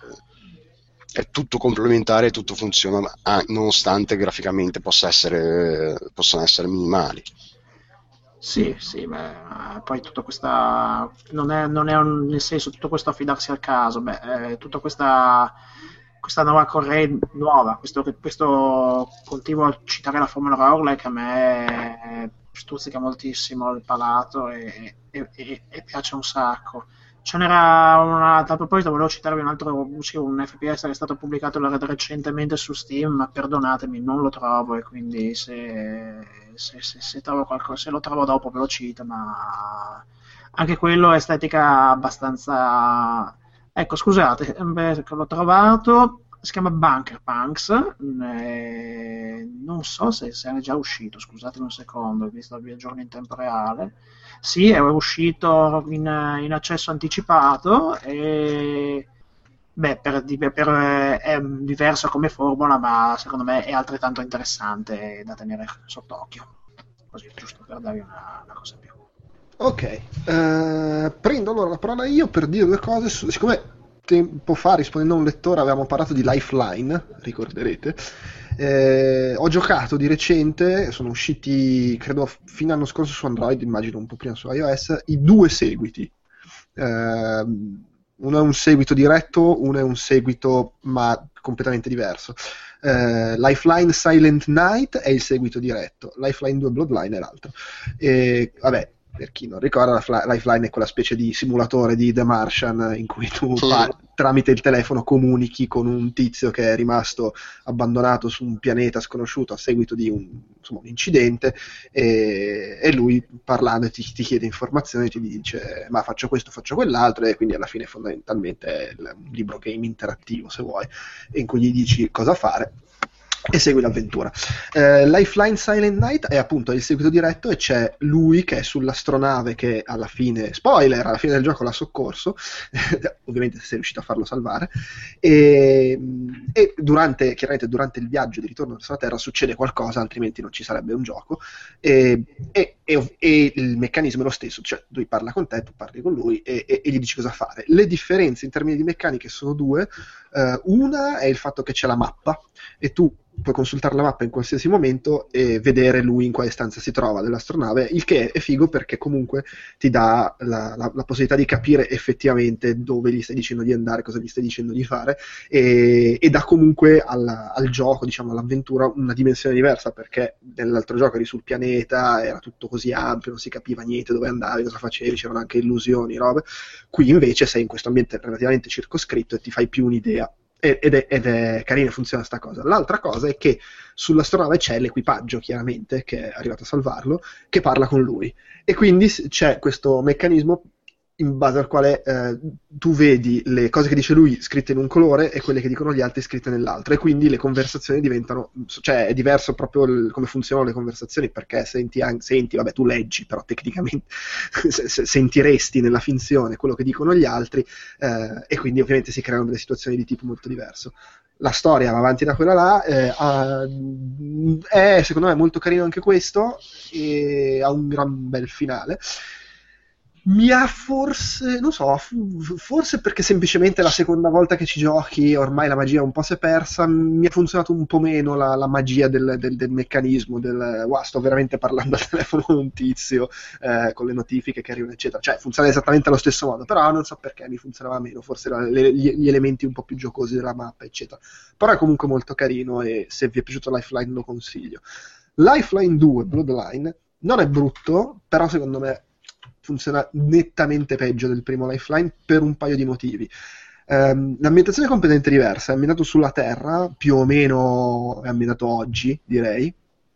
è tutto complementare, tutto funziona, nonostante graficamente possono essere minimali. Sì, poi tutta questa non è nel senso tutto questo affidarsi al caso, tutta questa nuova corrente nuova, questo continuo a citare la formula roguelike, a me stuzzica moltissimo il palato e piace un sacco. Ce n'era a tal proposito, volevo citarvi un FPS che è stato pubblicato recentemente su Steam, ma perdonatemi, non lo trovo, e quindi se trovo qualcosa, se lo trovo dopo ve lo cito, ma anche quello è estetica abbastanza... Ecco, scusate, l'ho trovato, si chiama Bunker Punks, non so se è già uscito, scusatemi un secondo, ho visto il giorno in tempo reale. Sì, è uscito in accesso anticipato e è diverso come formula, ma secondo me è altrettanto interessante da tenere sott'occhio. Così, giusto per darvi una cosa più. Ok, prendo allora la parola io per dire due cose. Siccome tempo fa, rispondendo a un lettore, avevamo parlato di Lifeline, ricorderete. Ho giocato di recente, sono usciti credo fine anno scorso su Android, immagino un po' prima su iOS, i due seguiti. Uno è un seguito diretto, uno è un seguito ma completamente diverso. Lifeline Silent Night è il seguito diretto, Lifeline 2 Bloodline è l'altro. Vabbè, per chi non ricorda, Lifeline è quella specie di simulatore di The Martian in cui tu tramite il telefono comunichi con un tizio che è rimasto abbandonato su un pianeta sconosciuto a seguito di un incidente, e lui parlando ti chiede informazioni, ti dice ma faccio questo, faccio quell'altro, e quindi alla fine fondamentalmente è un libro game interattivo, se vuoi, in cui gli dici cosa fare e segui l'avventura. Lifeline Silent Night è appunto il seguito diretto, e c'è lui che è sull'astronave che alla fine, spoiler, alla fine del gioco l'ha soccorso ovviamente se sei riuscito a farlo salvare, e chiaramente durante il viaggio di ritorno verso la Terra succede qualcosa, altrimenti non ci sarebbe un gioco, e il meccanismo è lo stesso, cioè lui parla con te, tu parli con lui e gli dici cosa fare. Le differenze in termini di meccaniche sono due. Una è il fatto che c'è la mappa e tu puoi consultare la mappa in qualsiasi momento e vedere lui in quale stanza si trova dell'astronave, il che è figo perché comunque ti dà la possibilità di capire effettivamente dove gli stai dicendo di andare, cosa gli stai dicendo di fare, e dà comunque al gioco, diciamo all'avventura, una dimensione diversa, perché nell'altro gioco eri sul pianeta, era tutto così ampio, non si capiva niente dove andavi, cosa facevi, c'erano anche illusioni, robe. Qui invece sei in questo ambiente relativamente circoscritto e ti fai più un'idea. Ed è carina, funziona sta cosa. L'altra cosa è che sull'astronave c'è l'equipaggio, chiaramente, che è arrivato a salvarlo, che parla con lui. E quindi c'è questo meccanismo in base al quale tu vedi le cose che dice lui scritte in un colore e quelle che dicono gli altri scritte nell'altro, e quindi le conversazioni diventano, cioè è diverso proprio come funzionano le conversazioni, perché senti, vabbè, tu leggi, però tecnicamente sentiresti nella finzione quello che dicono gli altri, e quindi ovviamente si creano delle situazioni di tipo molto diverso. La storia va avanti da quella là, è secondo me molto carino anche questo, e ha un gran bel finale. Mi ha forse, non so, forse perché semplicemente la seconda volta che ci giochi ormai la magia un po' si è persa, mi ha funzionato un po' meno la magia del meccanismo, sto veramente parlando al telefono con un tizio, con le notifiche che arrivano eccetera, cioè funziona esattamente allo stesso modo, però non so perché mi funzionava meno, forse gli elementi un po' più giocosi della mappa eccetera, però è comunque molto carino, e se vi è piaciuto Lifeline lo consiglio. Lifeline 2 Bloodline non è brutto, però secondo me funziona nettamente peggio del primo Lifeline per un paio di motivi. L'ambientazione è completamente diversa, è ambientato sulla Terra, più o meno è ambientato oggi, direi,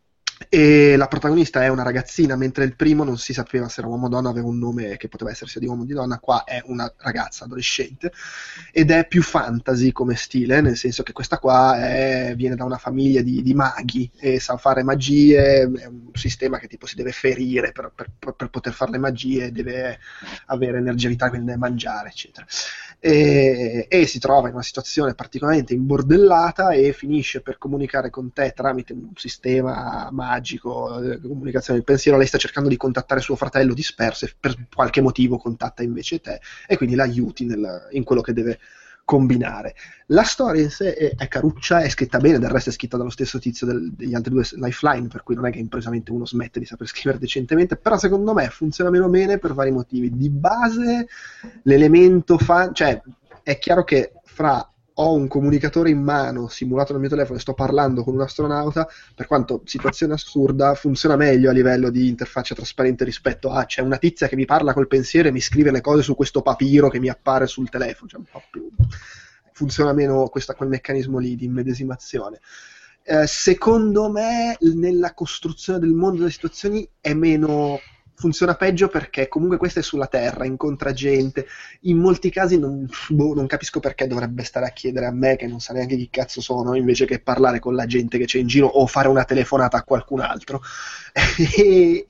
e la protagonista è una ragazzina, mentre il primo non si sapeva se era uomo o donna, aveva un nome che poteva essere sia di uomo o di donna. Qua è una ragazza adolescente ed è più fantasy come stile, nel senso che questa qua viene da una famiglia di maghi e sa fare magie, è un sistema che tipo si deve ferire per poter fare le magie, deve avere energia vitale, quindi deve mangiare eccetera, e si trova in una situazione particolarmente imbordellata e finisce per comunicare con te tramite un sistema magico, comunicazione del pensiero. Lei sta cercando di contattare suo fratello disperso e per qualche motivo contatta invece te, e quindi l'aiuti in quello che deve combinare. La storia in sé è caruccia, è scritta bene, del resto è scritta dallo stesso tizio degli altri due Lifeline, per cui non è che improvvisamente uno smette di saper scrivere decentemente, però secondo me funziona meno bene per vari motivi. Di base l'elemento cioè è chiaro che fra ho un comunicatore in mano simulato nel mio telefono e sto parlando con un astronauta, per quanto situazione assurda, funziona meglio a livello di interfaccia trasparente rispetto a c'è una tizia che mi parla col pensiero e mi scrive le cose su questo papiro che mi appare sul telefono, cioè un po' più funziona meno quel meccanismo lì di immedesimazione. Secondo me nella costruzione del mondo delle situazioni funziona peggio, perché comunque questa è sulla Terra, incontra gente, in molti casi non capisco perché dovrebbe stare a chiedere a me, che non sa neanche chi cazzo sono, invece che parlare con la gente che c'è in giro o fare una telefonata a qualcun altro. e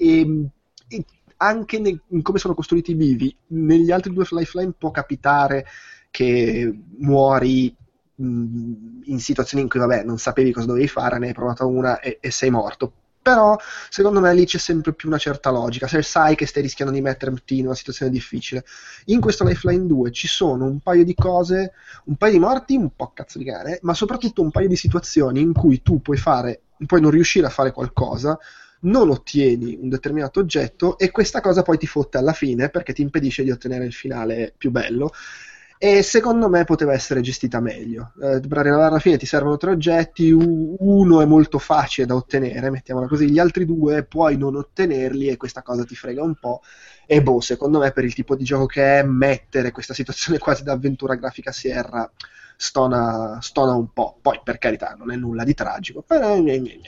anche in come sono costruiti i bivi, negli altri due Lifeline può capitare che muori in situazioni in cui vabbè non sapevi cosa dovevi fare, ne hai provata una e sei morto. però secondo me lì c'è sempre più una certa logica, se sai che stai rischiando di metterti in una situazione difficile. In questo Lifeline 2 ci sono un paio di cose, un paio di morti, un po' cazzo di cane, ma soprattutto un paio di situazioni in cui tu puoi non riuscire a fare qualcosa, non ottieni un determinato oggetto e questa cosa poi ti fotte alla fine perché ti impedisce di ottenere il finale più bello. E secondo me poteva essere gestita meglio. Per arrivare alla fine ti servono 3 oggetti, uno è molto facile da ottenere, mettiamola così, gli altri 2 puoi non ottenerli e questa cosa ti frega un po'. E secondo me per il tipo di gioco che è, mettere questa situazione quasi da avventura grafica Sierra stona un po'. Poi per carità non è nulla di tragico, però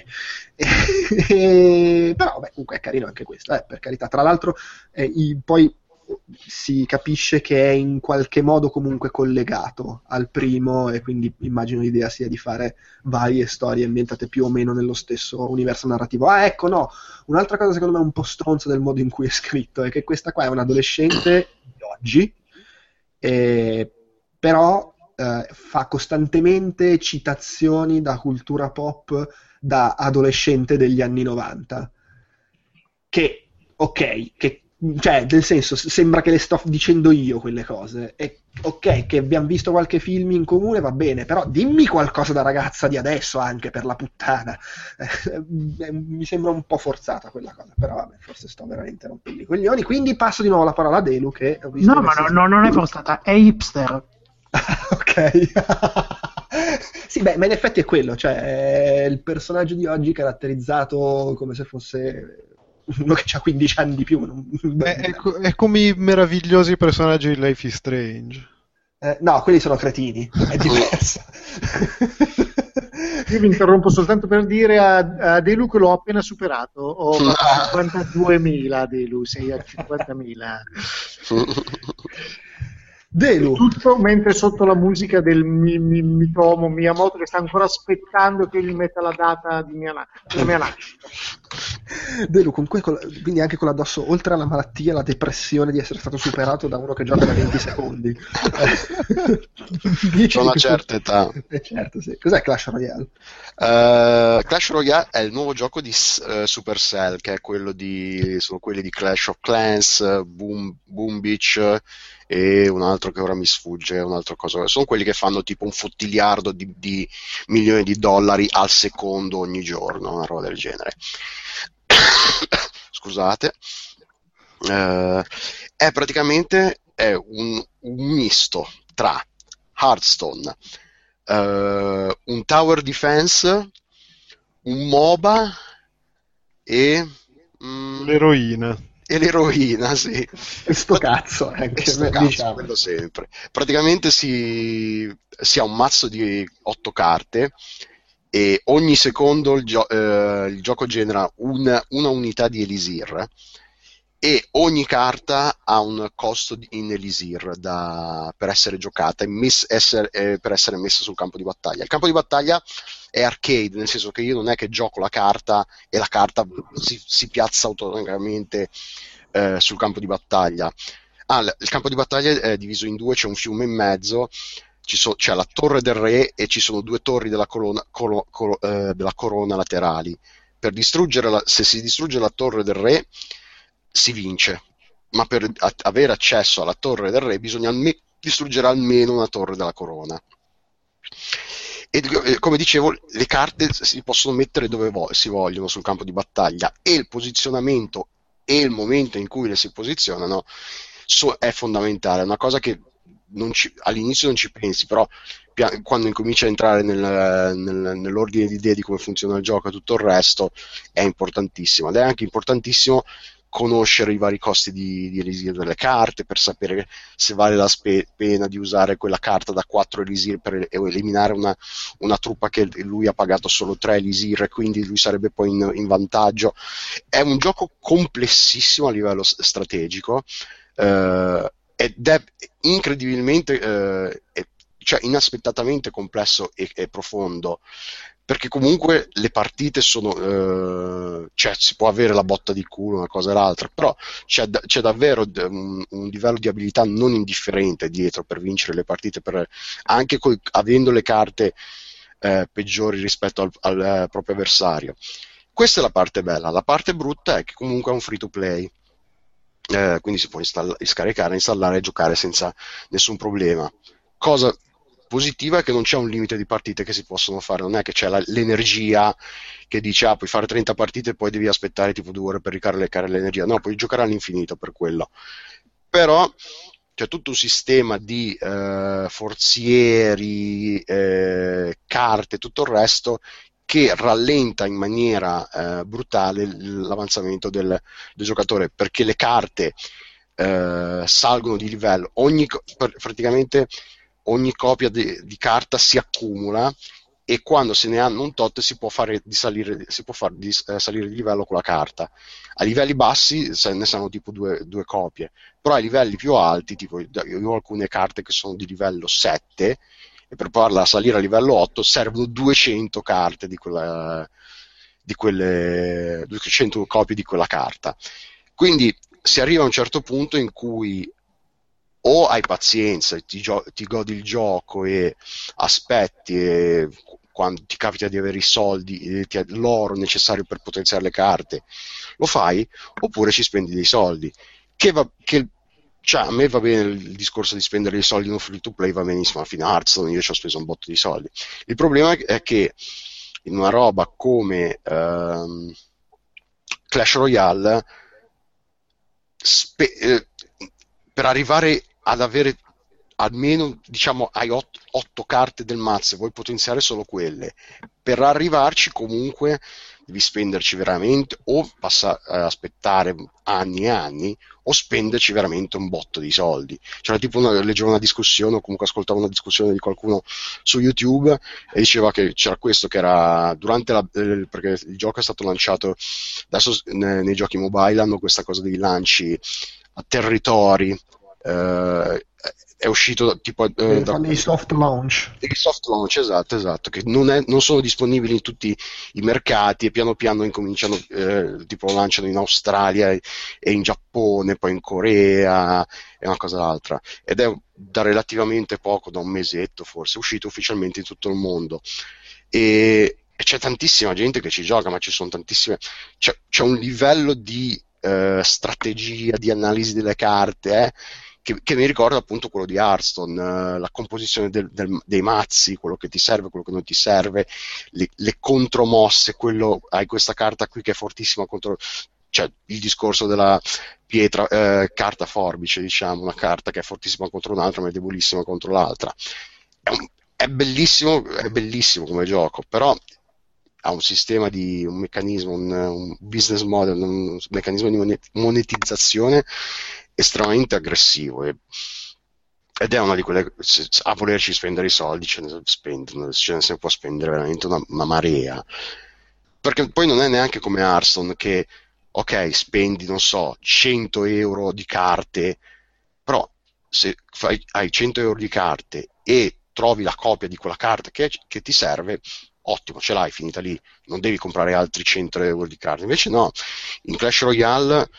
beh, comunque è carino anche questo, per carità. Tra l'altro poi si capisce che è in qualche modo comunque collegato al primo e quindi immagino l'idea sia di fare varie storie ambientate più o meno nello stesso universo narrativo. Ecco, no, un'altra cosa secondo me un po' stronza del modo in cui è scritto è che questa qua è un adolescente di oggi, però fa costantemente citazioni da cultura pop da adolescente degli anni 90 che, ok, cioè, nel senso, sembra che le sto dicendo io quelle cose. E ok, che abbiamo visto qualche film in comune, va bene, però dimmi qualcosa da ragazza di adesso anche, per la puttana. Mi sembra un po' forzata quella cosa, però vabbè, forse sto veramente rompendo i coglioni. Quindi passo di nuovo la parola a Delu, che ho visto. No, ma non è forzata, è hipster. Ok. Sì, beh, ma in effetti è quello, cioè è il personaggio di oggi caratterizzato come se fosse uno che ha 15 anni di più. È come i meravigliosi personaggi di Life is Strange. No, quelli sono cretini, è diverso. Io vi interrompo soltanto per dire a Delu che l'ho appena superato. Ho 52.000, Delu, sei a 50.000. Delu. Tutto mentre sotto la musica del Mitomo Miyamoto che sta ancora aspettando che gli metta la data della mia nascita. Delu, quindi anche con l'addosso, oltre alla malattia, la depressione di essere stato superato da uno che gioca da 20 secondi. C'ho una certa età. Certo, sì. Cos'è Clash Royale? Clash Royale è il nuovo gioco di Supercell, che è sono quelli di Clash of Clans, Boom Beach e un altro che ora mi sfugge, un'altra cosa. Sono quelli che fanno tipo un fottiliardo di milioni di dollari al secondo ogni giorno, una roba del genere. Scusate. È praticamente un misto tra Hearthstone, un tower defense, un MOBA e l'eroina. E l'eroina, sì. E sto cazzo, diciamo. Quello sempre. Praticamente si ha un mazzo di 8 carte e ogni secondo il gioco genera una unità di Elisir e ogni carta ha un costo in Elisir per essere giocata e per essere messa sul campo di battaglia. Il campo di battaglia è arcade, nel senso che io non è che gioco la carta e la carta si piazza automaticamente sul campo di battaglia. Il campo di battaglia è diviso in due, c'è un fiume in mezzo, c'è la torre del re e ci sono 2 torri della corona laterali. Se si distrugge la torre del re si vince, ma per avere accesso alla torre del re bisogna distruggere almeno una torre della corona. E come dicevo, le carte si possono mettere dove si vogliono sul campo di battaglia e il posizionamento e il momento in cui le si posizionano è fondamentale. È una cosa che all'inizio non ci pensi, però quando incominci a entrare nell'ordine di idee di come funziona il gioco e tutto il resto è importantissimo. Ed è anche importantissimo conoscere i vari costi di elisir delle carte per sapere se vale la pena di usare quella carta da 4 elisir per eliminare una truppa che lui ha pagato solo 3 elisir e quindi lui sarebbe poi in vantaggio. È un gioco complessissimo a livello strategico ed è incredibilmente cioè inaspettatamente complesso e profondo, perché comunque le partite sono cioè si può avere la botta di culo, una cosa e l'altra, però c'è davvero un livello di abilità non indifferente dietro per vincere le partite, anche avendo le carte peggiori rispetto al proprio avversario. Questa è la parte bella. La parte brutta è che comunque è un free to play, quindi si può scaricare, installare e giocare senza nessun problema. Cosa positiva è che non c'è un limite di partite che si possono fare, non è che c'è l'energia che dice puoi fare 30 partite e poi devi aspettare tipo 2 ore per ricaricare l'energia, no, puoi giocare all'infinito per quello. Però c'è tutto un sistema di forzieri, carte, tutto il resto che rallenta in maniera brutale l'avanzamento del giocatore, perché le carte salgono di livello, praticamente ogni copia di carta si accumula e quando se ne hanno un tot si può far salire di livello con la carta. A livelli bassi ne sanno tipo due copie, però ai livelli più alti, tipo io ho alcune carte che sono di livello 7 e per farla salire a livello 8 servono 200 carte di quelle 200 copie di quella carta. Quindi si arriva a un certo punto in cui o hai pazienza, ti godi il gioco e aspetti e quando ti capita di avere i soldi, l'oro necessario per potenziare le carte, lo fai, oppure ci spendi dei soldi. Cioè, a me va bene il discorso di spendere i soldi in un free to play, va benissimo, fino a Hearthstone io ci ho speso un botto di soldi. Il problema è che in una roba come Clash Royale per arrivare ad avere almeno, diciamo, hai 8 carte del mazzo e vuoi potenziare solo quelle, per arrivarci comunque devi spenderci veramente, o aspettare anni e anni, o spenderci veramente un botto di soldi. C'era tipo leggevo una discussione, o comunque ascoltavo una discussione di qualcuno su YouTube e diceva che c'era questo che era durante perché il gioco è stato lanciato adesso nei giochi mobile, hanno questa cosa dei lanci a territori, è uscito tipo i soft launch. I soft launch, esatto, che non sono disponibili in tutti i mercati e piano piano incominciano, tipo lanciano in Australia e in Giappone, poi in Corea e una cosa l'altra, ed è da relativamente poco, da un mesetto forse, uscito ufficialmente in tutto il mondo e c'è tantissima gente che ci gioca, ma ci sono tantissime, c'è un livello di strategia, di analisi delle carte che mi ricorda appunto quello di Hearthstone, la composizione dei mazzi, quello che ti serve, quello che non ti serve, le contromosse, hai questa carta qui che è fortissima contro, cioè il discorso della pietra, carta forbice, diciamo, una carta che è fortissima contro un'altra ma è debolissima contro l'altra. È bellissimo come gioco, però ha un sistema un meccanismo, un business model, un meccanismo di monetizzazione estremamente aggressivo ed è una di quelle, a volerci spendere i soldi ce ne si può spendere veramente una marea, perché poi non è neanche come Hearthstone che ok, spendi non so 100 euro di carte, però se hai 100 euro di carte e trovi la copia di quella carta che ti serve, ottimo, ce l'hai, finita lì, non devi comprare altri 100 euro di carte. Invece no, in Clash Royale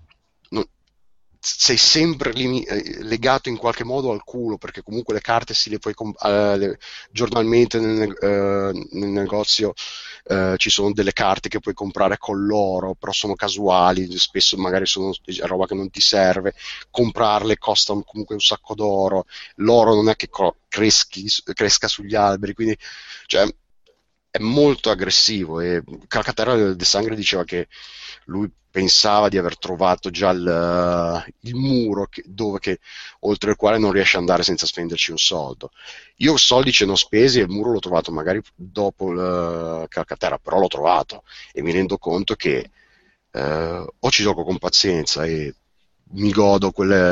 sei sempre legato in qualche modo al culo, perché comunque le carte le puoi giornalmente nel negozio, ci sono delle carte che puoi comprare con l'oro, però sono casuali, spesso magari sono roba che non ti serve, comprarle costa comunque un sacco d'oro, l'oro non è che cresca sugli alberi, quindi cioè è molto aggressivo. E Calcaterra de Sangre diceva che lui pensava di aver trovato già il muro oltre il quale non riesce ad andare senza spenderci un soldo. Io soldi ce ne ho spesi e il muro l'ho trovato magari dopo Calcaterra, però l'ho trovato e mi rendo conto che o ci gioco con pazienza e mi godo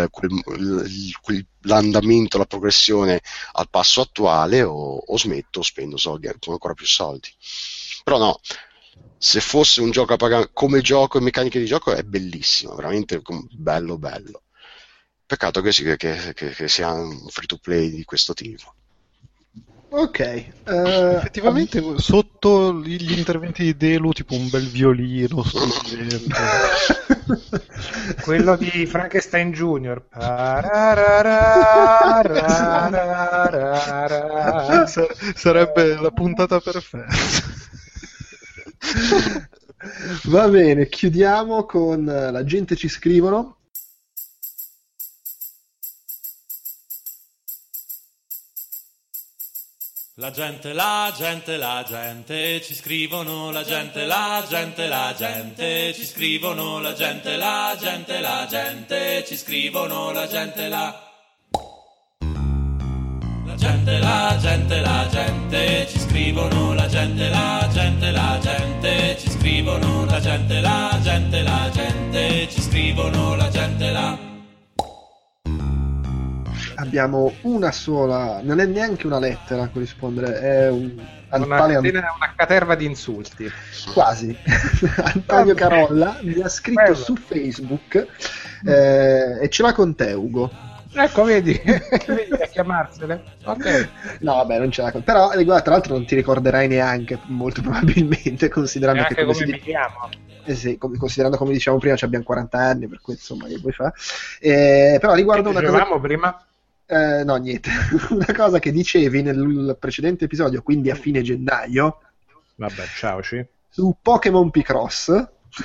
l'andamento, la progressione al passo attuale, o smetto, spendo soldi, ancora più soldi. Però no, se fosse un gioco a pagare come gioco e meccaniche di gioco è bellissimo, veramente bello. Peccato che sia un free to play di questo tipo. Ok, effettivamente sotto gli interventi di Delu tipo un bel violino quello di Frankenstein Junior. Sarebbe la puntata perfetta. Va bene, chiudiamo con la gente ci scrivono. La gente ci scrivono, la gente ci scrivono, la gente ci scrivono, la gente ci scrivono, la gente ci scrivono, la gente ci scrivono, la gente Abbiamo una sola, non è neanche una lettera a corrispondere, è una caterva di insulti. Quasi. Antonio Carolla mi ha scritto su Facebook e ce l'ha con te, Ugo. Ecco, vedi a chiamarsene. Ok. No, vabbè, non ce l'ha con te. Però, guarda, tra l'altro non ti ricorderai neanche, molto probabilmente, considerando neanche che come mi chiamo. Sì, considerando come dicevamo prima, abbiamo 40 anni, per cui insomma, che vuoi fare? Però riguardo una cosa. Prima? No, niente. Una cosa che dicevi nel precedente episodio, quindi a fine gennaio. Vabbè, ciaoci. Su Pokémon Picross.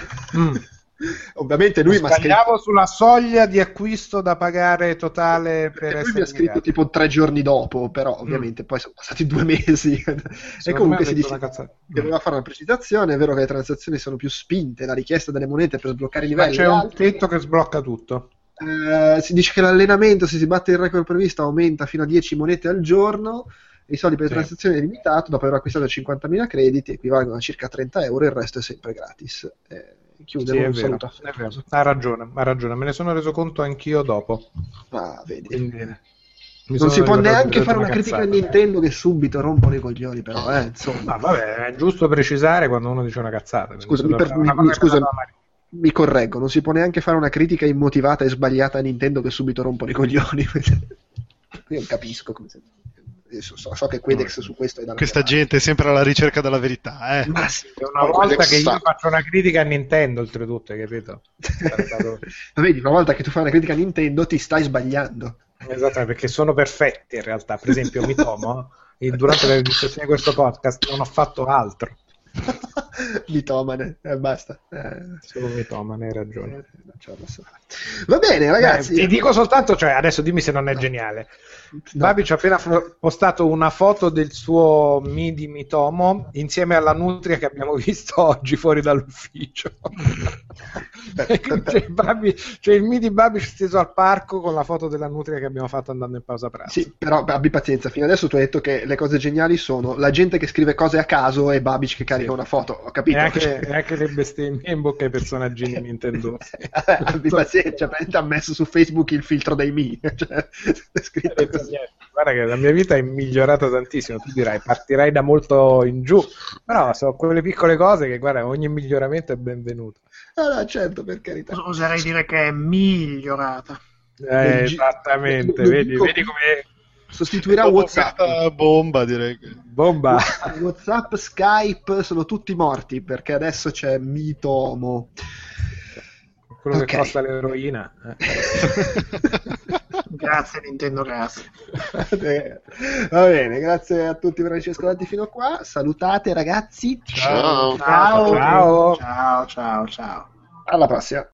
Ovviamente lui mi ha scritto sulla soglia di acquisto da pagare totale per lui mi ha scritto tipo 3 giorni dopo, però ovviamente poi sono passati 2 mesi e comunque si dice che doveva fare una precisazione. È vero che le transazioni sono più spinte, la richiesta delle monete per sbloccare i livelli, ma c'è un tetto che sblocca tutto. Si dice che l'allenamento, se si batte il record previsto, aumenta fino a 10 monete al giorno. I soldi per le transazioni è limitato, dopo aver acquistato 50.000 crediti equivalgono a circa 30 euro, il resto è sempre gratis. Chiude, un saluto. Ha ragione, me ne sono reso conto anch'io dopo. Vedi. Quindi, non si può neanche fare una critica a Nintendo che subito rompono i coglioni, però insomma. Vabbè, è giusto precisare quando uno dice una cazzata. Scusa, mi correggo, non si può neanche fare una critica immotivata e sbagliata a Nintendo che subito rompono i coglioni. Io capisco come se... So che Quedex su questo è da questa gente è sempre alla ricerca della verità, Ma sì, una volta che io faccio una critica a Nintendo, oltretutto, hai capito? Vedi, una volta che tu fai una critica a Nintendo ti stai sbagliando. Esatto, perché sono perfetti in realtà. Per esempio Mitomo, durante la registrazione di questo podcast non ho fatto altro. Mitomane, basta. Solo mitomane, hai ragione. Va bene, ragazzi. Ti dico soltanto, cioè, adesso dimmi se non è geniale. Babic ha appena postato una foto del suo MIDI Mitomo insieme alla nutria che abbiamo visto oggi fuori dall'ufficio. C'è il MIDI Babic steso al parco con la foto della nutria che abbiamo fatto andando in pausa pranzo. Sì, però abbi pazienza, fino adesso tu hai detto che le cose geniali sono la gente che scrive cose a caso e Babic che carica una foto, ho capito? E anche le bestemmie in bocca ai personaggini Nintendo. Abbi pazienza, ha messo su Facebook il filtro dei Mi, cioè, è scritto così. Guarda che la mia vita è migliorata tantissimo. Tu dirai, partirai da molto in giù, però sono quelle piccole cose che, guarda, ogni miglioramento è benvenuto. No, certo, per carità. Oserei dire che è migliorata. Esattamente, vedi come sostituirà WhatsApp. Bomba, direi che. Bomba. WhatsApp, Skype sono tutti morti perché adesso c'è Mitomo. Quello che costa l'eroina. Grazie Nintendo, grazie. Va bene, grazie a tutti per averci ascoltati fino a qua. Salutate ragazzi. Ciao. Alla prossima.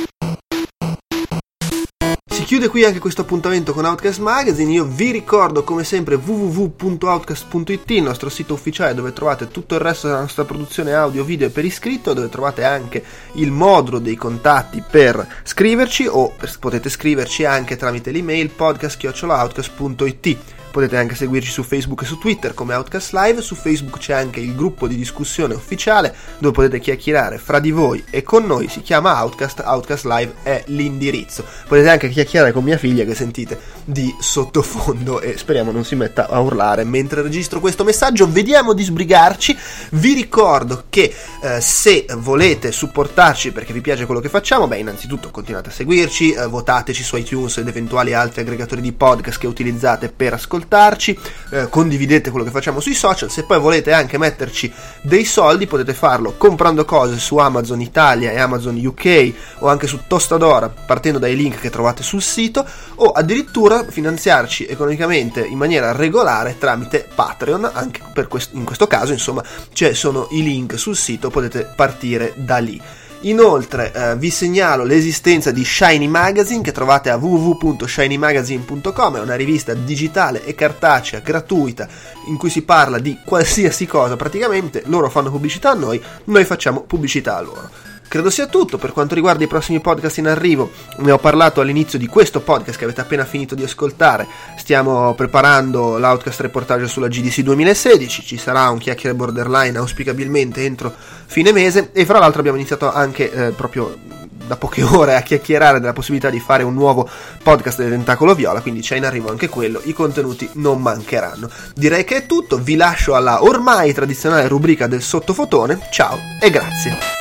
Si chiude qui anche questo appuntamento con Outcast Magazine. Io vi ricordo come sempre www.outcast.it, il nostro sito ufficiale dove trovate tutto il resto della nostra produzione audio, video e per iscritto, dove trovate anche il modulo dei contatti per scriverci, o potete scriverci anche tramite l'email podcast@outcast.it. Potete anche seguirci su Facebook e su Twitter come Outcast Live. Su Facebook c'è anche il gruppo di discussione ufficiale dove potete chiacchierare fra di voi e con noi, si chiama Outcast Live è l'indirizzo. Potete anche chiacchierare con mia figlia che sentite di sottofondo e speriamo non si metta a urlare mentre registro questo messaggio. Vediamo di sbrigarci. Vi ricordo che se volete supportarci perché vi piace quello che facciamo, innanzitutto continuate a seguirci, votateci su iTunes ed eventuali altri aggregatori di podcast che utilizzate per ascoltare. ascoltarci, condividete quello che facciamo sui social. Se poi volete anche metterci dei soldi potete farlo comprando cose su Amazon Italia e Amazon UK o anche su Tostadora, partendo dai link che trovate sul sito, o addirittura finanziarci economicamente in maniera regolare tramite Patreon. Anche in questo caso insomma ci sono i link sul sito, potete partire da lì. Inoltre vi segnalo l'esistenza di Shiny Magazine, che trovate a www.shinymagazine.com. È una rivista digitale e cartacea gratuita in cui si parla di qualsiasi cosa praticamente. Loro fanno pubblicità a noi facciamo pubblicità a loro. Credo sia tutto per quanto riguarda i prossimi podcast in arrivo. Ne ho parlato all'inizio di questo podcast che avete appena finito di ascoltare. Stiamo preparando l'Outcast reportage sulla GDC 2016, ci sarà un chiacchiere borderline auspicabilmente entro fine mese, e fra l'altro abbiamo iniziato anche proprio da poche ore a chiacchierare della possibilità di fare un nuovo podcast del Tentacolo Viola, quindi c'è in arrivo anche quello, i contenuti non mancheranno. Direi che è tutto, vi lascio alla ormai tradizionale rubrica del sottofotone, ciao e grazie.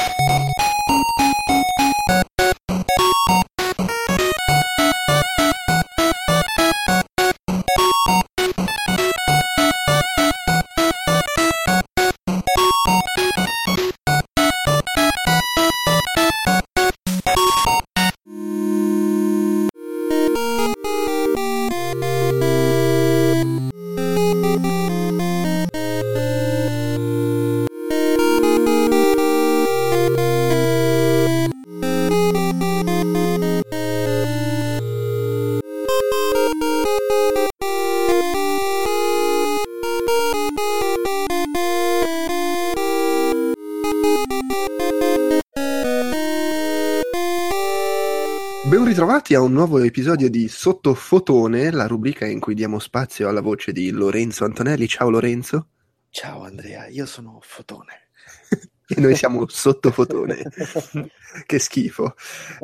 Ben ritrovati a un nuovo episodio di Sottofotone, la rubrica in cui diamo spazio alla voce di Lorenzo Antonelli. Ciao Lorenzo. Ciao Andrea, io sono Fotone. E noi siamo Sottofotone. Che schifo.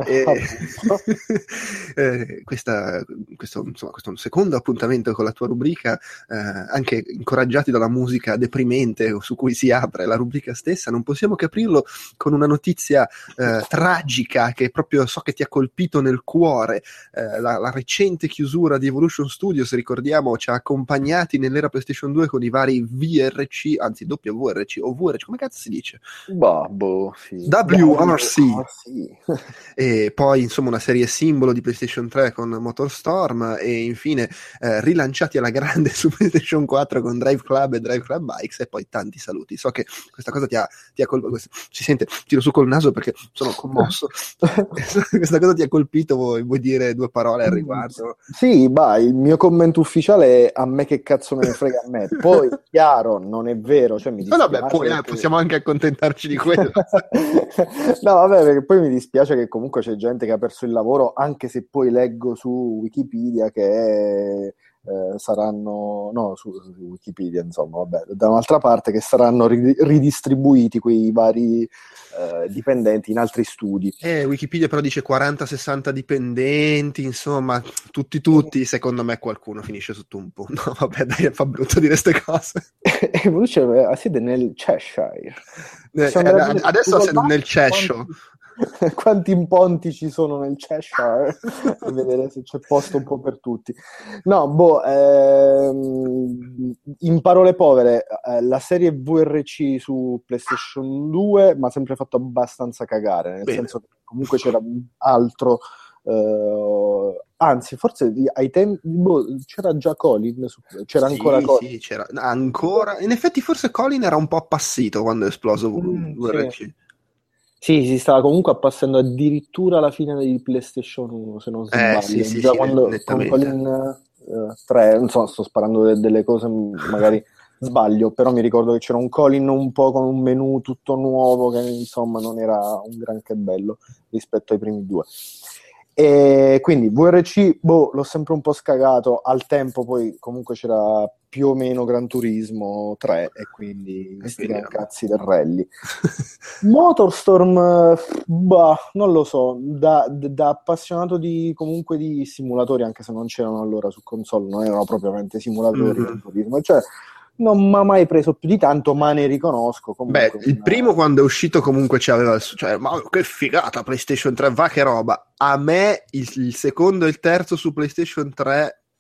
Questo secondo appuntamento con la tua rubrica, anche incoraggiati dalla musica deprimente su cui si apre la rubrica stessa, non possiamo che aprirlo con una notizia tragica che proprio so che ti ha colpito nel cuore. La recente chiusura di Evolution Studios, ricordiamo, ci ha accompagnati nell'era PlayStation 2 con i vari VRC, anzi WRC o VRC, come cazzo si dice? Sì. WRC. E poi insomma una serie simbolo di PlayStation 3 con MotorStorm, e infine rilanciati alla grande su PlayStation 4 con Drive Club e Drive Club Bikes, e poi tanti saluti. So che questa cosa ti ha colpito, si sente, tiro su col naso perché sono commosso. Questa cosa ti ha colpito, vuoi dire due parole al riguardo? Sì, il mio commento ufficiale è: a me che cazzo me ne frega a me. Poi chiaro, non è vero, cioè mi dispiace. No, vabbè, poi possiamo anche accontentarci di quello. No, vabbè, perché poi mi dispiace che comunque c'è gente che ha perso il lavoro, anche se poi leggo su Wikipedia che saranno, no, su Wikipedia, insomma, vabbè, da un'altra parte, che saranno ridistribuiti quei vari dipendenti in altri studi. Wikipedia però dice 40-60 dipendenti, insomma, tutti, secondo me qualcuno finisce sotto un punto. No, vabbè, dai, fa brutto dire queste cose. E siete nel Cheshire. Adesso siete nel Cheshire. Quanti imponti ci sono nel Cheshire? A vedere se c'è posto un po' per tutti. No, in parole povere, la serie VRC su PlayStation 2 mi ha sempre fatto abbastanza cagare, nel senso che comunque c'era altro, anzi forse ai tempi c'era già Colin, c'era ancora Colin. Sì, c'era ancora. In effetti forse Colin era un po' appassito quando è esploso VRC. Sì. Sì, si stava comunque appassando addirittura alla fine di PlayStation 1, se non sbaglio. Già quando con Colin 3, non so, sto sparando delle cose, magari sbaglio, però mi ricordo che c'era un Colin un po' con un menu tutto nuovo, che insomma non era un granché bello rispetto ai primi due. E quindi VRC, l'ho sempre un po' scagato. Al tempo poi comunque c'era più o meno Gran Turismo 3 e quindi sti cazzi del rally. Motorstorm, non lo so, da appassionato comunque di simulatori, anche se non c'erano allora su console, non erano propriamente simulatori di turismo, cioè non mi ha mai preso più di tanto, ma ne riconosco comunque. Il primo, quando è uscito, comunque c'aveva ma che figata PlayStation 3, va che roba. A me il secondo e il terzo su PlayStation 3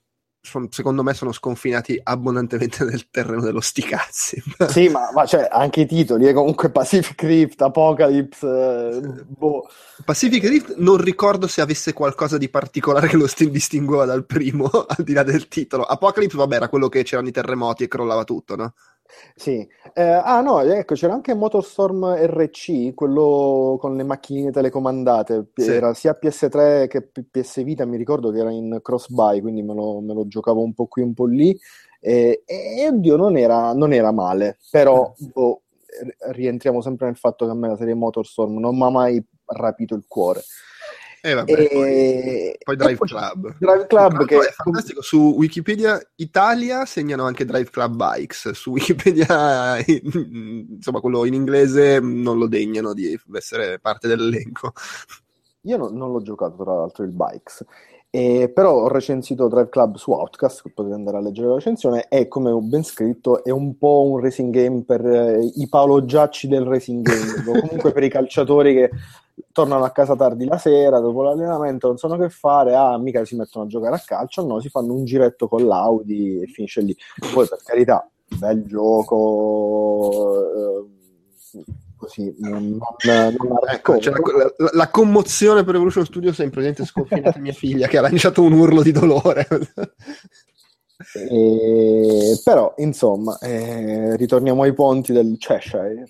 secondo me sono sconfinati abbondantemente nel terreno dello sticazzi. Sì, ma cioè, anche i titoli, comunque Pacific Rift, Apocalypse, Pacific Rift non ricordo se avesse qualcosa di particolare che lo distingueva dal primo, al di là del titolo. Apocalypse, vabbè, era quello che c'erano i terremoti e crollava tutto, no? Sì. No, ecco, c'era anche Motorstorm RC, quello con le macchinine telecomandate, Sì. Era sia PS3 che PS Vita, mi ricordo che era in cross-buy, quindi me lo giocavo un po' qui, un po' lì, e oddio, non era male, però rientriamo sempre nel fatto che a me la serie Motorstorm non mi ha mai rapito il cuore. Vabbè, poi Drive Club. Drive Club che è fantastico. Su Wikipedia Italia segnano anche Drive Club Bikes. Su Wikipedia, insomma, quello in inglese non lo degnano di essere parte dell'elenco. Io non l'ho giocato, tra l'altro, il Bikes. Però ho recensito Drive Club su Outcast, potete andare a leggere la recensione, e come ho ben scritto è un po' un racing game per i Paolo Giacci del racing game, o comunque per i calciatori che tornano a casa tardi la sera dopo l'allenamento, non sanno che fare, mica si mettono a giocare a calcio, no, si fanno un giretto con l'Audi e finisce lì. Poi, per carità, bel gioco, così c'era la commozione per Evolution Studios è in presente sconfinata mia figlia che ha lanciato un urlo di dolore. Però insomma, ritorniamo ai ponti del Cheshire.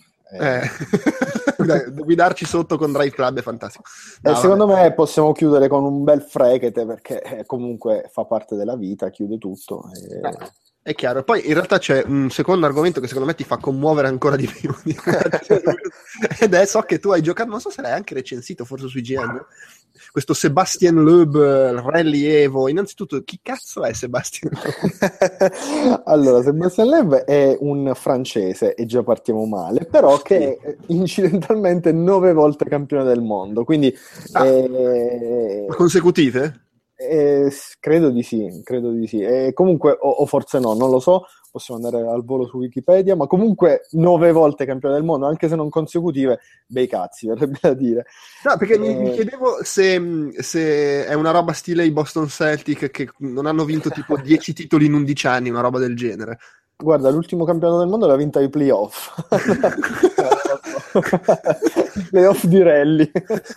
Guidarci sotto con Drive Club è fantastico. Secondo me possiamo chiudere con un bel fregete, perché comunque fa parte della vita, chiude tutto. È chiaro. Poi in realtà c'è un secondo argomento che secondo me ti fa commuovere ancora di più. Ed è, so che tu hai giocato, non so se l'hai anche recensito, forse su IGN, questo Sébastien Loeb Rally Evo. Innanzitutto, chi cazzo è Sébastien Loeb? Allora, Sébastien Loeb è un francese, e già partiamo male, però che è incidentalmente 9 volte campione del mondo, quindi consecutive? Credo di sì. Comunque, o forse no, non lo so, possiamo andare al volo su Wikipedia, ma comunque 9 volte campione del mondo, anche se non consecutive, bei cazzi, verrebbe da dire. No, perché mi chiedevo se è una roba stile i Boston Celtic che non hanno vinto tipo 10 titoli in 11 anni, una roba del genere. Guarda, l'ultimo campione del mondo l'ha vinta ai playoff. Playoff di rally.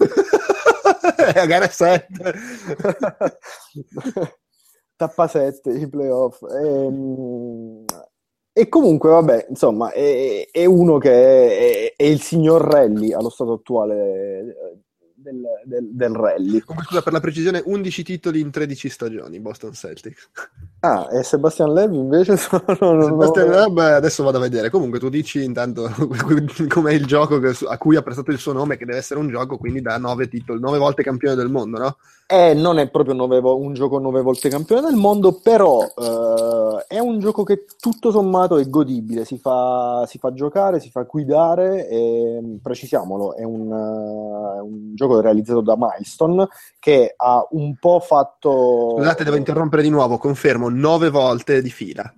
A gara 7. Tappa 7 i playoff. E comunque, vabbè, insomma, è uno che è il signor rally allo stato attuale del rally. Comunque, scusa, per la precisione, 11 titoli in 13 stagioni, Boston Celtics. E Sébastien Loeb invece Sébastien Loeb adesso vado a vedere. Comunque tu dici intanto com'è il gioco a cui ha prestato il suo nome, che deve essere un gioco quindi da 9 titoli, 9 volte campione del mondo, no? Non è proprio un gioco 9 volte campione del mondo, però è un gioco che tutto sommato è godibile, si fa giocare, si fa guidare, e precisiamolo, è un gioco realizzato da Milestone, che ha un po' fatto... Scusate, devo interrompere di nuovo, confermo, 9 volte di fila.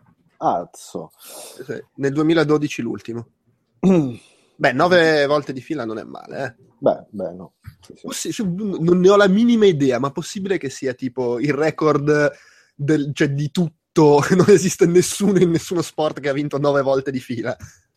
Nel 2012 l'ultimo. Beh, 9 volte di fila non è male, Beh, no. Sì. Non ne ho la minima idea, ma possibile che sia tipo il record cioè di tutto, non esiste nessuno in nessuno sport che ha vinto 9 volte di fila.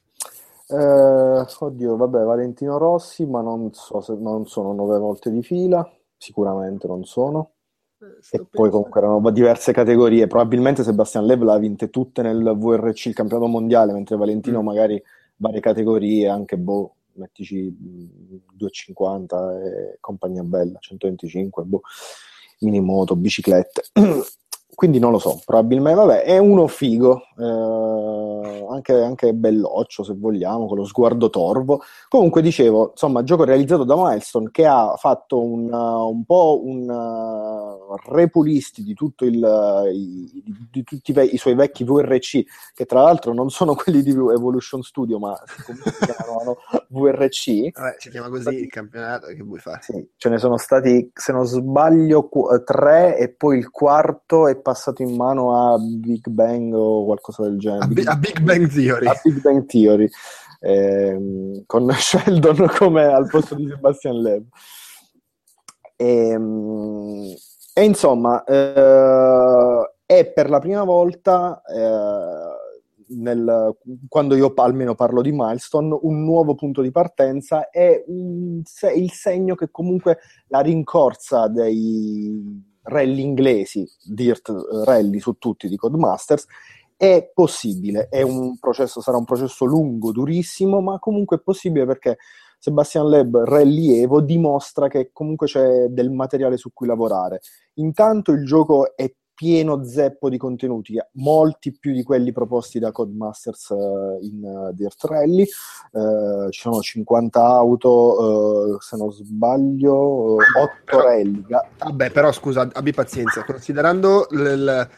Oddio, vabbè, Valentino Rossi, ma non so se non sono 9 volte di fila, sicuramente non sono. E poi comunque erano diverse categorie, probabilmente Sébastien Loeb l'ha vinte tutte nel VRC, il campionato mondiale, mentre Valentino magari varie categorie, anche mettici 250 e compagnia bella, 125, minimoto, biciclette. Quindi non lo so, probabilmente, vabbè, è uno figo, anche belloccio se vogliamo, con lo sguardo torvo. Comunque dicevo, insomma, gioco realizzato da Milestone, che ha fatto un po' un repulisti di tutto di tutti i suoi vecchi VRC, che tra l'altro non sono quelli di Evolution Studio, ma comunque si chiamano VRC. Si chiama così il campionato, che vuoi fare? Sì, ce ne sono stati, se non sbaglio, 3, e poi il quarto è passato in mano a Big Bang o qualcosa del genere. A Big Bang Theory. A Big Bang Theory, con Sheldon come al posto di Sébastien Loeb. E insomma, è per la prima volta, quando io almeno parlo di Milestone, un nuovo punto di partenza, è il segno che comunque la rincorsa dei rally inglesi, Dirt Rally su tutti di Codemasters, è possibile, sarà un processo lungo, durissimo, ma comunque è possibile perché Sebastian Loeb Rally Evo dimostra che comunque c'è del materiale su cui lavorare. Intanto il gioco è pieno zeppo di contenuti, molti più di quelli proposti da Codemasters in Dirt Rally. Ci sono 50 auto, se non sbaglio, 8 rally. Vabbè, però scusa, abbi pazienza, considerando la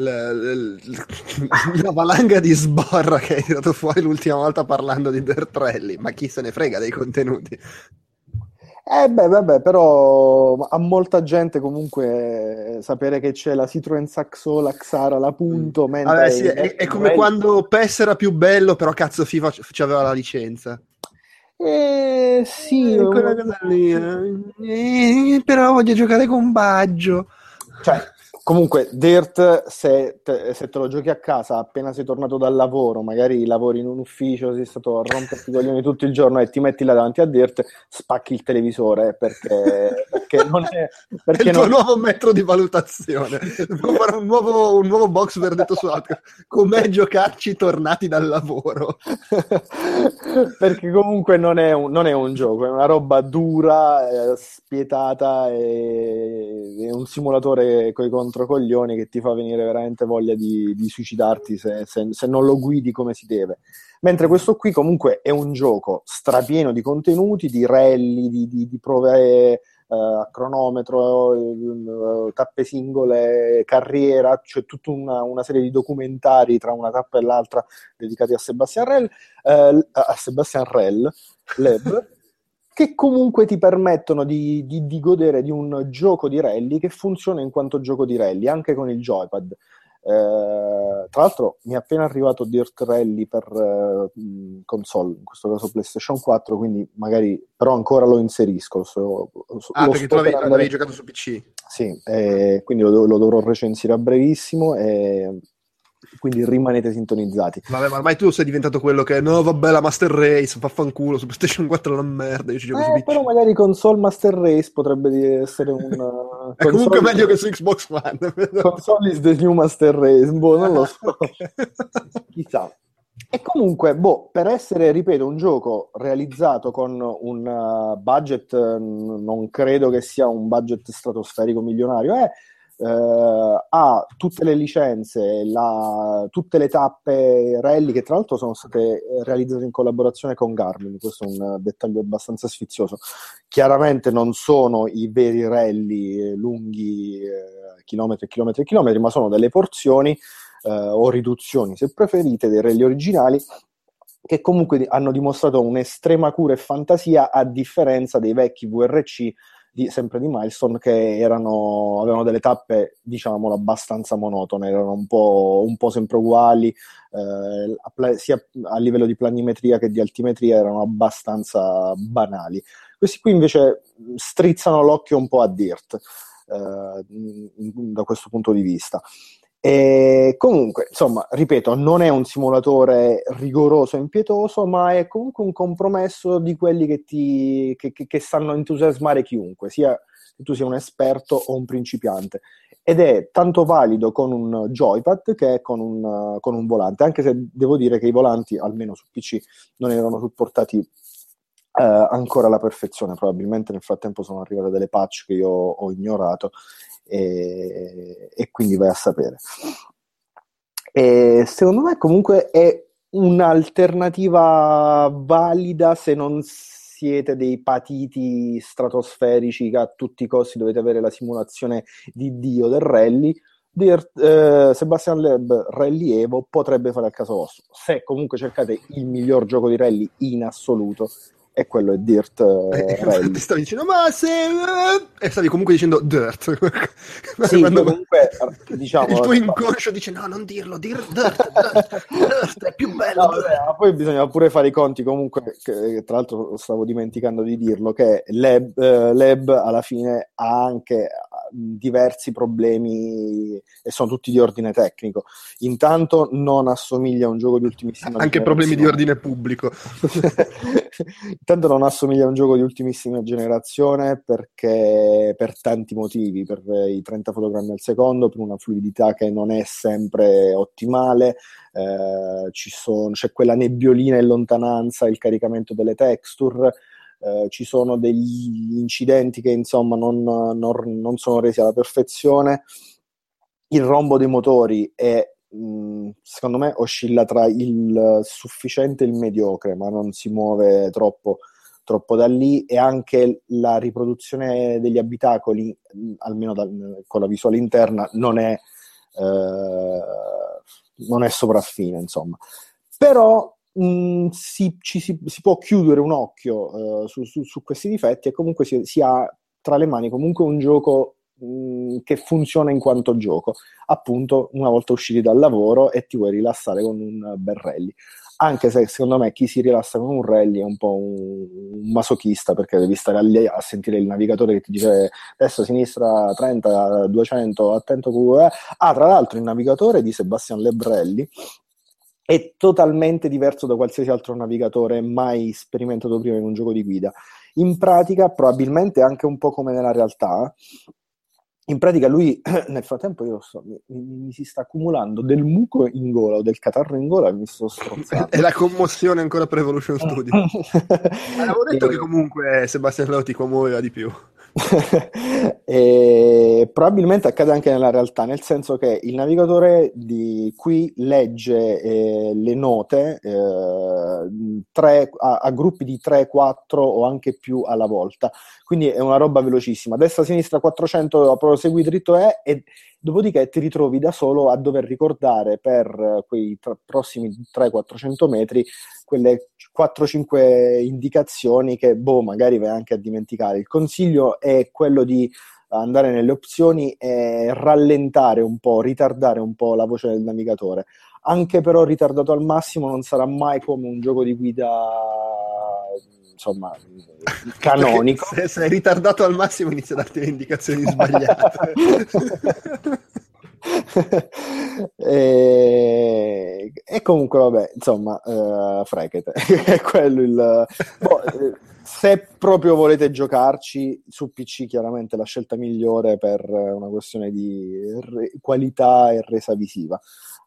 valanga di sborra che hai tirato fuori l'ultima volta parlando di Dirt Rally, ma chi se ne frega dei contenuti? Vabbè, però a molta gente comunque sapere che c'è la Citroen Saxo, la Xara, la Punto, mentre vabbè, sì, è come quando PES era più bello, però cazzo FIFA c'aveva la licenza. Sì, quella cosa lì. Però voglio giocare con Baggio. Cioè, comunque, Dirt, se te lo giochi a casa appena sei tornato dal lavoro, magari lavori in un ufficio, sei stato a romperti i coglioni tutto il giorno e ti metti là davanti a Dirt, spacchi il televisore perché non è il tuo nuovo metro di valutazione. Devo fare un nuovo box verdetto su altro. Com'è giocarci tornati dal lavoro? Perché comunque non è un gioco, è una roba dura, spietata, è un simulatore coi controcoglioni che ti fa venire veramente voglia di suicidarti se non lo guidi come si deve. Mentre questo qui comunque è un gioco strapieno di contenuti, di rally, di prove a cronometro, tappe singole, carriera, c'è tutta una serie di documentari tra una tappa e l'altra dedicati a Sebastian Loeb, che comunque ti permettono di godere di un gioco di rally che funziona in quanto gioco di rally, anche con il joypad. Tra l'altro mi è appena arrivato Dirt Rally per console, in questo caso PlayStation 4, quindi magari però ancora lo inserisco. Perché tu l'avevi giocato su PC? Sì, quindi lo dovrò recensire a brevissimo e quindi rimanete sintonizzati. Vabbè, ma ormai tu sei diventato quello che no, vabbè, la Master Race, vaffanculo, su PlayStation 4 è una merda, io ci gioco su PC. Però magari console Master Race potrebbe essere un è comunque meglio che su Xbox One. Console is the new Master Race, non lo so. Chissà. E comunque, per essere, ripeto, un gioco realizzato con un budget, non credo che sia un budget stratosferico milionario, ha tutte le licenze, tutte le tappe rally che tra l'altro sono state realizzate in collaborazione con Garmin. Questo è un dettaglio abbastanza sfizioso. Chiaramente non sono i veri rally lunghi chilometri e chilometri e chilometri, ma sono delle porzioni o riduzioni, se preferite, dei rally originali che comunque hanno dimostrato un'estrema cura e fantasia, a differenza dei vecchi VRC sempre di Milestone, che avevano delle tappe, diciamolo, abbastanza monotone, erano un po' sempre uguali, sia a livello di planimetria che di altimetria erano abbastanza banali. Questi qui invece strizzano l'occhio un po' a Dirt da questo punto di vista. E comunque, insomma, ripeto, non è un simulatore rigoroso e impietoso, ma è comunque un compromesso di quelli che sanno entusiasmare chiunque, sia che tu sia un esperto o un principiante, ed è tanto valido con un joypad che con un volante, anche se devo dire che i volanti, almeno su PC, non erano supportati ancora alla perfezione. Probabilmente nel frattempo sono arrivate delle patch che io ho ignorato, e quindi vai a sapere. E secondo me comunque è un'alternativa valida se non siete dei patiti stratosferici che a tutti i costi dovete avere la simulazione di Dio del rally. Sebastian Loeb Rally Evo potrebbe fare al caso vostro. Se comunque cercate il miglior gioco di rally in assoluto, e quello è Dirt Rally. Ti stavi dicendo, ma se... e stavi comunque dicendo Dirt. Sì, quando... comunque, diciamo... Il tuo inconscio dice, no, non dirlo, Dirt, è più bello. No, vabbè, ma poi bisogna pure fare i conti, comunque, che, tra l'altro stavo dimenticando di dirlo, che Loeb alla fine ha anche diversi problemi e sono tutti di ordine tecnico. Intanto non assomiglia a un gioco di ultimissima anche problemi di ordine pubblico. Intanto non assomiglia a un gioco di ultimissima generazione perché per tanti motivi, per i 30 fotogrammi al secondo, per una fluidità che non è sempre ottimale, c'è quella nebbiolina in lontananza, il caricamento delle texture, ci sono degli incidenti che insomma non sono resi alla perfezione. Il rombo dei motori è, secondo me, oscilla tra il sufficiente e il mediocre, ma non si muove troppo da lì, e anche la riproduzione degli abitacoli, almeno con la visuale interna, non è sopraffine, insomma. Però si può chiudere un occhio su questi difetti, e comunque si ha tra le mani comunque un gioco che funziona in quanto gioco, appunto, una volta usciti dal lavoro e ti vuoi rilassare con un bel rally. Anche se secondo me chi si rilassa con un rally è un po' un masochista, perché devi stare lì a sentire il navigatore che ti dice destra, sinistra, 30, 200, attento. Tra l'altro il navigatore di Sebastian Lebrelli è totalmente diverso da qualsiasi altro navigatore mai sperimentato prima in un gioco di guida. In pratica, probabilmente anche un po' come nella realtà, in pratica lui, nel frattempo io mi si sta accumulando del muco in gola o del catarro in gola e mi sto strozzando. È la commozione ancora per Evolution Studio. Avevo detto che comunque Sebastian Lau ti commuoveva di più. E probabilmente accade anche nella realtà, nel senso che il navigatore di qui legge le note a gruppi di 3, 4 o anche più alla volta, quindi è una roba velocissima, destra, sinistra, 400, prosegui dritto e dopodiché ti ritrovi da solo a dover ricordare per quei prossimi 300-400 metri quelle 4-5 indicazioni che magari vai anche a dimenticare. Il consiglio è quello di andare nelle opzioni e rallentare un po', ritardare un po' la voce del navigatore. Anche però ritardato al massimo non sarà mai come un gioco di guida, insomma, canonico. Se sei ritardato al massimo inizia a darti le indicazioni sbagliate. E comunque vabbè, insomma, fregate. È quello se proprio volete giocarci su PC, chiaramente la scelta migliore per una questione di qualità e resa visiva,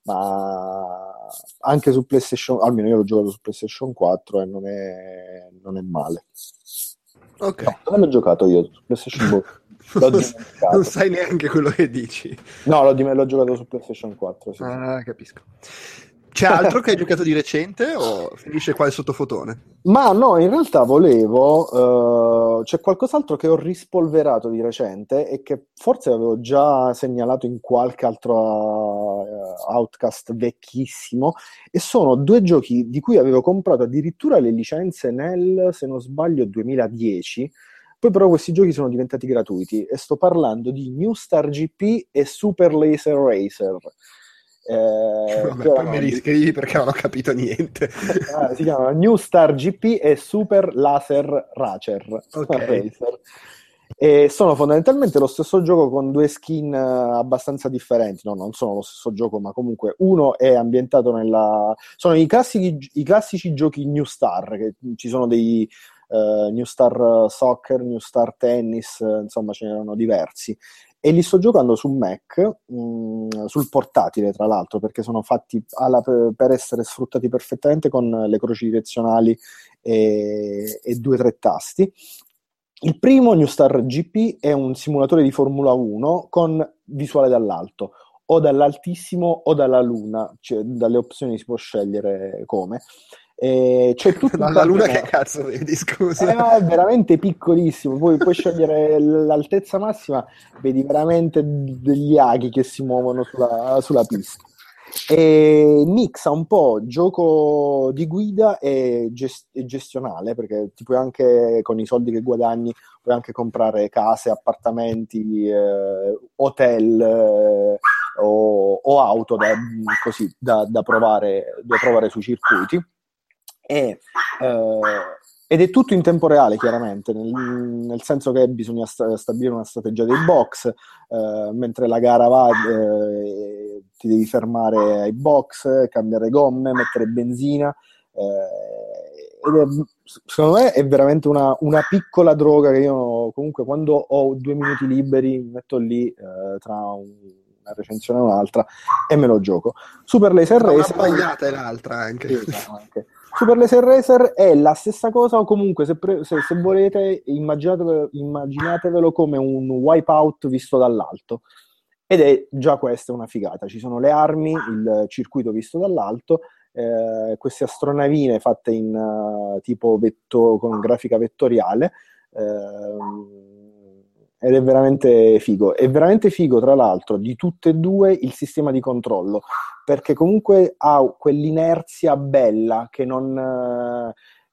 ma anche su PlayStation, almeno io l'ho giocato su PlayStation 4 e non è male. Ok. No, dove l'ho giocato io? Su PlayStation 4. Non sai neanche quello che dici. No, l'ho giocato su PlayStation 4. Sì. Capisco. C'è altro che hai giocato di recente o finisce qua il sottofotone? Ma no, in realtà volevo... c'è qualcos'altro che ho rispolverato di recente e che forse avevo già segnalato in qualche altro Outcast vecchissimo, e sono 2 giochi di cui avevo comprato addirittura le licenze nel, se non sbaglio, 2010. Poi però questi giochi sono diventati gratuiti, e sto parlando di New Star GP e Super Laser Racer. Vabbè, poi me li scrivi perché non ho capito niente. Si chiamano New Star GP e Super Laser Racer. Racer. E sono fondamentalmente lo stesso gioco con 2 skin abbastanza differenti. No, non sono lo stesso gioco, ma comunque uno è ambientato sono i classici giochi New Star, che ci sono dei New Star Soccer, New Star Tennis, insomma ce n'erano diversi, e li sto giocando su Mac, sul portatile tra l'altro, perché sono fatti per essere sfruttati perfettamente con le croci direzionali e 2-3 tasti. Il primo, New Star GP, è un simulatore di Formula 1 con visuale dall'alto, o dall'altissimo o dalla luna, cioè dalle opzioni si può scegliere come. C'è tutto la luna che cazzo vedi, scusa? È veramente piccolissimo, puoi scegliere l'altezza massima, vedi veramente degli aghi che si muovono sulla pista, e mixa un po' gioco di guida e gestionale, perché ti puoi anche, con i soldi che guadagni, puoi anche comprare case, appartamenti, hotel o auto da provare sui circuiti. E Ed è tutto in tempo reale, chiaramente, nel senso che bisogna stabilire una strategia dei box, mentre la gara va, ti devi fermare ai box, cambiare gomme, mettere benzina, ed è, secondo me è veramente una piccola droga che io comunque quando ho 2 minuti liberi mi metto lì tra una recensione e un'altra e me lo gioco. Super Laser Racer, una sbagliata e l'altra anche. Anche. Super Laser Racer è la stessa cosa, o comunque se volete immaginatevelo come un Wipeout visto dall'alto, ed è già questa una figata. Ci sono le armi, il circuito visto dall'alto, queste astronavine fatte in tipo con grafica vettoriale, ed è veramente figo. È veramente figo, tra l'altro, di tutte e due il sistema di controllo, perché comunque ha quell'inerzia bella che non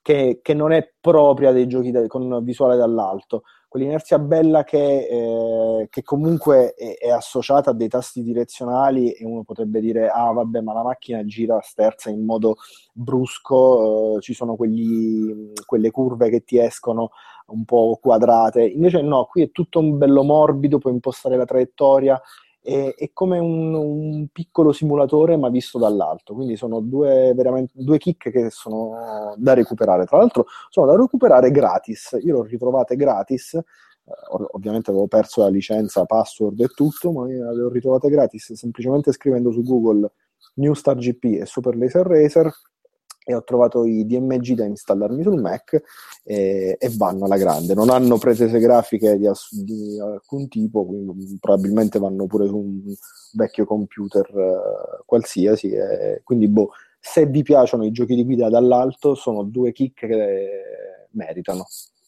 è propria dei giochi con visuale dall'alto, quell'inerzia bella che comunque è associata a dei tasti direzionali, e uno potrebbe dire vabbè, ma la macchina gira, sterza in modo brusco, ci sono quelle curve che ti escono un po' quadrate. Invece no, qui è tutto un bello morbido, puoi impostare la traiettoria, è come un piccolo simulatore ma visto dall'alto. Quindi sono due chicche che sono da recuperare. Tra l'altro sono da recuperare gratis, io l'ho ritrovate gratis, ovviamente avevo perso la licenza, password e tutto, ma io le ho ritrovate gratis semplicemente scrivendo su Google New Star GP e Super Laser Racer, e ho trovato i DMG da installarmi sul Mac, e vanno alla grande. Non hanno pretese grafiche di alcun tipo, quindi probabilmente vanno pure su un vecchio computer qualsiasi, quindi se vi piacciono i giochi di guida dall'alto sono due chicche che meritano.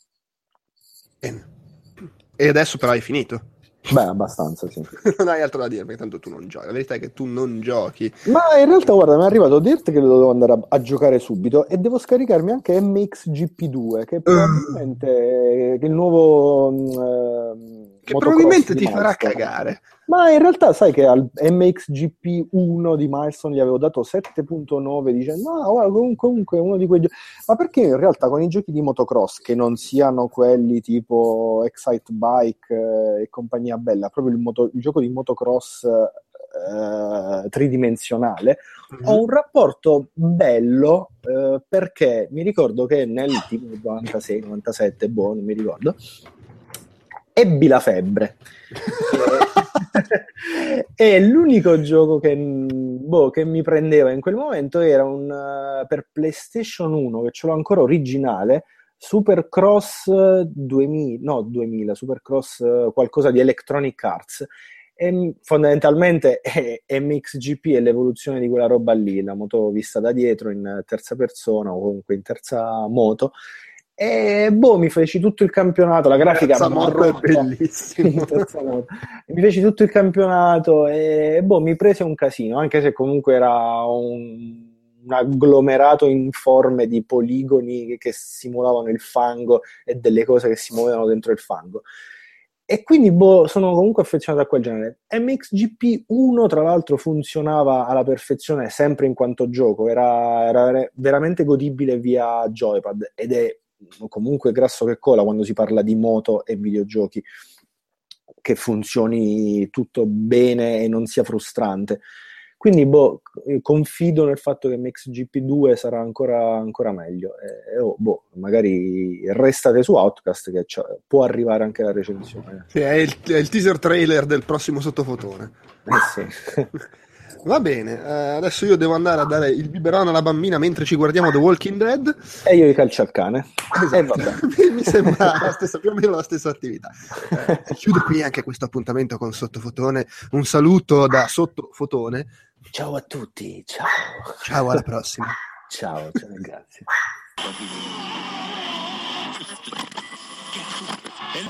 Bene. E adesso però hai finito? Beh, abbastanza, sì. Non hai altro da dire, perché tanto tu non giochi. La verità è che tu non giochi. Ma in realtà, guarda, mi è arrivato Dirt che lo devo andare a giocare subito, e devo scaricarmi anche MXGP2, che probabilmente è il nuovo che probabilmente ti Milestone farà cagare. Ma in realtà sai che al MXGP1 di Milestone gli avevo dato 7.9 dicendo comunque uno di quei giochi. Ma perché in realtà con i giochi di motocross, che non siano quelli tipo Excite Bike e compagnia bella, proprio il gioco di motocross tridimensionale, ho un rapporto bello, perché mi ricordo che nel tipo 96-97, non mi ricordo, ebbi la febbre. E l'unico gioco che mi prendeva in quel momento era per PlayStation 1, che ce l'ho ancora originale, Supercross 2000, Supercross qualcosa di Electronic Arts. E fondamentalmente MXGP è l'evoluzione di quella roba lì, la moto vista da dietro in terza persona o comunque in terza moto. E mi feci tutto il campionato, la grafica è bellissima. Mi feci tutto il campionato e mi prese un casino, anche se comunque era un agglomerato informe di poligoni che simulavano il fango e delle cose che si muovevano dentro il fango. E quindi sono comunque affezionato a quel genere. MXGP1 tra l'altro funzionava alla perfezione sempre in quanto gioco, era veramente godibile via joypad, ed è comunque grasso che cola quando si parla di moto e videogiochi, che funzioni tutto bene e non sia frustrante. Quindi confido nel fatto che MXGP2 sarà ancora meglio, magari restate su Outcast, che può arrivare anche la recensione. Sì, è il teaser trailer del prossimo sottofotone. Sì. Va bene, adesso io devo andare a dare il biberone alla bambina mentre ci guardiamo The Walking Dead. E io i calcio al cane. Esatto. Mi sembra più o meno la stessa attività. Chiudo qui anche questo appuntamento con Sottofotone. Un saluto da Sottofotone. Ciao a tutti, ciao. Ciao, alla prossima. Ciao, grazie.